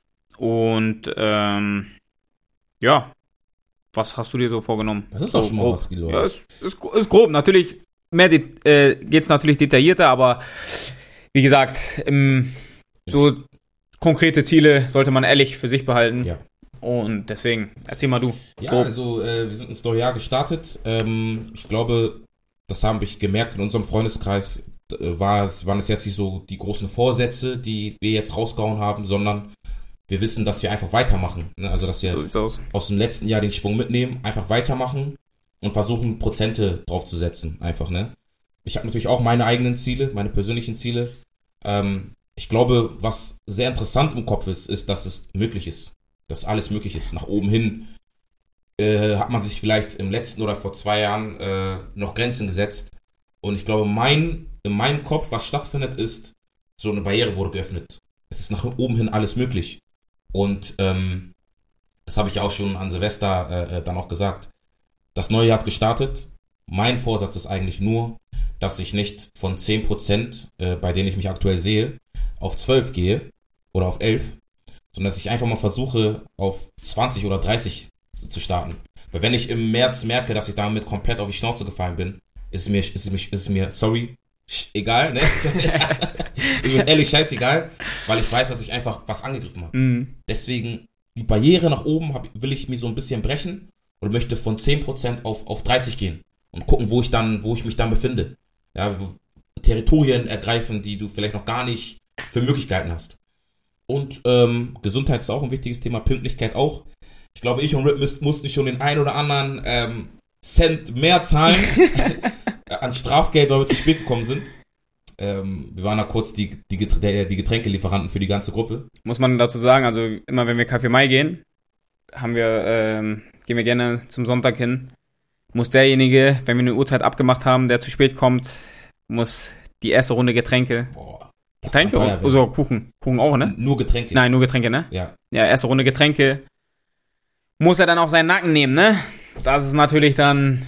Und ähm, ja, was hast du dir so vorgenommen? Das ist doch so schon mal grob. was, Guido. Ja, ist, ist, ist grob. Natürlich mehr de- äh, geht's natürlich detaillierter, aber wie gesagt, im, so konkrete Ziele sollte man ehrlich für sich behalten. Ja. Und deswegen, erzähl mal du. Ja, grob. also äh, wir sind ins neue Jahr gestartet. Ähm, ich glaube, das haben wir gemerkt in unserem Freundeskreis, äh, war es, waren es jetzt nicht so die großen Vorsätze, die wir jetzt rausgehauen haben, sondern wir wissen, dass wir einfach weitermachen. Ne? Also, dass wir So sieht's aus. aus dem letzten Jahr den Schwung mitnehmen, einfach weitermachen und versuchen, Prozente draufzusetzen. Einfach, ne? Ich habe natürlich auch meine eigenen Ziele, meine persönlichen Ziele. Ähm, ich glaube, was sehr interessant im Kopf ist, ist, dass es möglich ist. Dass alles möglich ist. Nach oben hin äh, hat man sich vielleicht im letzten oder vor zwei Jahren äh, noch Grenzen gesetzt. Und ich glaube, mein, in meinem Kopf, was stattfindet, ist, so eine Barriere wurde geöffnet. Es ist nach oben hin alles möglich. Und ähm, das habe ich auch schon an Silvester äh, dann auch gesagt. Das neue Jahr hat gestartet. Mein Vorsatz ist eigentlich nur, dass ich nicht von zehn Prozent, äh, bei denen ich mich aktuell sehe, auf zwölf gehe oder auf elf, sondern dass ich einfach mal versuche, auf zwanzig oder dreißig zu starten. Weil wenn ich im März merke, dass ich damit komplett auf die Schnauze gefallen bin, ist es mir, ist es mir, ist es mir sorry, egal, ne? Ich bin ehrlich scheißegal, weil ich weiß, dass ich einfach was angegriffen habe. Mhm. Deswegen, die Barriere nach oben hab, will ich mir so ein bisschen brechen und möchte von zehn Prozent auf, auf dreißig gehen und gucken, wo ich dann, wo ich mich dann befinde. Ja, Territorien ergreifen, die du vielleicht noch gar nicht für Möglichkeiten hast. Und ähm, Gesundheit ist auch ein wichtiges Thema, Pünktlichkeit auch. Ich glaube, ich und Rip müssten, mussten schon den ein oder anderen ähm, Cent mehr zahlen an Strafgeld, weil wir zu spät gekommen sind. Ähm, wir waren da kurz die, die, die Getränkelieferanten für die ganze Gruppe. Muss man dazu sagen, also immer wenn wir Kaffee Mai gehen, haben wir, ähm, gehen wir gerne zum Sonntag hin. Muss derjenige, wenn wir eine Uhrzeit abgemacht haben, der zu spät kommt, muss die erste Runde Getränke. Boah, Getränke oder also Kuchen? Kuchen auch, ne? Nur Getränke. Nein, nur Getränke, ne? Ja. Ja, erste Runde Getränke. Muss er dann auch seinen Nacken nehmen, ne? Das ist natürlich dann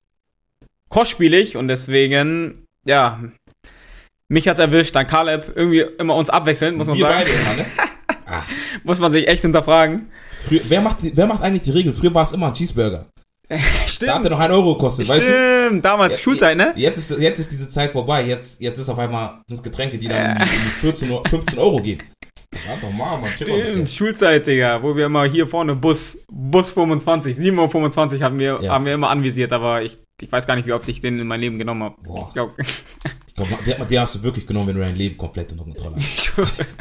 kostspielig und deswegen, ja, mich hat's erwischt, dann Caleb, irgendwie immer uns abwechselnd, muss man wir sagen. Beide immer, ne? Ach. Muss man sich echt hinterfragen. Früher, wer, macht, wer macht eigentlich die Regeln? Früher war es immer ein Cheeseburger. Stimmt. Da hat er noch ein Euro gekostet, Stimmt. weißt du? Stimmt, damals ja, Schulzeit, ne? Jetzt ist, jetzt ist diese Zeit vorbei, jetzt, jetzt ist auf einmal sind's Getränke, die dann äh. um die vierzehn, fünfzehn Euro gehen. Ja, doch mal, man, chill mal ein bisschen. Schulzeit, Digga, wo wir immer hier vorne Bus, Bus fünfundzwanzig, sieben Uhr fünfundzwanzig haben wir, ja. haben wir immer anvisiert, aber ich, ich weiß gar nicht, wie oft ich den in mein Leben genommen habe. Boah. Ich glaube, ich glaub, den, den hast du wirklich genommen, wenn du dein Leben komplett unter Kontrolle hast.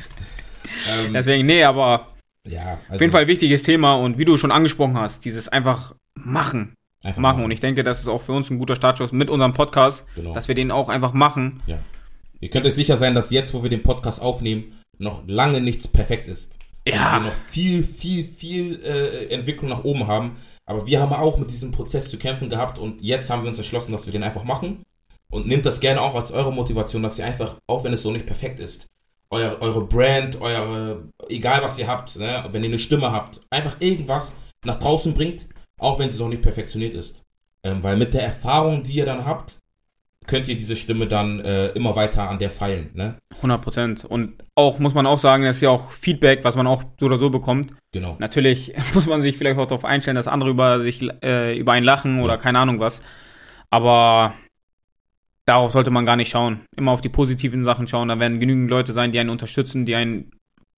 ähm, Deswegen, nee, aber ja, also, auf jeden Fall wichtiges Thema und wie du schon angesprochen hast, dieses einfach machen. Einfach machen. machen. Und ich denke, das ist auch für uns ein guter Startschuss mit unserem Podcast, genau. dass wir den auch einfach machen. Ja. Ihr könnt euch sicher sein, dass jetzt, wo wir den Podcast aufnehmen, noch lange nichts perfekt ist. Ja. Und wir noch viel, viel, viel äh, Entwicklung nach oben haben. Aber wir haben auch mit diesem Prozess zu kämpfen gehabt und jetzt haben wir uns entschlossen, dass wir den einfach machen. Und nehmt das gerne auch als eure Motivation, dass ihr einfach, auch wenn es so nicht perfekt ist, eure, eure Brand, eure, egal was ihr habt, ne, wenn ihr eine Stimme habt, einfach irgendwas nach draußen bringt, auch wenn sie noch nicht perfektioniert ist. Ähm, weil mit der Erfahrung, die ihr dann habt, könnt ihr diese Stimme dann äh, immer weiter an der feilen. Ne? hundert Prozent. Und auch, muss man auch sagen, das ist ja auch Feedback, was man auch so oder so bekommt. Genau. Natürlich muss man sich vielleicht auch darauf einstellen, dass andere über sich äh, über einen lachen oder ja. keine Ahnung was. Aber darauf sollte man gar nicht schauen. Immer auf die positiven Sachen schauen. Da werden genügend Leute sein, die einen unterstützen, die ein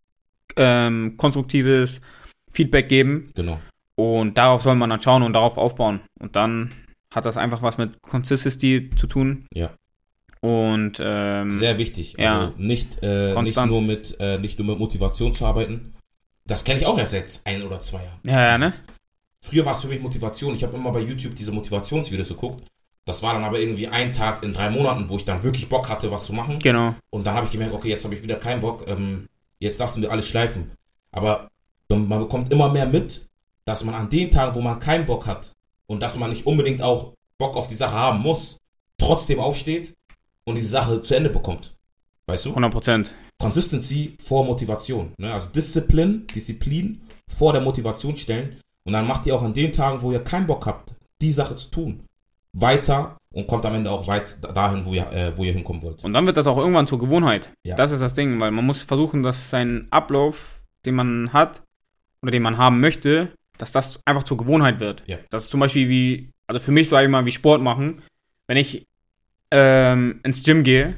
ähm, konstruktives Feedback geben. Genau. Und darauf soll man dann schauen und darauf aufbauen. Und dann hat das einfach was mit Consistency zu tun. Ja. Und ähm, sehr wichtig. Ja. Also nicht, äh, nicht nur mit äh, nicht nur mit Motivation zu arbeiten. Das kenne ich auch erst seit ein oder zwei Jahren. Ja, ja, ne? Ist, früher war es für mich Motivation. Ich habe immer bei YouTube diese Motivationsvideos geguckt. Das war dann aber irgendwie ein Tag in drei Monaten, wo ich dann wirklich Bock hatte, was zu machen. Genau. Und dann habe ich gemerkt, okay, jetzt habe ich wieder keinen Bock. Ähm, jetzt lassen wir alles schleifen. Aber man bekommt immer mehr mit, dass man an den Tagen, wo man keinen Bock hat und dass man nicht unbedingt auch Bock auf die Sache haben muss, trotzdem aufsteht und diese Sache zu Ende bekommt. Weißt du? hundert Prozent. Consistency vor Motivation. Ne? Also Disziplin, Disziplin vor der Motivation stellen und dann macht ihr auch an den Tagen, wo ihr keinen Bock habt, die Sache zu tun, weiter und kommt am Ende auch weit dahin, wo ihr, äh, wo ihr hinkommen wollt. Und dann wird das auch irgendwann zur Gewohnheit. Ja. Das ist das Ding, weil man muss versuchen, dass sein Ablauf, den man hat oder den man haben möchte, dass das einfach zur Gewohnheit wird. Ja. Das ist zum Beispiel wie, also für mich sage ich mal, wie Sport machen. Wenn ich ähm, ins Gym gehe,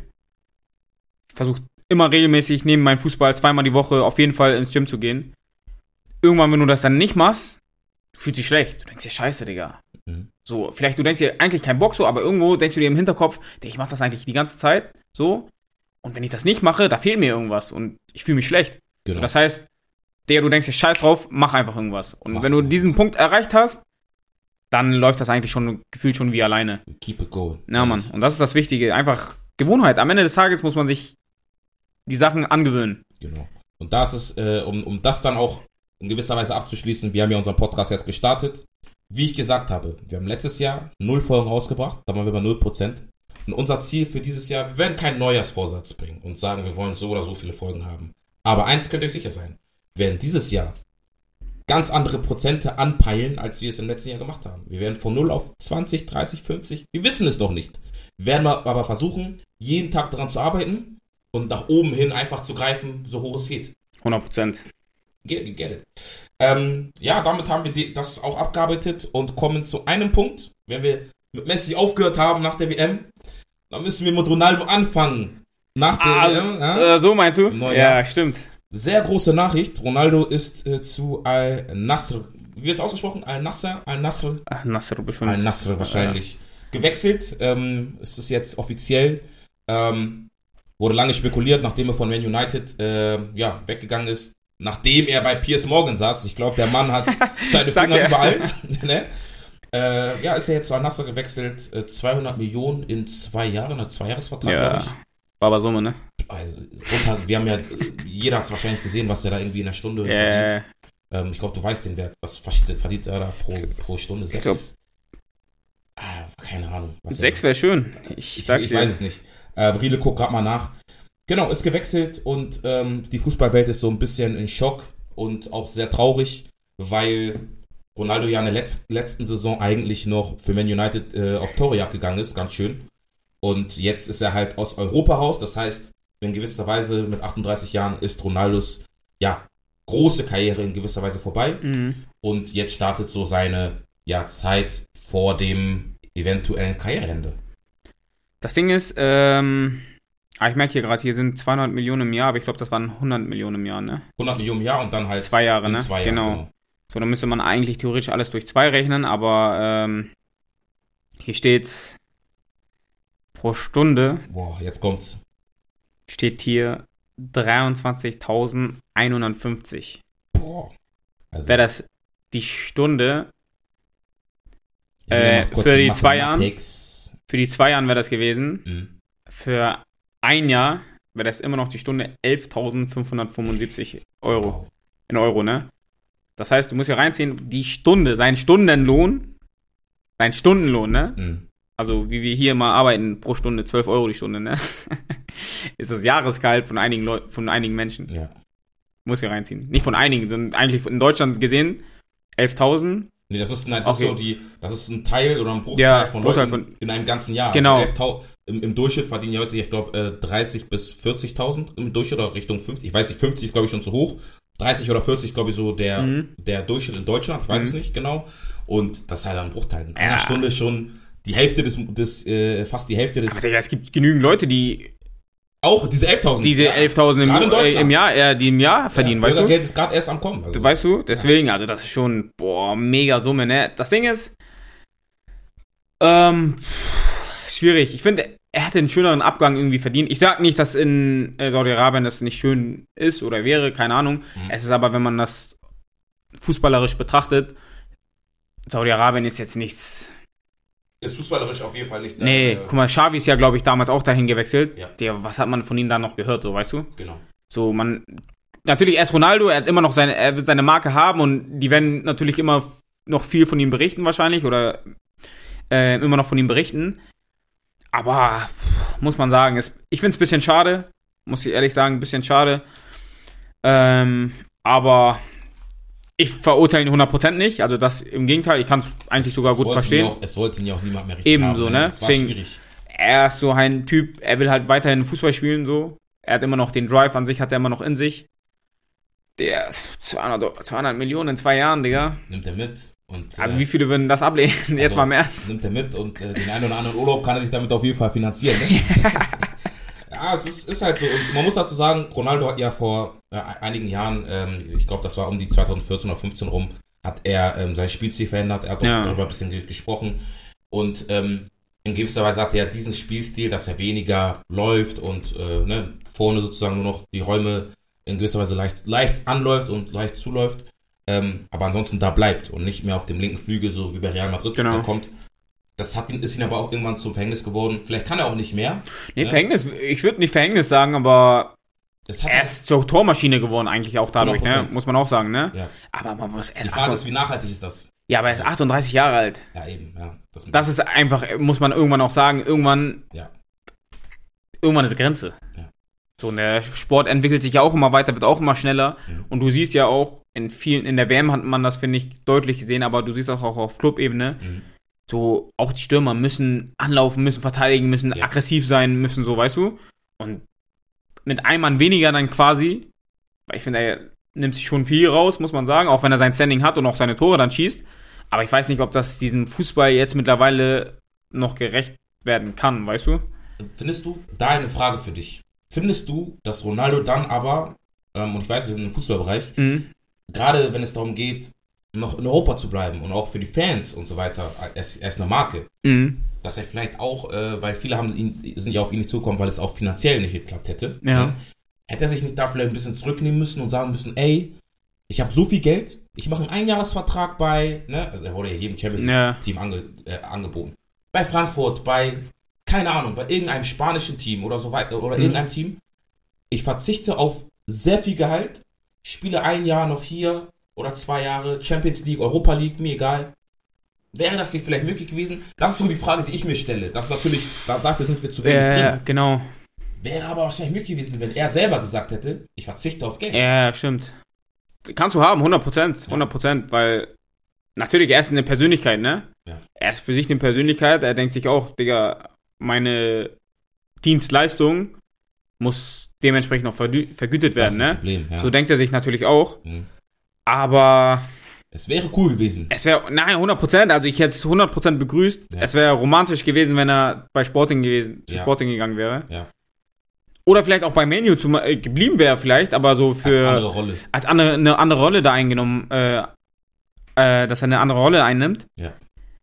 ich versuche immer regelmäßig neben meinem Fußball zweimal die Woche auf jeden Fall ins Gym zu gehen. Irgendwann, wenn du das dann nicht machst, fühlt sich schlecht. Du denkst dir, scheiße, Digga. Mhm. So, vielleicht du denkst dir eigentlich keinen Bock so, aber irgendwo denkst du dir im Hinterkopf, ich mach das eigentlich die ganze Zeit so. Und wenn ich das nicht mache, da fehlt mir irgendwas und ich fühle mich schlecht. Genau. So, das heißt, der, du denkst dir, scheiß drauf, mach einfach irgendwas. Und Mach's. Wenn du diesen Punkt erreicht hast, dann läuft das eigentlich schon gefühlt schon wie alleine. Keep it going. Ja, Mann. Und das ist das Wichtige. Einfach Gewohnheit. Am Ende des Tages muss man sich die Sachen angewöhnen. Genau. Und da ist es, äh, um, um das dann auch in gewisser Weise abzuschließen, wir haben ja unseren Podcast jetzt gestartet. wie ich gesagt habe, wir haben letztes Jahr null Folgen rausgebracht, da waren wir bei null Prozent. Und unser Ziel für dieses Jahr, wir werden keinen Neujahrsvorsatz bringen und sagen, wir wollen so oder so viele Folgen haben. Aber eins könnt ihr euch sicher sein, wir werden dieses Jahr ganz andere Prozente anpeilen, als wir es im letzten Jahr gemacht haben. Wir werden von null auf zwanzig, dreißig, fünfzig, wir wissen es noch nicht. Wir werden aber versuchen, jeden Tag daran zu arbeiten und nach oben hin einfach zu greifen, so hoch es geht. hundert Prozent. Get, get it. Ähm, ja, damit haben wir die, das auch abgearbeitet und kommen zu einem Punkt. Wenn wir mit Messi aufgehört haben nach der W M, dann müssen wir mit Ronaldo anfangen. Nach der ah, W M. Ja? Äh, so meinst du? Neujahr. Ja, stimmt. Sehr große Nachricht. Ronaldo ist äh, zu Al-Nassr, wie wird es ausgesprochen? Al-Nassr? Al-Nassr? Al-Nassr bestimmt. Al-Nassr wahrscheinlich. Ja. Gewechselt. Ähm, es ist jetzt offiziell. Ähm, wurde lange spekuliert, nachdem er von Man United äh, ja, weggegangen ist. Nachdem er bei Piers Morgan saß. Ich glaube, der Mann hat seine Finger er. überall. ne? äh, ja, ist er jetzt zu Al-Nassr gewechselt. Äh, zweihundert Millionen in zwei Jahren. Ein Zweijahresvertrag, ja. glaube ich. War aber Summe, ne? Also, wir haben ja, jeder hat es wahrscheinlich gesehen, was der da irgendwie in der Stunde yeah. verdient. Ähm, ich glaube, du weißt den Wert. Was verdient er da pro, pro Stunde? Sechs? Ich glaub, ah, keine Ahnung. Sechs wäre schön. Ich, ich, ich weiß es nicht. Äh, Riele guckt gerade mal nach. Genau, ist gewechselt und ähm, die Fußballwelt ist so ein bisschen in Schock und auch sehr traurig, weil Ronaldo ja in der Letz- letzten Saison eigentlich noch für Man United äh, auf Torejagd gegangen ist, ganz schön. Und jetzt ist er halt aus Europa raus, das heißt, in gewisser Weise mit achtunddreißig Jahren ist Ronaldos, ja, große Karriere in gewisser Weise vorbei. Mhm. Und jetzt startet so seine, ja, Zeit vor dem eventuellen Karriereende. Das Ding ist, ähm, ah, ich merke hier gerade, hier sind zweihundert Millionen im Jahr, aber ich glaube, das waren hundert Millionen im Jahr, ne? hundert Millionen im Jahr und dann halt zwei Jahre, ne? Zwei Jahre, genau. genau. So, dann müsste man eigentlich theoretisch alles durch zwei rechnen, aber ähm, hier steht pro Stunde. Boah, jetzt kommt's. Steht hier dreiundzwanzigtausendeinhundertfünfzig. Boah. Also wäre das die Stunde äh, für die zwei Jahren? Für die zwei Jahren wäre das gewesen. Mhm. Für ein Jahr wäre das immer noch die Stunde elftausendfünfhundertfünfundsiebzig Euro. Wow. In Euro, ne? Das heißt, du musst ja reinziehen, die Stunde, sein Stundenlohn, sein Stundenlohn, ne? Mhm. Also wie wir hier mal arbeiten, pro Stunde zwölf Euro die Stunde, ne? Ist das Jahresgehalt von einigen Leuten, von einigen Menschen. Ja. Muss hier reinziehen. Nicht von einigen, sondern eigentlich in Deutschland gesehen elftausend. Nee, das ist, nein, das okay. ist so die, das ist ein Teil oder ein Bruchteil ja, von Bruchteil Leuten von, in einem ganzen Jahr. Genau. Also elftausend, im, im Durchschnitt verdienen ja heute, ich glaube, dreißig bis vierzigtausend im Durchschnitt oder Richtung fünfzig. Ich weiß nicht, fünfzig ist, glaube ich, schon zu hoch. dreißig oder vierzig, glaube ich, so der, mhm. der Durchschnitt in Deutschland. Ich weiß mhm. es nicht genau. Und das ist halt ein Bruchteil. In einer ja. Stunde schon die Hälfte des, des äh, fast die Hälfte des... Aber Digga, es gibt genügend Leute, die... Auch diese elftausend. Diese ja, elftausend im, äh, im Jahr, äh, die im Jahr verdienen, ja, weißt du? Geld ist gerade erst am Kommen. Also. Weißt du? Deswegen, ja. also das ist schon, boah, mega Summe, ne? Das Ding ist, ähm, schwierig. Ich finde, er hätte einen schöneren Abgang irgendwie verdient. Ich sag nicht, dass in äh, Saudi-Arabien das nicht schön ist oder wäre, keine Ahnung. Mhm. Es ist aber, wenn man das fußballerisch betrachtet, Saudi-Arabien ist jetzt nichts... Ist fußballerisch auf jeden Fall nicht... Nee, äh, guck mal, Xavi ist ja, glaube ich, damals auch dahin gewechselt. Ja. Der, was hat man von ihm da noch gehört, so, weißt du? Genau. So, man... Natürlich, er ist Ronaldo, er hat immer noch seine... Er wird seine Marke haben und die werden natürlich immer noch viel von ihm berichten wahrscheinlich oder äh, immer noch von ihm berichten. Aber, muss man sagen, ist, ich finde es ein bisschen schade. Muss ich ehrlich sagen, ein bisschen schade. Ähm, aber... Ich verurteile ihn hundert Prozent nicht, also das im Gegenteil, ich kann es eigentlich es, sogar es gut verstehen. Auch, es wollte ihn ja auch niemand mehr richtig Ebenso, haben, ne? Das war Deswegen, schwierig. Er ist so ein Typ, er will halt weiterhin Fußball spielen, so. Er hat immer noch den Drive an sich, hat er immer noch in sich. Der zweihundert, zweihundert Millionen in zwei Jahren, Digga. Nimmt er mit. Und, also äh, wie viele würden das ablehnen? Jetzt also, mal im Ernst. Nimmt er mit und äh, den einen oder anderen Urlaub kann er sich damit auf jeden Fall finanzieren, ne? Ja, es ist, ist halt so. Und man muss dazu sagen, Ronaldo hat ja vor äh, einigen Jahren, ähm, ich glaube, das war um die zweitausendvierzehn oder fünfzehn rum, hat er ähm, sein Spielstil verändert. Er hat auch ja. schon darüber ein bisschen gesprochen. Und ähm, in gewisser Weise hat er diesen Spielstil, dass er weniger läuft und äh, ne, vorne sozusagen nur noch die Räume in gewisser Weise leicht, leicht anläuft und leicht zuläuft. Ähm, aber ansonsten da bleibt und nicht mehr auf dem linken Flügel, so wie bei Real Madrid genau. kommt. Das hat ihn, ist ihm aber auch irgendwann zum Verhängnis geworden. Vielleicht kann er auch nicht mehr. Nee, ne? Verhängnis, ich würde nicht Verhängnis sagen, aber es hat er ist zur Tormaschine geworden eigentlich auch dadurch, hundert Prozent. ne? Muss man auch sagen, ne? Ja. Aber man muss... Die Frage ist, wie nachhaltig ist das? Ja, aber er ist achtunddreißig Jahre alt. Ja, eben, ja. Das, das ist einfach, muss man irgendwann auch sagen, irgendwann, ja. irgendwann ist Grenze. Ja. So, und der Sport entwickelt sich ja auch immer weiter, wird auch immer schneller. Mhm. Und du siehst ja auch, in vielen, in der W M hat man das, finde ich, deutlich gesehen, aber du siehst das auch auf Clubebene. Mhm. So, auch die Stürmer müssen anlaufen, müssen verteidigen, müssen ja. aggressiv sein, müssen so, weißt du? Und mit einem Mann weniger dann quasi, weil ich finde, er nimmt sich schon viel raus, muss man sagen, auch wenn er sein Standing hat und auch seine Tore dann schießt. Aber ich weiß nicht, ob das diesem Fußball jetzt mittlerweile noch gerecht werden kann, weißt du? Findest du, da eine Frage für dich, findest du, dass Ronaldo dann aber, ähm, und ich weiß, wir sind im Fußballbereich, mhm. gerade wenn es darum geht, noch in Europa zu bleiben und auch für die Fans und so weiter, er ist, er ist eine Marke, mhm. dass er vielleicht auch, äh, weil viele haben ihn, sind ja auf ihn nicht zugekommen, weil es auch finanziell nicht geklappt hätte, ja. ne? Hätte er sich nicht da vielleicht ein bisschen zurücknehmen müssen und sagen müssen, ey, ich habe so viel Geld, ich mache einen Einjahresvertrag bei, ne, also er wurde ja jedem Champions League-Team ja. ange, äh, angeboten, bei Frankfurt, bei, keine Ahnung, bei irgendeinem spanischen Team oder so weiter, oder mhm. irgendeinem Team, ich verzichte auf sehr viel Gehalt, spiele ein Jahr noch hier oder zwei Jahre, Champions League, Europa League, mir egal. Wäre das nicht vielleicht möglich gewesen? Das ist so die Frage, die ich mir stelle. Das ist natürlich, dafür sind wir zu wenig äh, drin. Genau. Wäre aber wahrscheinlich möglich gewesen, wenn er selber gesagt hätte, ich verzichte auf Geld. Ja, stimmt. Kannst du haben, hundert Prozent. hundert Prozent, ja. Weil natürlich, er ist eine Persönlichkeit, ne? Ja. Er ist für sich eine Persönlichkeit, er denkt sich auch, Digga, meine Dienstleistung muss dementsprechend noch vergü- vergütet werden, das ist ne? Das Problem, ja. So denkt er sich natürlich auch. Mhm. Aber es wäre cool gewesen. Es wäre, nein, hundert Prozent, also ich hätte es hundert Prozent begrüßt. Ja. Es wäre romantisch gewesen, wenn er bei Sporting gewesen, zu ja. Sporting gegangen wäre. Ja. Oder vielleicht auch bei Man U zu, äh, geblieben wäre vielleicht, aber so für... Als andere Rolle. Als andere, eine andere Rolle da eingenommen, äh, äh, dass er eine andere Rolle einnimmt. Ja.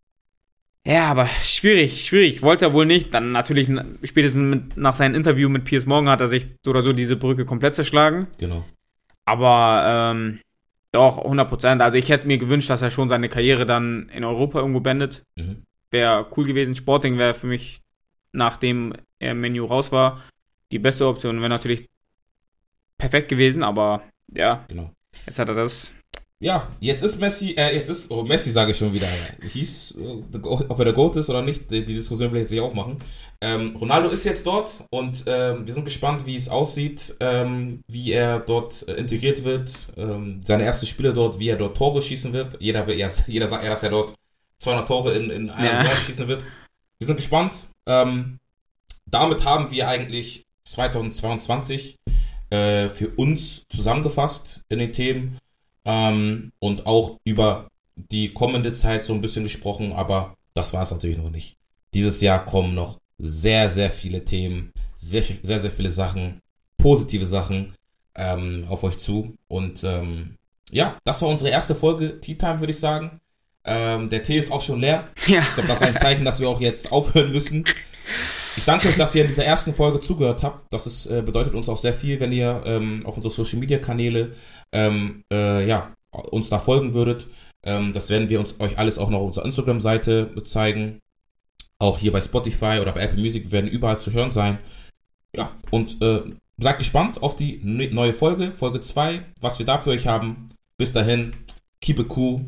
Ja, aber schwierig, schwierig. Wollte er wohl nicht. Dann natürlich spätestens mit, nach seinem Interview mit Piers Morgan hat er sich so oder so diese Brücke komplett zerschlagen. Genau. Aber, ähm... Doch, hundert Prozent. Also ich hätte mir gewünscht, dass er schon seine Karriere dann in Europa irgendwo beendet. Mhm. Wäre cool gewesen. Sporting wäre für mich, nachdem er im Menü raus war, die beste Option. Wäre natürlich perfekt gewesen, aber ja, genau. Jetzt hat er das. Ja, jetzt ist Messi, äh, jetzt ist, oh, Messi sage ich schon wieder, hieß, ob er der GOAT ist oder nicht, die Diskussion will ich jetzt nicht aufmachen. Ähm, Ronaldo ist jetzt dort und ähm, wir sind gespannt, wie es aussieht, ähm, wie er dort äh, integriert wird, ähm, seine ersten Spiele dort, wie er dort Tore schießen wird. Jeder, will erst, jeder sagt ja, dass er dort zweihundert Tore in, in einer ja. Saison schießen wird. Wir sind gespannt. Ähm, damit haben wir eigentlich zweitausendzweiundzwanzig äh, für uns zusammengefasst in den Themen. Ähm, und auch über die kommende Zeit so ein bisschen gesprochen, aber das war es natürlich noch nicht. Dieses Jahr kommen noch sehr, sehr viele Themen, sehr, sehr, sehr viele Sachen, positive Sachen ähm, auf euch zu. Und ähm, ja, das war unsere erste Folge Tea Time, würde ich sagen. Ähm, der Tee ist auch schon leer. Ja. Ich glaube, das ist ein Zeichen, dass wir auch jetzt aufhören müssen. Ich danke euch, dass ihr in dieser ersten Folge zugehört habt. Das ist, äh, bedeutet uns auch sehr viel, wenn ihr ähm, auf unsere Social-Media-Kanäle ähm, äh, ja, uns da folgen würdet. Ähm, das werden wir uns euch alles auch noch auf unserer Instagram-Seite zeigen. Auch hier bei Spotify oder bei Apple Music. Wir werden überall zu hören sein. Ja, und äh, seid gespannt auf die ne- neue Folge, Folge zwei, was wir da für euch haben. Bis dahin, keep it cool.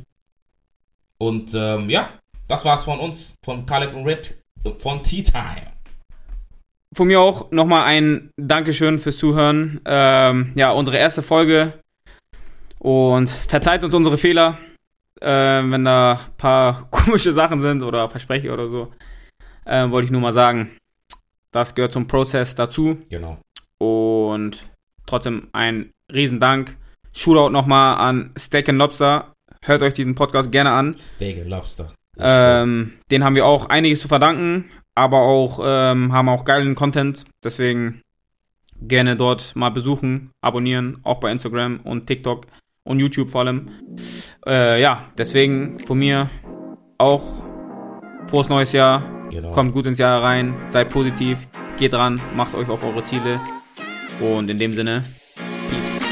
Und ähm, ja, das war's von uns, von Caleb und Red, von Tea Time. Von mir auch nochmal ein Dankeschön fürs Zuhören. Ähm, ja, unsere erste Folge. Und verzeiht uns unsere Fehler, äh, wenn da ein paar komische Sachen sind oder Versprecher oder so. Äh, wollte ich nur mal sagen, das gehört zum Prozess dazu. Genau. Und trotzdem ein Riesendank. Shootout nochmal an Steak and Lobster. Hört euch diesen Podcast gerne an. Steak and Lobster. Ähm, den haben wir auch einiges zu verdanken. Aber auch, ähm, haben auch geilen Content, deswegen gerne dort mal besuchen, abonnieren, auch bei Instagram und TikTok und YouTube vor allem. Äh, ja, deswegen von mir auch frohes neues Jahr, genau. Kommt gut ins Jahr rein, seid positiv, geht ran, macht euch auf eure Ziele und in dem Sinne, Peace.